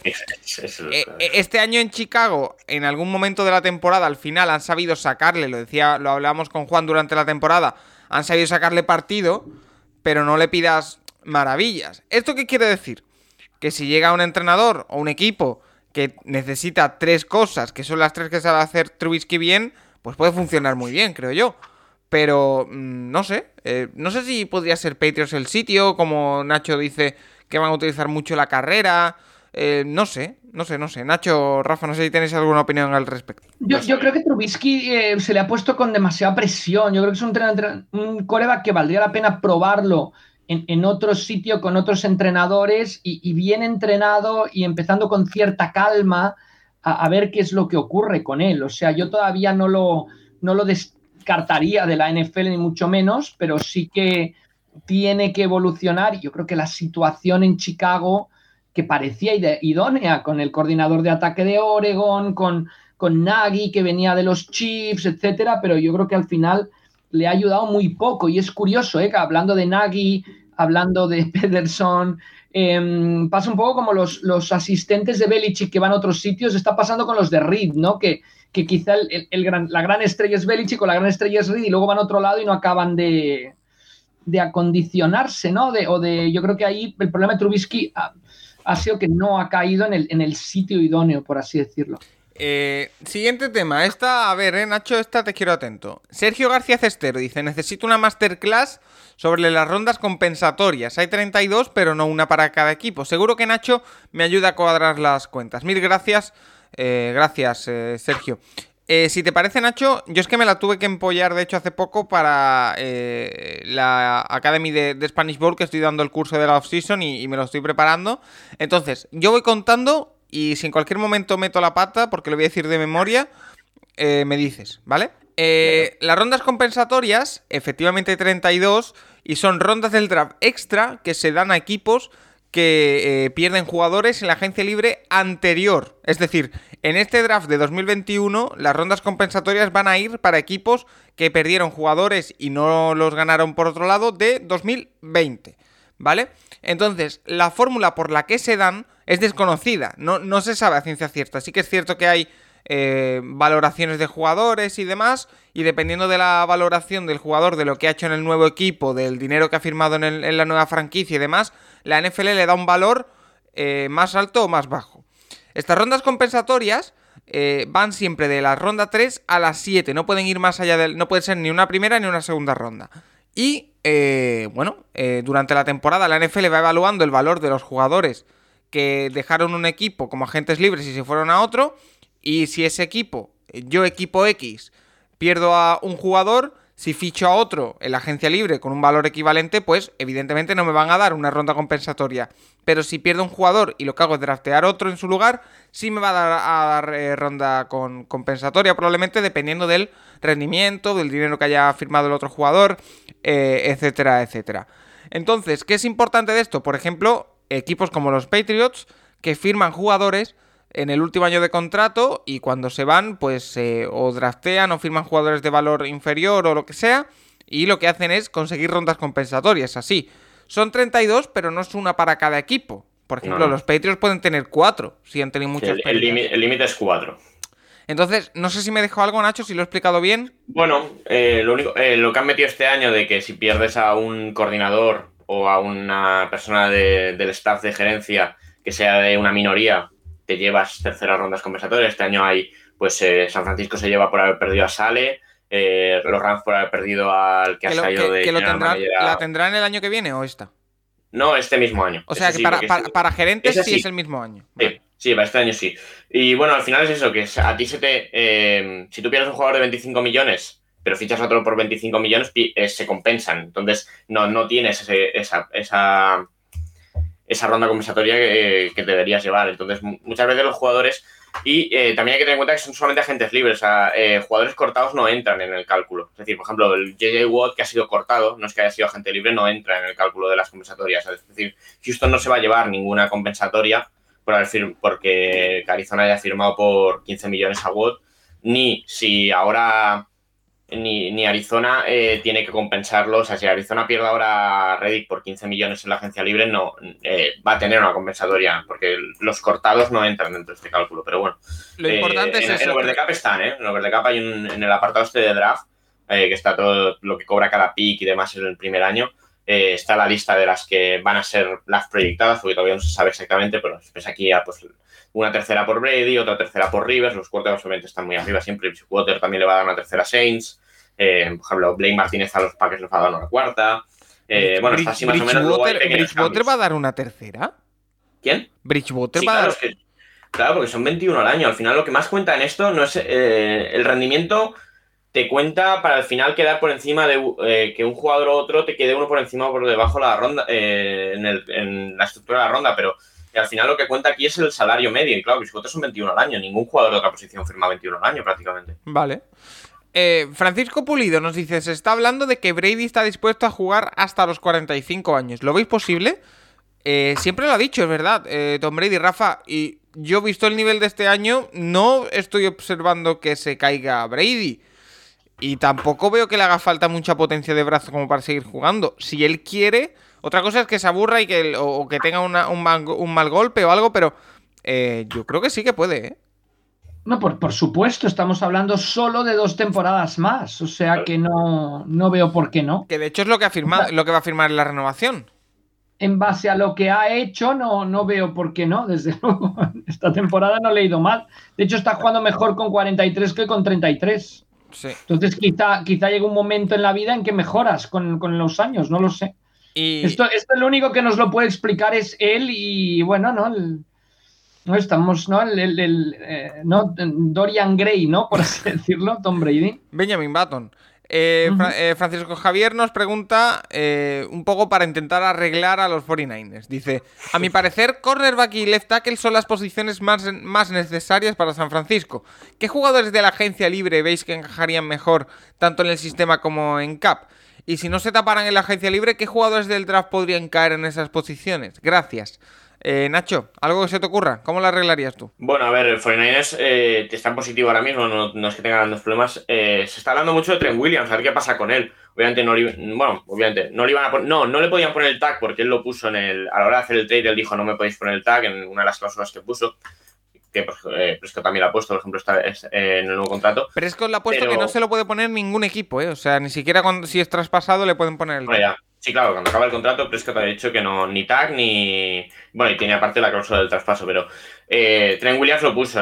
este año en Chicago, en algún momento de la temporada, al final han sabido sacarle, lo hablábamos con Juan durante la temporada, han sabido sacarle partido, pero no le pidas maravillas. ¿Esto qué quiere decir? Que si llega un entrenador o un equipo que necesita 3 cosas, que son las 3 que sabe hacer Trubisky bien, pues puede funcionar muy bien, creo yo. Pero no sé si podría ser Patriots el sitio, como Nacho dice que van a utilizar mucho la carrera. No sé. Nacho, Rafa, no sé si tenéis alguna opinión al respecto. Yo creo que Trubisky se le ha puesto con demasiada presión. Yo creo que es un quarterback que valdría la pena probarlo en otro sitio con otros entrenadores y bien entrenado y empezando con cierta calma a ver qué es lo que ocurre con él. O sea, yo todavía no lo descartaría de la NFL ni mucho menos, pero sí que tiene que evolucionar. Yo creo que la situación en Chicago, que parecía idónea con el coordinador de ataque de Oregon, con Nagy, que venía de los Chiefs, etcétera, pero yo creo que al final le ha ayudado muy poco. Y es curioso, que hablando de Nagy, hablando de Pederson, pasa un poco como los asistentes de Belichick que van a otros sitios, está pasando con los de Reed, ¿no? Que quizá la gran estrella es Belichick o la gran estrella es Reed y luego van a otro lado y no acaban de acondicionarse, ¿no? Yo creo que ahí el problema de Trubisky ha sido que no ha caído en el sitio idóneo, por así decirlo. Siguiente tema. Nacho, esta te quiero atento. Sergio García Cestero dice: necesito una masterclass sobre las rondas compensatorias. Hay 32, pero no una para cada equipo. Seguro que Nacho me ayuda a cuadrar las cuentas. Mil gracias. Gracias, Sergio. Si te parece, Nacho, yo es que me la tuve que empollar, de hecho, hace poco para la Academy de Spanish Bowl, que estoy dando el curso de la off-season y me lo estoy preparando. Entonces, yo voy contando y si en cualquier momento meto la pata, porque lo voy a decir de memoria, me dices, ¿vale? Las rondas compensatorias, efectivamente hay 32, y son rondas del draft extra que se dan a equipos que pierden jugadores en la agencia libre anterior. Es decir, en este draft de 2021, las rondas compensatorias van a ir para equipos que perdieron jugadores y no los ganaron por otro lado de 2020, ¿vale? Entonces, la fórmula por la que se dan es desconocida, no se sabe a ciencia cierta. Sí que es cierto que hay valoraciones de jugadores y demás, y dependiendo de la valoración del jugador, de lo que ha hecho en el nuevo equipo, del dinero que ha firmado en la nueva franquicia y demás, la NFL le da un valor más alto o más bajo. Estas rondas compensatorias van siempre de la ronda 3 a la 7, no pueden ir más allá no puede ser ni una primera ni una segunda ronda. Y durante la temporada la NFL va evaluando el valor de los jugadores que dejaron un equipo como agentes libres y se fueron a otro. Y si ese equipo, yo equipo X, pierdo a un jugador, si ficho a otro en la agencia libre con un valor equivalente, pues evidentemente no me van a dar una ronda compensatoria. Pero si pierdo un jugador y lo que hago es draftear otro en su lugar, sí me va a dar ronda compensatoria, probablemente dependiendo del rendimiento, del dinero que haya firmado el otro jugador, etcétera, etcétera. Entonces, ¿qué es importante de esto? Por ejemplo, equipos como los Patriots que firman jugadores en el último año de contrato y cuando se van, pues o draftean o firman jugadores de valor inferior o lo que sea, y lo que hacen es conseguir rondas compensatorias, así. Son 32, pero no es una para cada equipo. Por ejemplo, los Patriots pueden tener 4, si han tenido muchos pérdidas. El límite es 4. Entonces, no sé si me dejó algo, Nacho, si lo he explicado bien. Bueno, lo que han metido este año de que si pierdes a un coordinador o a una persona del staff de gerencia que sea de una minoría, te llevas terceras rondas compensatorias. Este año hay, pues San Francisco se lleva por haber perdido a Sale, los Rams por haber perdido al que ha salido de... ¿La tendrán el año que viene o esta? No, este mismo año. O sea, que para gerentes sí es el mismo año. Sí, para este año sí. Y bueno, al final es eso, que a ti si tú pierdes un jugador de 25 millones, pero fichas a otro por 25 millones, se compensan. Entonces, no tienes esa ronda compensatoria que deberías llevar. Entonces, muchas veces los jugadores... Y también hay que tener en cuenta que son solamente agentes libres. O sea, jugadores cortados no entran en el cálculo. Es decir, por ejemplo, el J.J. Watt, que ha sido cortado, no es que haya sido agente libre, no entra en el cálculo de las compensatorias. Es decir, Houston no se va a llevar ninguna compensatoria porque Arizona haya firmado por 15 millones a Watt, ni si ahora... Ni Arizona tiene que compensarlo. O sea, si Arizona pierde ahora a Reddick por 15 millones en la agencia libre, no va a tener una compensatoria, porque los cortados no entran dentro de este cálculo. Pero bueno, lo importante es eso. En el over the cap están, En el over the cap hay en el apartado este de draft, que está todo lo que cobra cada pick y demás en el primer año. Está la lista de las que van a ser las proyectadas, porque todavía no se sabe exactamente, pero ves aquí ya, pues, una tercera por Brady, otra tercera por Rivers. Los quarterbacks obviamente están muy arriba siempre. Bridgewater también le va a dar una tercera a Saints. Por ejemplo, Blake Martínez a los Packers les va a dar una cuarta. Bueno, está así más o menos. ¿Bridgewater va a dar una tercera? ¿Quién? Bridgewater va a dar... Claro, porque son 21 al año. Al final lo que más cuenta en esto no es el rendimiento. Te cuenta para al final quedar por encima de que un jugador u otro te quede uno por encima o por debajo de la ronda, en la estructura de la ronda, pero al final lo que cuenta aquí es el salario medio. Y claro, Bridgewater son 21 al año. Ningún jugador de otra posición firma 21 al año prácticamente. Vale. Francisco Pulido nos dice, se está hablando de que Brady está dispuesto a jugar hasta los 45 años. ¿Lo veis posible? Siempre lo ha dicho, es verdad, Tom Brady, Rafa, y yo visto el nivel de este año, no estoy observando que se caiga Brady. Y tampoco veo que le haga falta mucha potencia de brazo como para seguir jugando. Si él quiere, otra cosa es que se aburra y que tenga un mal golpe o algo, pero yo creo que sí que puede, ¿eh? No, por supuesto, estamos hablando solo de 2 temporadas más, o sea que no veo por qué no. Que de hecho es lo que ha firmado, lo que va a firmar en la renovación. En base a lo que ha hecho, no veo por qué no, desde luego. Esta temporada no le ha ido mal. De hecho, está jugando mejor con 43 que con 33. Sí. Entonces, quizá llegue un momento en la vida en que mejoras con los años, no lo sé. Esto lo único que nos lo puede explicar es él y, bueno, no estamos, ¿no? ¿no? Dorian Gray, ¿no? Por así decirlo, Tom Brady. Benjamin Button. Francisco Javier nos pregunta un poco para intentar arreglar a los 49ers. Dice, a mi parecer, cornerback y left tackle son las posiciones más necesarias para San Francisco. ¿Qué jugadores de la agencia libre veis que encajarían mejor tanto en el sistema como en cap? Y si no se taparan en la agencia libre, ¿qué jugadores del draft podrían caer en esas posiciones? Gracias. Nacho, ¿algo que se te ocurra? ¿Cómo lo arreglarías tú? Bueno, a ver, el 49ers está en positivo ahora mismo, no es que tenga grandes problemas. Se está hablando mucho de Trent Williams, a ver qué pasa con él. Obviamente no le iban a poner, no le podían poner el tag porque él lo puso a la hora de hacer el trade, él dijo no me podéis poner el tag en una de las cláusulas que puso. Que Prescott también lo ha puesto, por ejemplo, está en el nuevo contrato. Prescott lo ha puesto que no se lo puede poner ningún equipo, ¿eh? O sea, ni siquiera si es traspasado le pueden poner el tag. Ya. Sí, claro, cuando acaba el contrato, Prescott ha dicho que no, ni tag, ni... Bueno, y tiene aparte la cláusula del traspaso, pero Trent Williams lo puso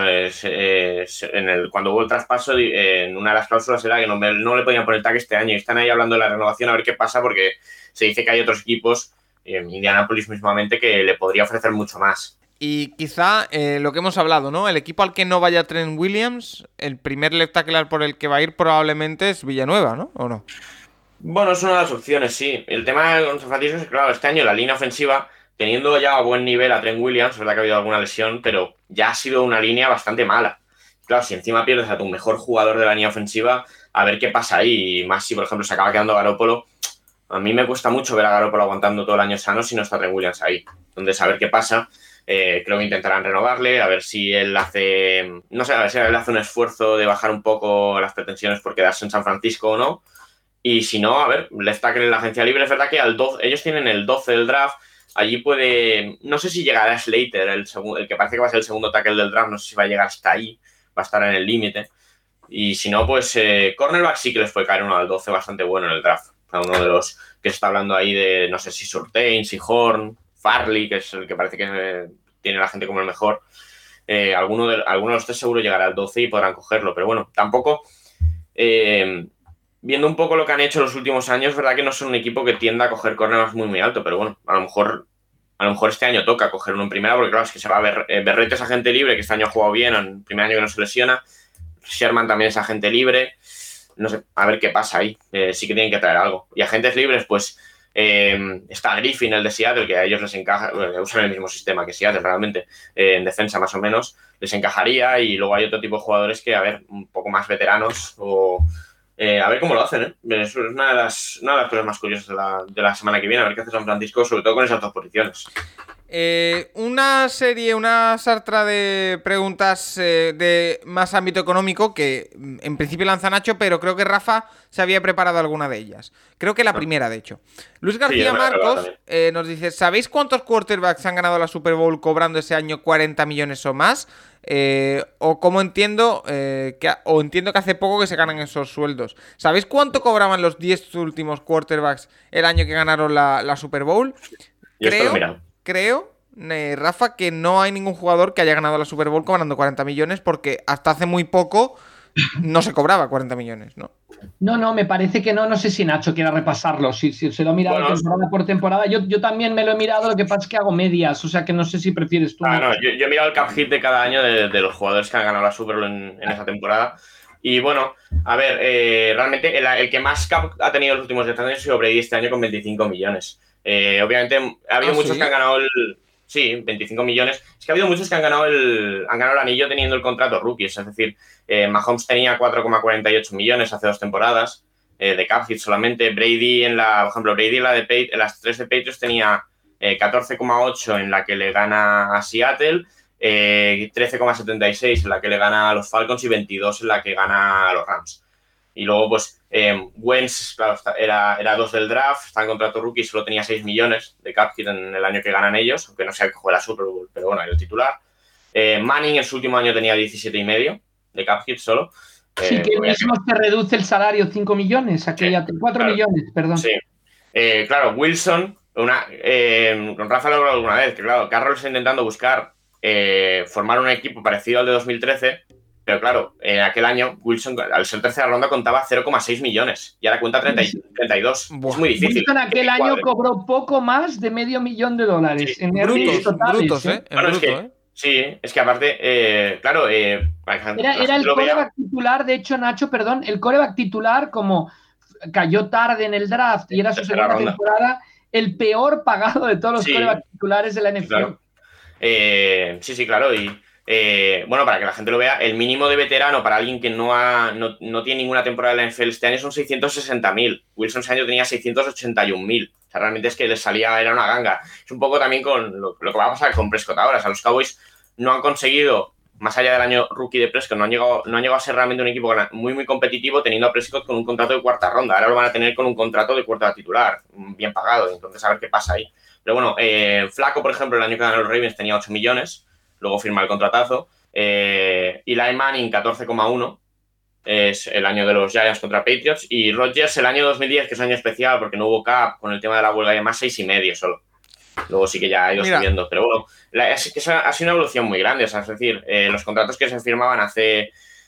cuando hubo el traspaso, en una de las cláusulas era que no le podían poner tag este año, y están ahí hablando de la renovación a ver qué pasa, porque se dice que hay otros equipos, Indianapolis mismamente, que le podría ofrecer mucho más. Y quizá lo que hemos hablado, ¿no? El equipo al que no vaya Trent Williams, el primer left tackle por el que va a ir probablemente es Villanueva, ¿no? ¿O no? Bueno, es una de las opciones, sí. El tema con San Francisco es que, claro, este año la línea ofensiva, teniendo ya a buen nivel a Trent Williams, es verdad que ha habido alguna lesión, pero ya ha sido una línea bastante mala. Claro, si encima pierdes a tu mejor jugador de la línea ofensiva, a ver qué pasa ahí. Y más si, por ejemplo, se acaba quedando Garoppolo, a mí me cuesta mucho ver a Garoppolo aguantando todo el año sano si no está Trent Williams ahí. Entonces, a ver qué pasa. Creo que intentarán renovarle, a ver si él hace, no sé, a ver si él hace un esfuerzo de bajar un poco las pretensiones por quedarse en San Francisco o no. Y si no, a ver, left tackle en la agencia libre, es verdad que ellos tienen el 12 del draft, allí puede, no sé si llegará Slater, el que parece que va a ser el segundo tackle del draft, no sé si va a llegar hasta ahí, va a estar en el límite. Y si no, pues cornerback sí que les puede caer uno al 12 bastante bueno en el draft. Uno de los que se está hablando ahí de, no sé si Surtain, si Horn, Farley, que es el que parece que tiene la gente como el mejor. Alguno de los tres seguro llegará al 12 y podrán cogerlo. Pero bueno, tampoco... viendo un poco lo que han hecho en los últimos años, es verdad que no son un equipo que tienda a coger cornerbacks muy alto, pero bueno, a lo mejor este año toca coger uno en primera, porque claro, es que se va a ver Berrete es agente libre, que este año ha jugado bien, en el primer año que no se lesiona. Sherman también es agente libre. No sé, a ver qué pasa ahí. Sí que tienen que traer algo. Y agentes libres, pues está Griffin, el de Seattle, que a ellos les encaja, usan el mismo sistema que Seattle realmente, en defensa más o menos, les encajaría. Y luego hay otro tipo de jugadores que, a ver, un poco más veteranos o... a ver cómo lo hacen, ¿eh? Es una de las cosas más curiosas de la semana que viene, a ver qué hace San Francisco, sobre todo con esas dos posiciones. Una sartra de preguntas de más ámbito económico que en principio lanza Nacho, pero creo que Rafa se había preparado alguna de ellas. Creo que la primera, de hecho. Luis García Marcos nos dice, ¿sabéis cuántos quarterbacks han ganado la Super Bowl cobrando ese año 40 millones o más? O como entiendo entiendo que hace poco que se ganan esos sueldos. ¿Sabéis cuánto cobraban los 10 últimos quarterbacks el año que ganaron la Super Bowl? Creo, Rafa, que no hay ningún jugador que haya ganado la Super Bowl cobrando 40 millones porque hasta hace muy poco no se cobraba 40 millones, ¿no? No, me parece que no sé si Nacho quiera repasarlo, si se lo ha mirado temporada por temporada. Yo también me lo he mirado, lo que pasa es que hago medias, o sea que no sé si prefieres tú. Yo he mirado el cap hit de cada año de los jugadores que han ganado la Super Bowl en esa temporada. Y bueno, a ver, realmente el que más cap ha tenido en los últimos 10 años ha sido Brady este año con 25 millones. Obviamente ha habido muchos que han ganado 25 millones. Es que ha habido muchos que han ganado el anillo teniendo el contrato rookies. Es decir, Mahomes tenía 4,48 millones hace 2 temporadas de cap hit solamente. Brady por ejemplo, Brady en las 3 de Patriots tenía 14,8 en la que le gana a Seattle, 13,76 en la que le gana a los Falcons y 22 en la que gana a los Rams. Y luego, pues, Wentz, claro, era 2 del draft, está en contrato rookie, solo tenía 6 millones de cap hit en el año que ganan ellos, aunque no sea que juegue la Super Bowl, pero bueno, era el titular. Manning en su último año tenía 17,5 de cap hit solo. Sí, que mismo se reduce el salario 5 millones, 4 millones, perdón. Sí. Claro, Wilson, con Rafa lo he hablado alguna vez, que claro, Carroll está intentando buscar formar un equipo parecido al de 2013. Pero claro, en aquel año Wilson, al ser tercera ronda, contaba 0,6 millones y ahora cuenta 32. Es muy difícil. Wilson aquel año cobró poco más de $500,000 en brutos, Sí, es que aparte, claro... era el quarterback titular, de hecho, Nacho, perdón, el quarterback titular, como cayó tarde en el draft y era su segunda temporada, el peor pagado de todos los quarterbacks titulares de la NFL. Claro. Sí, claro, y... bueno, para que la gente lo vea, el mínimo de veterano para alguien que no tiene ninguna temporada en la NFL este año son 660.000. Wilson ese año tenía 681.000. O sea, realmente es que les era una ganga. Es un poco también con lo que va a pasar con Prescott ahora. O sea, los Cowboys no han conseguido, más allá del año rookie de Prescott, no han llegado a ser realmente un equipo muy, muy competitivo teniendo a Prescott con un contrato de 4ª ronda. Ahora lo van a tener con un contrato de 4ª titular, bien pagado. Entonces, a ver qué pasa ahí. Pero bueno, Flacco, por ejemplo, el año que ganó los Ravens tenía 8 millones. Luego firma el contratazo. Eli Manning, 14,1. Es el año de los Giants contra Patriots. Y Rodgers, el año 2010, que es un año especial porque no hubo cap con el tema de la huelga y demás, 6,5 solo. Luego sí que ya ha ido subiendo. Pero bueno, ha sido una evolución muy grande. O sea, es decir, los contratos que se firmaban hace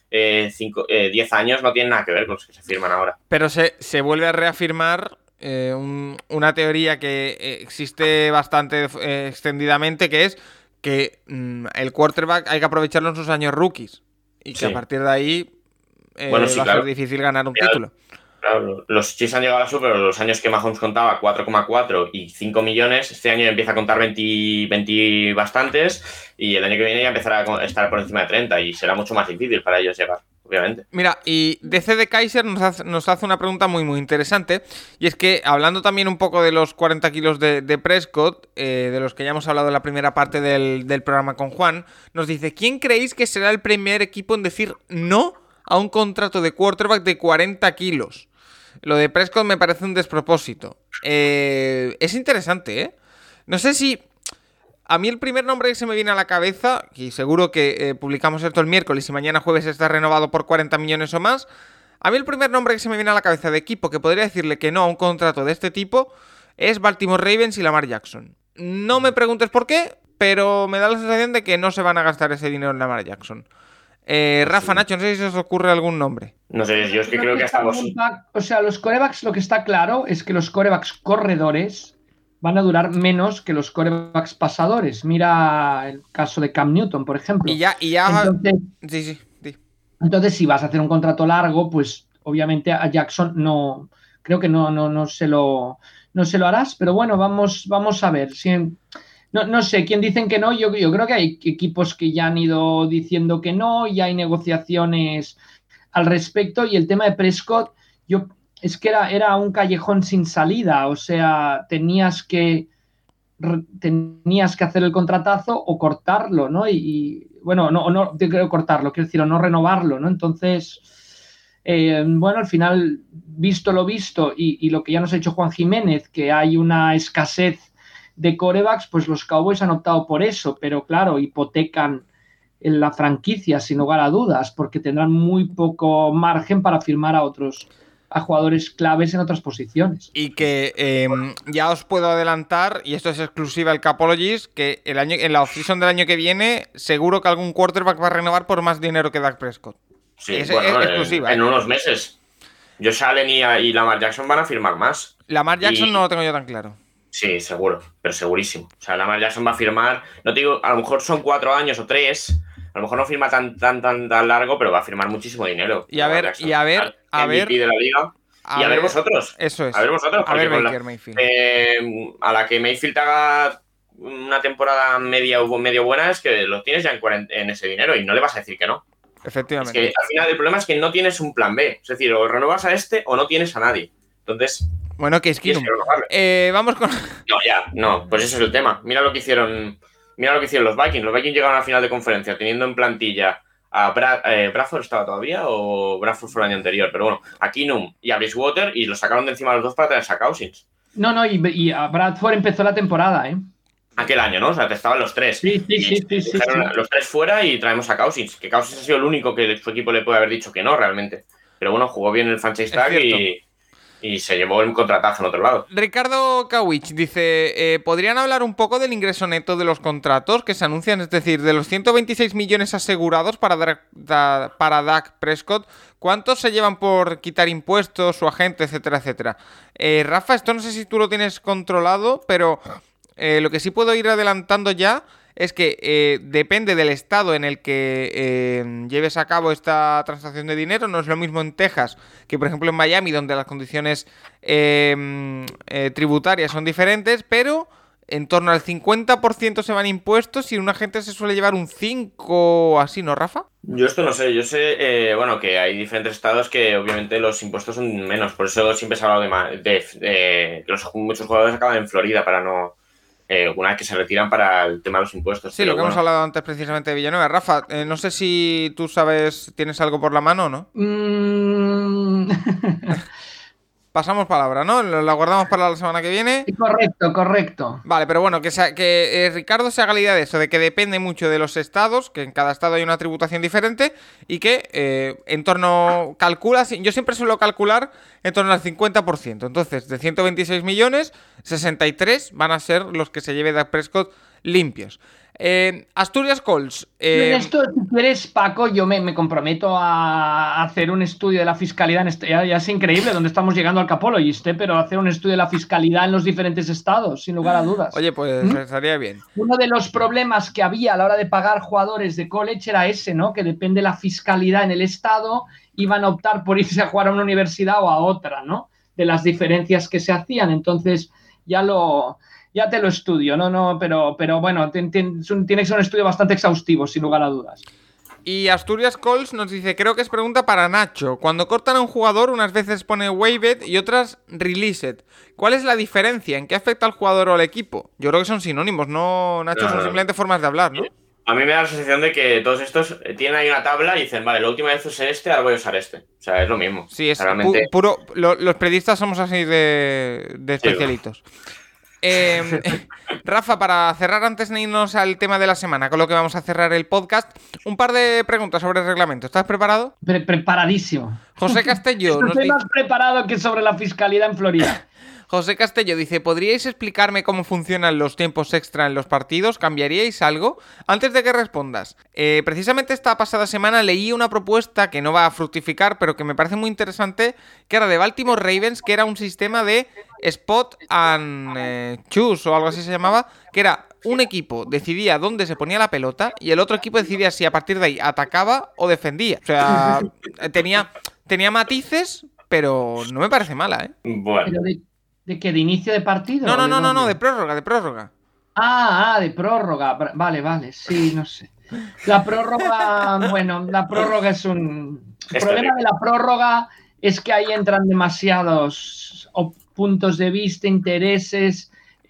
10 años no tienen nada que ver con los que se firman ahora. Pero se vuelve a reafirmar una teoría que existe bastante extendidamente, que es que el quarterback hay que aprovecharlo en sus años rookies y que a partir de ahí va a ser difícil ganar un título. Claro, los Chiefs han llegado a la Super los años que Mahomes contaba 4,4 y 5 millones. Este año empieza a contar 20 bastantes y el año que viene ya empezará a estar por encima de 30 y será mucho más difícil para ellos llegar. obviamente. Mira, y DC de Kaiser nos hace una pregunta muy, muy interesante. Y es que, hablando también un poco de los 40 kilos de Prescott, de los que ya hemos hablado en la primera parte del programa con Juan, nos dice: ¿quién creéis que será el primer equipo en decir no a un contrato de quarterback de 40 kilos? Lo de Prescott me parece un despropósito. Es interesante, ¿eh? No sé si... A mí el primer nombre que se me viene a la cabeza, y seguro que publicamos esto el miércoles y mañana jueves está renovado por 40 millones o más, a mí el primer nombre que se me viene a la cabeza de equipo que podría decirle que no a un contrato de este tipo es Baltimore Ravens y Lamar Jackson. No me preguntes por qué, pero me da la sensación de que no se van a gastar ese dinero en Lamar Jackson. Rafa, Nacho, no sé si se os ocurre algún nombre. No sé, yo es que creo que estamos... O sea, los quarterbacks, lo que está claro es que los quarterbacks corredores van a durar menos que los quarterbacks pasadores. Mira el caso de Cam Newton, por ejemplo. Y ya... Entonces, sí. Entonces, si vas a hacer un contrato largo, pues obviamente a Jackson no... Creo que no se lo harás, pero bueno, vamos a ver. No sé, ¿quién dicen que no? Yo creo que hay equipos que ya han ido diciendo que no, y hay negociaciones al respecto, y el tema de Prescott, es que era un callejón sin salida, o sea, tenías que hacer el contratazo o cortarlo, ¿no? Y bueno, no quiero cortarlo, quiero decir, o no renovarlo, ¿no? Entonces, bueno, al final, visto lo visto y lo que ya nos ha dicho Juan Jiménez, que hay una escasez de quarterbacks, pues los Cowboys han optado por eso, pero claro, hipotecan en la franquicia sin lugar a dudas, porque tendrán muy poco margen para firmar a jugadores claves en otras posiciones. Y que ya os puedo adelantar, y esto es exclusiva del Capologies, que en la offseason del año que viene seguro que algún quarterback va a renovar por más dinero que Dak Prescott. Sí, es exclusiva. En unos meses. Josh Allen y Lamar Jackson van a firmar más. Lamar Jackson no lo tengo yo tan claro. Sí, seguro, pero segurísimo. O sea, Lamar Jackson va a firmar, no te digo, a lo mejor son 4 años o 3, a lo mejor no firma tan largo, pero va a firmar muchísimo dinero. Y a ver, MVP de la liga. Y a ver vosotros. Eso es. A ver vosotros. A ver Baker Mayfield. A la que Mayfield haga una temporada medio buena, es que lo tienes ya en ese dinero y no le vas a decir que no. Efectivamente. Es que al final el problema es que no tienes un plan B. Es decir, o renovas a este o no tienes a nadie. Entonces... Bueno, que es que vamos con... No, pues ese es el tema. Mira lo que hicieron los Vikings. Los Vikings llegaron a la final de conferencia teniendo en plantilla a Bradford, ¿estaba todavía? O Bradford fue el año anterior, pero bueno, a Keenum y a Bridgewater, y los sacaron de encima los dos para traerse a Cousins. No, y a Bradford empezó la temporada, ¿eh? Aquel año, ¿no? O sea, te estaban los tres. Sí. Los tres fuera y traemos a Cousins. Que Cousins ha sido el único que su equipo le puede haber dicho que no, realmente. Pero bueno, jugó bien el franchise tag y se llevó el contratazo en otro lado. Ricardo Kawich dice: ¿podrían hablar un poco del ingreso neto de los contratos que se anuncian? Es decir, de los 126 millones asegurados para Dak Prescott, ¿cuántos se llevan por quitar impuestos, su agente, etcétera, etcétera? Rafa, esto no sé si tú lo tienes controlado, pero lo que sí puedo ir adelantando ya es que depende del estado en el que lleves a cabo esta transacción de dinero. No es lo mismo en Texas que, por ejemplo, en Miami, donde las condiciones tributarias son diferentes, pero en torno al 50% se van impuestos y un agente se suele llevar un 5% o así, ¿no, Rafa? Yo esto no sé. Yo sé, bueno, que hay diferentes estados que obviamente los impuestos son menos. Por eso siempre se ha hablado de que muchos jugadores acaban en Florida para no... una vez que se retiran para el tema de los impuestos. Sí, lo que hemos hablado antes precisamente de Villanueva. Rafa, no sé si tú tienes algo por la mano o no. Pasamos palabra, ¿no? La guardamos para la semana que viene. Correcto. Vale, pero bueno, que Ricardo se haga la idea de eso, de que depende mucho de los estados, que en cada estado hay una tributación diferente y que yo siempre suelo calcular en torno al 50%. Entonces, de 126 millones, 63 van a ser los que se lleve Dak Prescott limpios. Asturias Colts. En esto, si quieres, Paco, yo me comprometo a hacer un estudio de la fiscalidad. Ya es increíble donde estamos llegando al Capologist, pero hacer un estudio de la fiscalidad en los diferentes estados, sin lugar a dudas. Oye, pues estaría bien. Uno de los problemas que había a la hora de pagar jugadores de college era ese, ¿no? Que depende de la fiscalidad en el estado, iban a optar por irse a jugar a una universidad o a otra, ¿no? De las diferencias que se hacían. Entonces, ya te lo estudio, pero bueno, tiene que ser un estudio bastante exhaustivo, sin lugar a dudas. Y Asturias Cols nos dice, creo que es pregunta para Nacho. Cuando cortan a un jugador, unas veces pone waived y otras released. ¿Cuál es la diferencia? ¿En qué afecta al jugador o al equipo? Yo creo que son sinónimos, ¿no, Nacho? Son simplemente formas de hablar, ¿no? A mí me da la sensación de que todos estos tienen ahí una tabla y dicen, vale, la última vez usé este, ahora voy a usar este. O sea, es lo mismo. Sí, es realmente... puro... Los periodistas somos así de especialitos. Rafa, para cerrar antes de irnos al tema de la semana, con lo que vamos a cerrar el podcast, un par de preguntas sobre el reglamento. ¿Estás preparado? Preparadísimo. José Castelló nos Estoy dice... más preparado que sobre la fiscalidad en Florida. José Castelló dice, ¿podríais explicarme cómo funcionan los tiempos extra en los partidos? ¿Cambiaríais algo? Antes de que respondas, precisamente esta pasada semana leí una propuesta que no va a fructificar, pero que me parece muy interesante, que era de Baltimore Ravens, que era un sistema de spot and choose o algo así se llamaba, que era un equipo decidía dónde se ponía la pelota y el otro equipo decidía si a partir de ahí atacaba o defendía. O sea, tenía matices, pero no me parece mala, ¿eh? Bueno. ¿De qué? ¿De inicio de partido? No, de prórroga. De prórroga. Vale, sí, no sé. La prórroga, bueno, la prórroga es un... El problema de la prórroga es que ahí entran demasiados puntos de vista, intereses,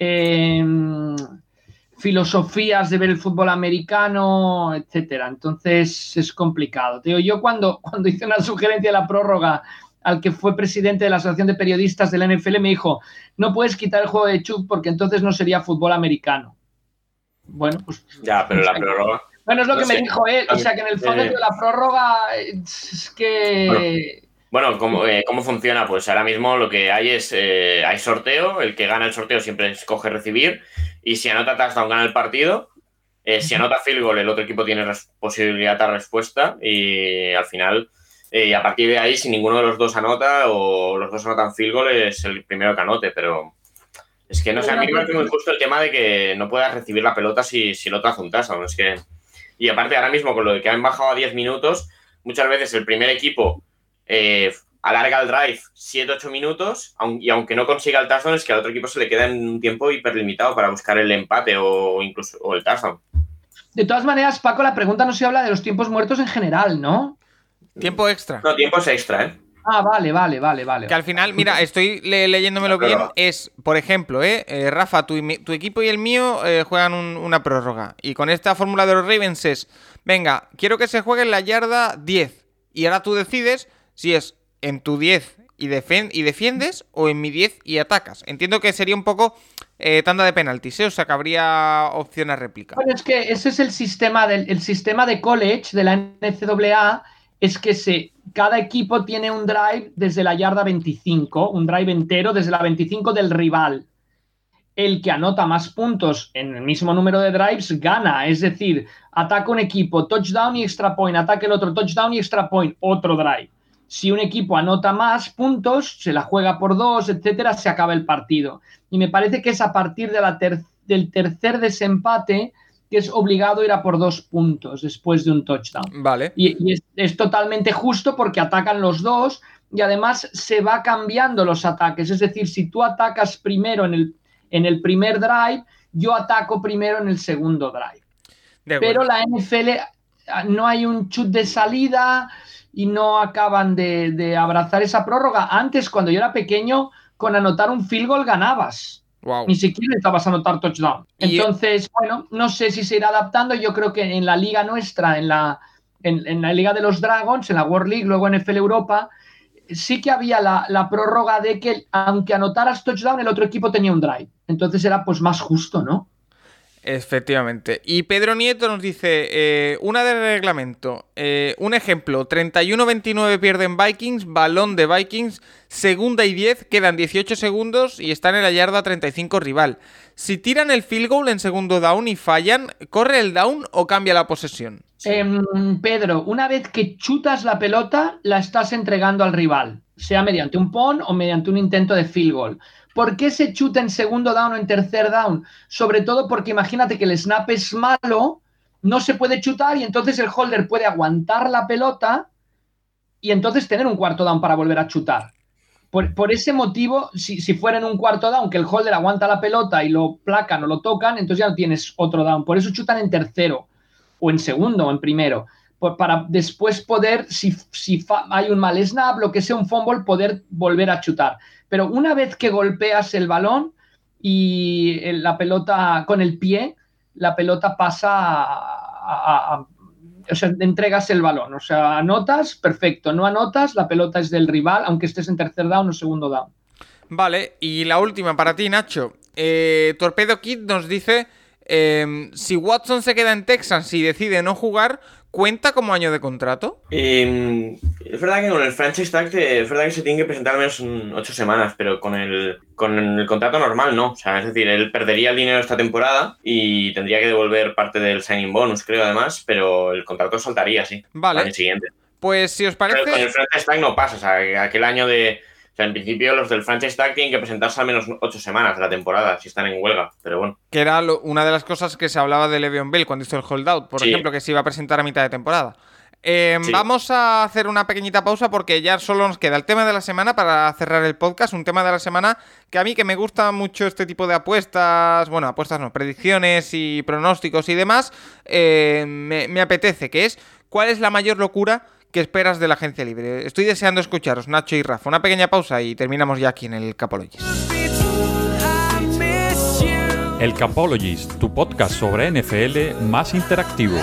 filosofías de ver el fútbol americano, etcétera. Entonces es complicado. Yo cuando hice una sugerencia de la prórroga al que fue presidente de la Asociación de Periodistas de la NFL, me dijo, no puedes quitar el juego de Chuck porque entonces no sería fútbol americano. Bueno, pues... Ya, pero la prórroga... Bueno, es lo que me dijo él. O sea, que en el fondo de la prórroga es que... Bueno, ¿cómo funciona? Pues ahora mismo lo que hay es... hay sorteo, el que gana el sorteo siempre escoge recibir, y si anota touchdown gana el partido. Si anota field goal, el otro equipo tiene posibilidad de respuesta, y al final... y a partir de ahí, si ninguno de los dos anota o los dos anotan field goal, es el primero que anote, pero es que no sé, a mí me parece muy justo el tema de que no puedas recibir la pelota si el otro hace un touchdown. Es que... Y aparte, ahora mismo, con lo de que han bajado a 10 minutos, muchas veces el primer equipo alarga el drive 7-8 minutos, y aunque no consiga el touchdown, es que al otro equipo se le queda en un tiempo hiperlimitado para buscar el empate o incluso el touchdown. De todas maneras, Paco, la pregunta no se habla de los tiempos muertos en general, ¿no? Tiempo extra. No, tiempos extra, ¿eh? Ah, vale. Que al final, mira, estoy leyéndomelo bien, es, por ejemplo, Rafa, tu equipo y el mío juegan una prórroga. Y con esta fórmula de los Ravens es, venga, quiero que se juegue en la yarda 10. Y ahora tú decides si es en tu 10 y defiendes o en mi 10 y atacas. Entiendo que sería un poco tanda de penaltis, o sea que habría opción a réplica. Bueno, es que ese es el sistema de college de la NCAA, es que cada equipo tiene un drive desde la yarda 25, un drive entero desde la 25 del rival. El que anota más puntos en el mismo número de drives gana, es decir, ataca un equipo, touchdown y extra point, ataca el otro, touchdown y extra point, otro drive. Si un equipo anota más puntos, se la juega por 2, etcétera, se acaba el partido. Y me parece que es a partir de del tercer desempate que es obligado a ir a por 2 puntos después de un touchdown. Vale. Y es totalmente justo porque atacan los dos y además se va cambiando los ataques. Es decir, si tú atacas primero en el primer drive, yo ataco primero en el segundo drive. Pero la NFL no hay un chut de salida y no acaban de abrazar esa prórroga. Antes, cuando yo era pequeño, con anotar un field goal ganabas. Wow. Ni siquiera necesitabas anotar touchdown. Entonces, bueno, no sé si se irá adaptando. Yo creo que en la liga nuestra, en la liga de los Dragons, en la World League, luego en NFL Europa, sí que había la prórroga de que aunque anotaras touchdown, el otro equipo tenía un drive. Entonces era pues más justo, ¿no? Efectivamente. Y Pedro Nieto nos dice, una de reglamento, un ejemplo, 31-29 pierden Vikings, balón de Vikings, segunda y 10, quedan 18 segundos y están en la yarda 35 rival. Si tiran el field goal en segundo down y fallan, ¿corre el down o cambia la posesión? Pedro, una vez que chutas la pelota, la estás entregando al rival, sea mediante un punt o mediante un intento de field goal. ¿Por qué se chuta en segundo down o en tercer down? Sobre todo porque imagínate que el snap es malo, no se puede chutar y entonces el holder puede aguantar la pelota y entonces tener un cuarto down para volver a chutar. Por ese motivo, si fuera en un cuarto down que el holder aguanta la pelota y lo placan o lo tocan, entonces ya no tienes otro down. Por eso chutan en tercero o en segundo o en primero. para después poder, si hay un mal snap, lo que sea, un fumble, poder volver a chutar. Pero una vez que golpeas el balón y la pelota con el pie, la pelota pasa o sea, entregas el balón. O sea, anotas, perfecto. No anotas, la pelota es del rival, aunque estés en tercer down o segundo down. Vale, y la última para ti, Nacho. Torpedo Kid nos dice, si Watson se queda en Texans y decide no jugar, ¿cuenta como año de contrato? Es verdad que con el franchise tag es verdad que se tiene que presentar al menos 8 semanas, pero con el contrato normal no. O sea, es decir, él perdería el dinero esta temporada y tendría que devolver parte del signing bonus, creo, además, pero el contrato saltaría, sí. Vale. El año siguiente. Pues si os parece... Pero con el franchise tag no pasa, o sea, aquel año de... O sea, en principio los del franchise tag tienen que presentarse al menos 8 semanas de la temporada, si están en huelga, pero bueno. Que era una de las cosas que se hablaba de Le'Veon Bell cuando hizo el holdout, por ejemplo, que se iba a presentar a mitad de temporada. Sí. Vamos a hacer una pequeñita pausa porque ya solo nos queda el tema de la semana para cerrar el podcast. Un tema de la semana que a mí, que me gusta mucho este tipo de apuestas, bueno, apuestas no, predicciones y pronósticos y demás, me apetece, que es ¿cuál es la mayor locura que esperas de la agencia libre? Estoy deseando escucharos, Nacho y Rafa. Una pequeña pausa y terminamos ya aquí en el Capologist. El Capologist, tu podcast sobre NFL más interactivo.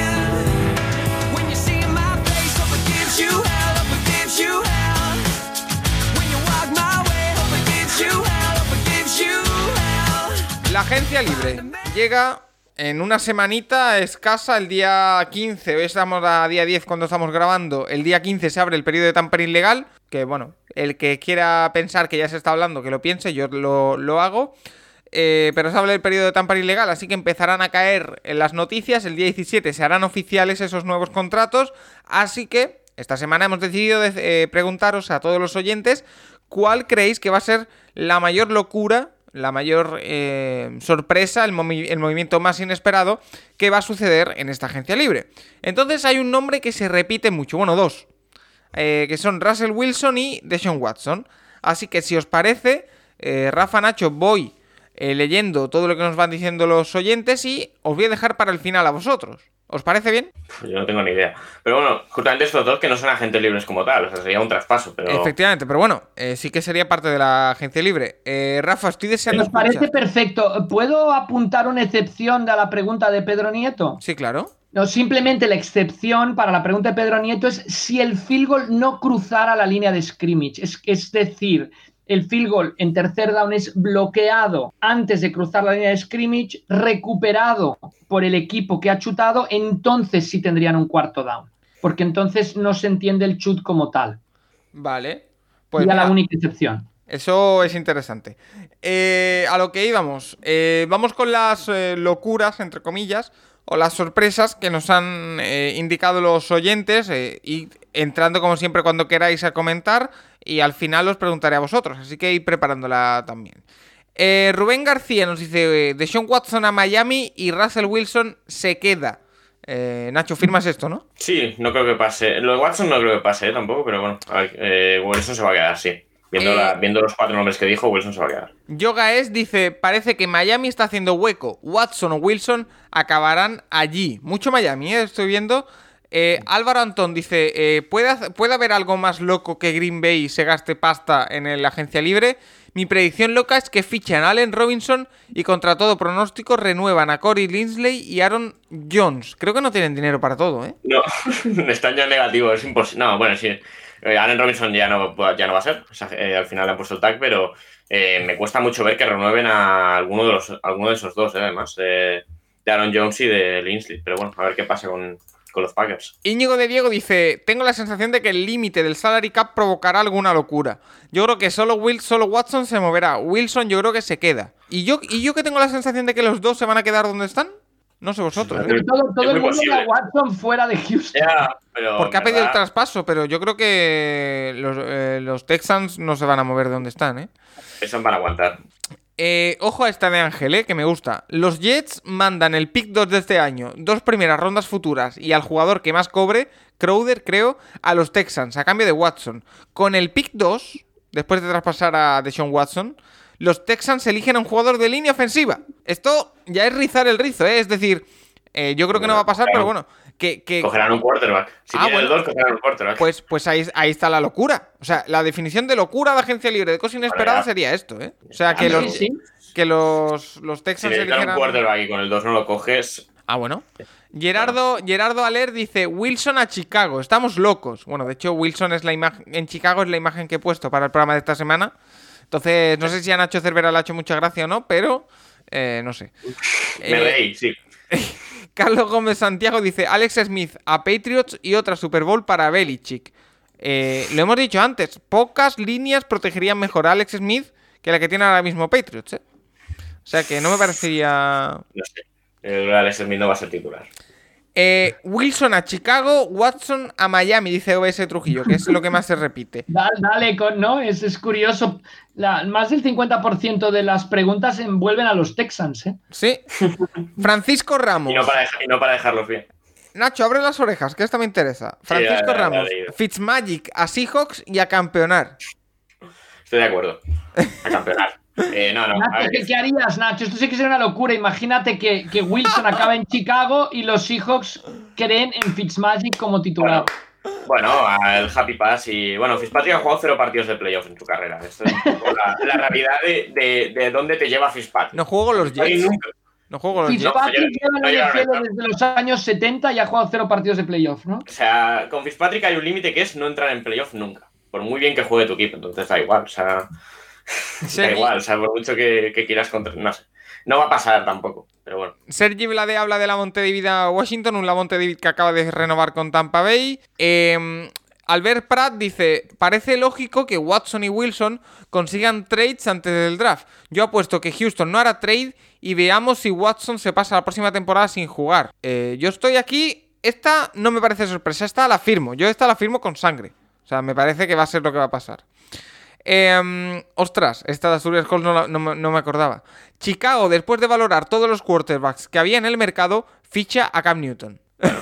La agencia libre llega en una semanita escasa, el día 15. Hoy estamos a día 10 cuando estamos grabando. El día 15 se abre el periodo de tampering legal, que bueno, el que quiera pensar que ya se está hablando, que lo piense, yo lo hago. Pero se abre el periodo de tampering legal, así que empezarán a caer en las noticias. El día 17 se harán oficiales esos nuevos contratos, así que esta semana hemos decidido preguntaros a todos los oyentes cuál creéis que va a ser la mayor locura, la mayor sorpresa, el movimiento más inesperado que va a suceder en esta agencia libre. Entonces hay un nombre que se repite mucho, bueno, dos, que son Russell Wilson y Deshaun Watson. Así que si os parece, Rafa, Nacho, voy leyendo todo lo que nos van diciendo los oyentes y os voy a dejar para el final a vosotros. ¿Os parece bien? Yo no tengo ni idea. Pero bueno, justamente estos dos que no son agentes libres como tal, o sea, sería un traspaso, pero... Efectivamente, pero bueno, sí que sería parte de la agencia libre. Rafa, estoy deseando escuchar. Me parece perfecto. ¿Puedo apuntar una excepción de la pregunta de Pedro Nieto? Sí, claro. No, simplemente la excepción para la pregunta de Pedro Nieto es si el field goal no cruzara la línea de scrimmage. Es decir, el field goal en tercer down es bloqueado antes de cruzar la línea de scrimmage, recuperado por el equipo que ha chutado, entonces sí tendrían un cuarto down. Porque entonces no se entiende el chut como tal. Vale. Pues ya la única excepción. Eso es interesante. A lo que íbamos. Vamos con las locuras, entre comillas, o las sorpresas que nos han indicado los oyentes, y entrando como siempre cuando queráis a comentar, y al final os preguntaré a vosotros, así que ir preparándola también. Rubén García nos dice Deshaun Watson a Miami y Russell Wilson se queda. Nacho, firmas esto, ¿no? Sí, no creo que pase. Lo de Watson no creo que pase tampoco, pero bueno, a ver, Wilson se va a quedar, sí. Viendo los 4 nombres que dijo, Wilson se va a quedar. Yoga Es dice, parece que Miami está haciendo hueco. Watson o Wilson acabarán allí. Mucho Miami, estoy viendo. Álvaro Antón dice, ¿puede haber algo más loco que Green Bay se gaste pasta en la agencia libre? Mi predicción loca es que fichan a Allen Robinson y contra todo pronóstico renuevan a Corey Linsley y Aaron Jones. Creo que no tienen dinero para todo, ¿eh? No, están ya negativos, es imposible. No, bueno, sí. Allen Robinson ya no va a ser. O sea, al final le han puesto el tag, pero me cuesta mucho ver que renueven a alguno de esos dos, además, de Aaron Jones y de Linsley. Pero bueno, a ver qué pasa con los Packers. Íñigo de Diego dice, tengo la sensación de que el límite del salary cap provocará alguna locura. Yo creo que solo Watson se moverá. Wilson yo creo que se queda. ¿Y yo que tengo la sensación de que los dos se van a quedar donde están? No sé vosotros. Todo el mundo ve a Watson fuera de Houston. Ya, pero porque ha pedido el traspaso, pero yo creo que los Texans no se van a mover de donde están, ¿eh? Eso van a aguantar. Ojo a esta de Ángel, que me gusta. Los Jets mandan el pick 2 de este año, 2 primeras rondas futuras y al jugador que más cobre, Crowder, creo, a los Texans, a cambio de Watson. Con el pick 2, después de traspasar a Deshaun Watson, los Texans eligen a un jugador de línea ofensiva. Esto ya es rizar el rizo, ¿eh? Es decir, yo creo que no va a pasar, pero bueno, Cogerán un quarterback. Si tienen bueno. el 2, cogerán un quarterback. Pues ahí está la locura. O sea, la definición de locura de agencia libre de cosas inesperadas sería esto, ¿eh? O sea, que los si Texans necesitan un eligieran... quarterback y con el 2 no lo coges... Ah, bueno. Gerardo Aler dice Wilson a Chicago, estamos locos. Bueno, de hecho, Wilson es la imagen en Chicago, es la imagen que he puesto para el programa de esta semana. Entonces, no sé si a Nacho Cervera le ha hecho mucha gracia o no, pero no sé. Me reí, sí. Carlos Gómez Santiago dice Alex Smith a Patriots y otra Super Bowl para Belichick. Lo hemos dicho antes, pocas líneas protegerían mejor a Alex Smith que la que tiene ahora mismo Patriots, ¿eh? O sea que no me parecería... No sé. El Alex Smith no va a ser titular. Wilson a Chicago, Watson a Miami, dice OBS Trujillo, que es lo que más se repite. Dale, ¿no? Es curioso. Más del 50% de las preguntas envuelven a los Texans, ¿eh? Sí. Francisco Ramos. Y no para dejarlos bien. Nacho, abre las orejas, que esto me interesa. Francisco Ramos, Fitzmagic a Seahawks y a campeonar. Estoy de acuerdo. A campeonar. No. Nacho, ¿qué harías, Nacho? Esto sí que sería una locura. Imagínate que Wilson acaba en Chicago y los Seahawks creen en Fitzmagic como titular. Bueno, el Happy Pass y... Bueno, Fitzpatrick ha jugado 0 partidos de playoff en su carrera. Esto es un poco la realidad de dónde te lleva Fitzpatrick. No juego los Jets. No juego los Jets. Fitzpatrick lleva en el NFL desde los años 70 y ha jugado 0 partidos de playoff, ¿no? O sea, con Fitzpatrick hay un límite que es no entrar en playoff nunca. Por muy bien que juegue tu equipo, entonces da igual, o sea... Da igual, o sea, por mucho que quieras contra... No sé. No va a pasar tampoco, pero bueno. Sergi Vlade habla de Lavonte David a Washington, un Lavonte David que acaba de renovar con Tampa Bay. Albert Pratt dice, parece lógico que Watson y Wilson consigan trades antes del draft. Yo apuesto que Houston no hará trade y veamos si Watson se pasa la próxima temporada sin jugar. Yo estoy aquí, esta no me parece sorpresa, esta la firmo. Yo esta la firmo con sangre. O sea, me parece que va a ser lo que va a pasar. Ostras, esta de Asturias Colts no me acordaba. Chicago, después de valorar todos los quarterbacks que había en el mercado, ficha a Cam Newton.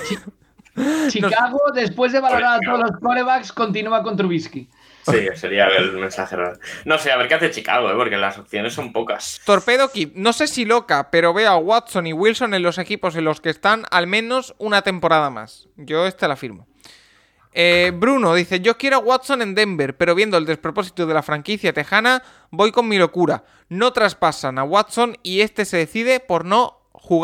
Chicago, después de valorar a todos los quarterbacks, continúa con Trubisky. Sí, sería el mensaje real. No sé, a ver qué hace Chicago, porque las opciones son pocas. Torpedo Kid, no sé si loca, pero veo a Watson y Wilson en los equipos en los que están al menos una temporada más. Yo esta la firmo. Bruno dice, yo quiero a Watson en Denver, pero viendo el despropósito de la franquicia tejana, voy con mi locura. No traspasan a Watson y este se decide por no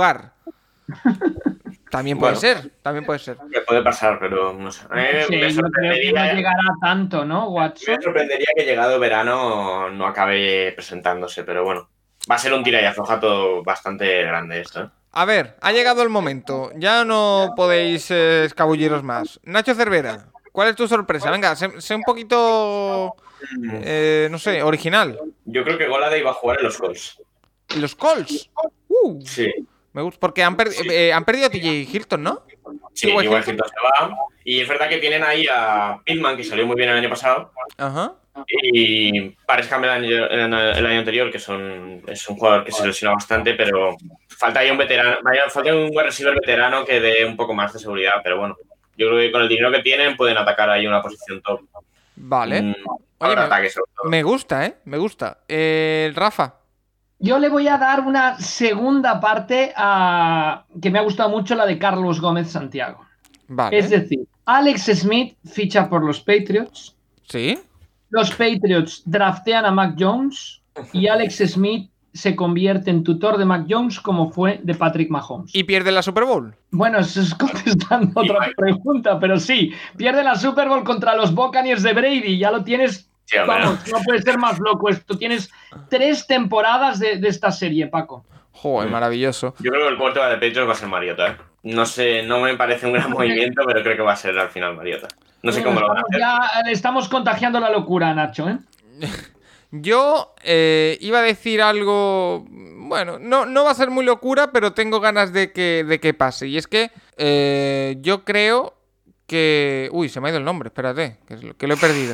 jugar. También puede ser. Puede pasar, pero no sé. Sí, yo creo que no llegará tanto, ¿no, Watson? Me sorprendería que llegado verano no acabe presentándose, pero bueno. Va a ser un tira y afloja todo bastante grande esto, ¿eh? A ver, ha llegado el momento. Ya no podéis escabulliros más. Nacho Cervera, ¿cuál es tu sorpresa? Venga, sé un poquito, no sé, original. Yo creo que Golladay va a jugar en los Colts. ¿En los Colts? Sí. Me gusta, porque han perdido a TJ Hilton, ¿no? Sí, igual Hilton se va. Y es verdad que tienen ahí a Pittman, que salió muy bien el año pasado. Ajá. Y Paris Campbell el año anterior, que es un jugador que se lesiona bastante, pero falta ahí un veterano, falta un wide receiver veterano que dé un poco más de seguridad, pero bueno, yo creo que con el dinero que tienen pueden atacar ahí una posición top. Vale. Oye, me gusta, me gusta. Rafa. Yo le voy a dar una segunda parte que me ha gustado mucho, la de Carlos Gómez Santiago. Vale. Es decir, Alex Smith ficha por los Patriots. Sí. Los Patriots draftean a Mac Jones y Alex Smith se convierte en tutor de Mac Jones como fue de Patrick Mahomes. ¿Y pierde la Super Bowl? Bueno, eso es contestando otra pregunta, pero sí, pierde la Super Bowl contra los Buccaneers de Brady, ya lo tienes, sí, vamos, no puede ser más loco esto. Tienes 3 temporadas de esta serie, Paco. Joder, maravilloso. Yo creo que el quarterback de Patriots va a ser Mariota, ¿eh? No sé, no me parece un gran movimiento, pero creo que va a ser al final Mariota. No sé cómo lo van a hacer. Ya estamos contagiando la locura, Nacho, ¿eh? Yo iba a decir algo... Bueno, no va a ser muy locura, pero tengo ganas de que pase. Y es que yo creo que... Uy, se me ha ido el nombre, espérate, que lo he perdido.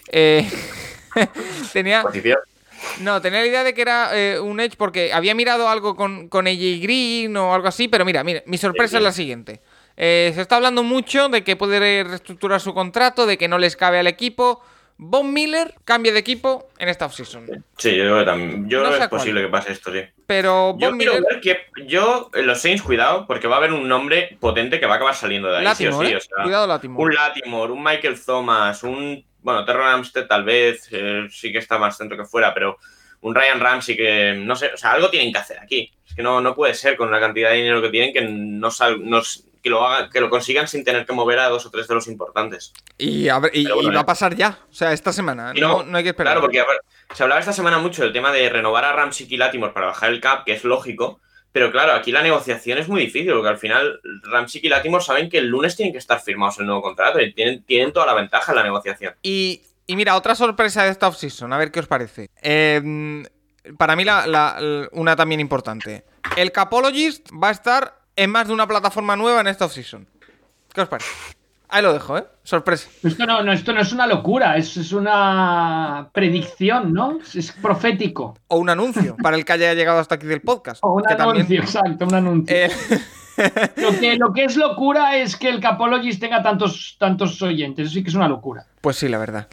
Tenía la idea de que era un Edge porque había mirado algo con AJ Green o algo así, pero mira, mi sorpresa es la siguiente. Se está hablando mucho de que puede reestructurar su contrato, de que no les cabe al equipo. Von Miller cambie de equipo en esta offseason. Sí, yo creo que también. Yo No creo sé que es cuál. posible que pase esto, sí. Pero Yo Von quiero Miller... ver que los Saints, cuidado, porque va a haber un nombre potente que va a acabar saliendo de ahí, Latimore, sí o sí. O sea, cuidado Latimore. un Latimore, un Michael Thomas, bueno, Terron Armstead tal vez, sí que está más dentro que fuera, pero un Ryan Ramsey que, no sé, o sea, algo tienen que hacer aquí. Es que no puede ser con la cantidad de dinero que tienen que lo consigan sin tener que mover a 2 o 3 de los importantes. Y va a pasar ya, o sea, esta semana, no hay que esperar. Claro, porque se hablaba esta semana mucho del tema de renovar a Ramsey y Latimore para bajar el cap, que es lógico, pero claro, aquí la negociación es muy difícil, porque al final Ramsey y Latimore saben que el lunes tienen que estar firmados el nuevo contrato y tienen toda la ventaja en la negociación. Y mira, otra sorpresa de esta offseason, a ver qué os parece. Para mí una también importante. El Capologist va a estar en más de una plataforma nueva en esta offseason. ¿Qué os parece? Ahí lo dejo, sorpresa. Esto no es una locura, es una predicción, ¿no? Es profético. O un anuncio, para el que haya llegado hasta aquí del podcast. O un anuncio, exacto, un anuncio. Lo que es locura es que el Capologist tenga tantos oyentes, eso sí que es una locura. Pues sí, la verdad.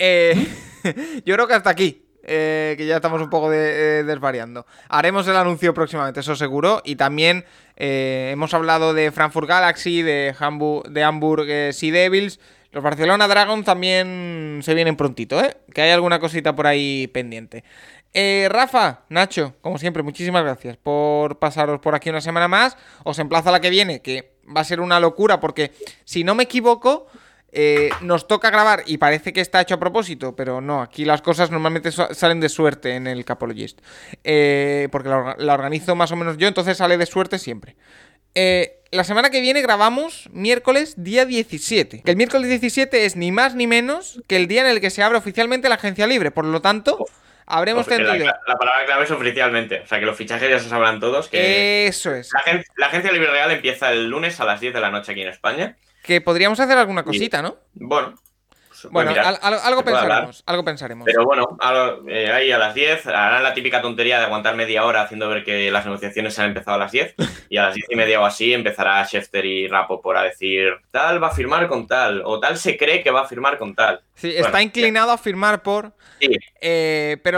Yo creo que hasta aquí. Que ya estamos un poco desvariando. Haremos el anuncio próximamente, eso seguro. Y también hemos hablado de Frankfurt Galaxy, de Hamburg Sea Devils. Los Barcelona Dragons también se vienen prontito, que hay alguna cosita por ahí pendiente. Rafa, Nacho, como siempre, muchísimas gracias por pasaros por aquí una semana más. Os emplazo a la que viene, que va a ser una locura, porque si no me equivoco, nos toca grabar y parece que está hecho a propósito, pero no, aquí las cosas normalmente salen de suerte en el Capologist, porque la organizo más o menos yo, entonces sale de suerte siempre. La semana que viene grabamos miércoles día 17, que el miércoles 17 es ni más ni menos que el día en el que se abre oficialmente la agencia libre, por lo tanto habremos tenido... La palabra clave es oficialmente, o sea que los fichajes ya se sabrán todos. Que eso es. La agencia libre real empieza el lunes a las 10 de la noche aquí en España. Que podríamos hacer alguna cosita, ¿no? Bueno, algo pensaremos. Pero bueno, ahí a las 10 harán la típica tontería de aguantar media hora haciendo ver que las negociaciones han empezado a las 10 y a las 10:30 o así empezará Schefter y Rapoport a decir tal va a firmar con tal o tal se cree que va a firmar con tal. Sí, bueno, está inclinado a firmar por... Sí. Pero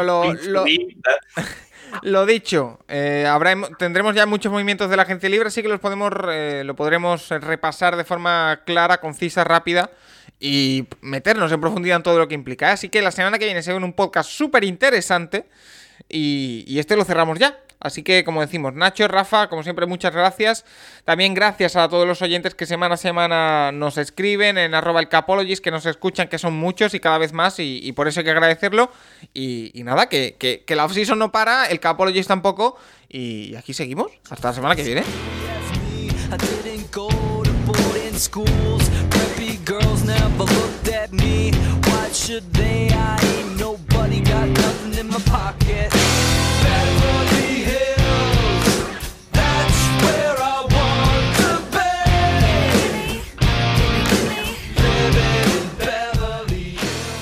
lo dicho, tendremos ya muchos movimientos de la agencia libre, así que lo podremos repasar de forma clara, concisa, rápida y meternos en profundidad en todo lo que implica. Así que la semana que viene se ve un podcast súper interesante y este lo cerramos ya. Así que, como decimos, Nacho, Rafa, como siempre, muchas gracias. También gracias a todos los oyentes que semana a semana nos escriben en @elcapologist, que nos escuchan, que son muchos y cada vez más, y por eso hay que agradecerlo. Y nada, que la off-season no para, el Capologist tampoco, y aquí seguimos. Hasta la semana que viene. Should they? I ain't nobody, got nothing in my pocket.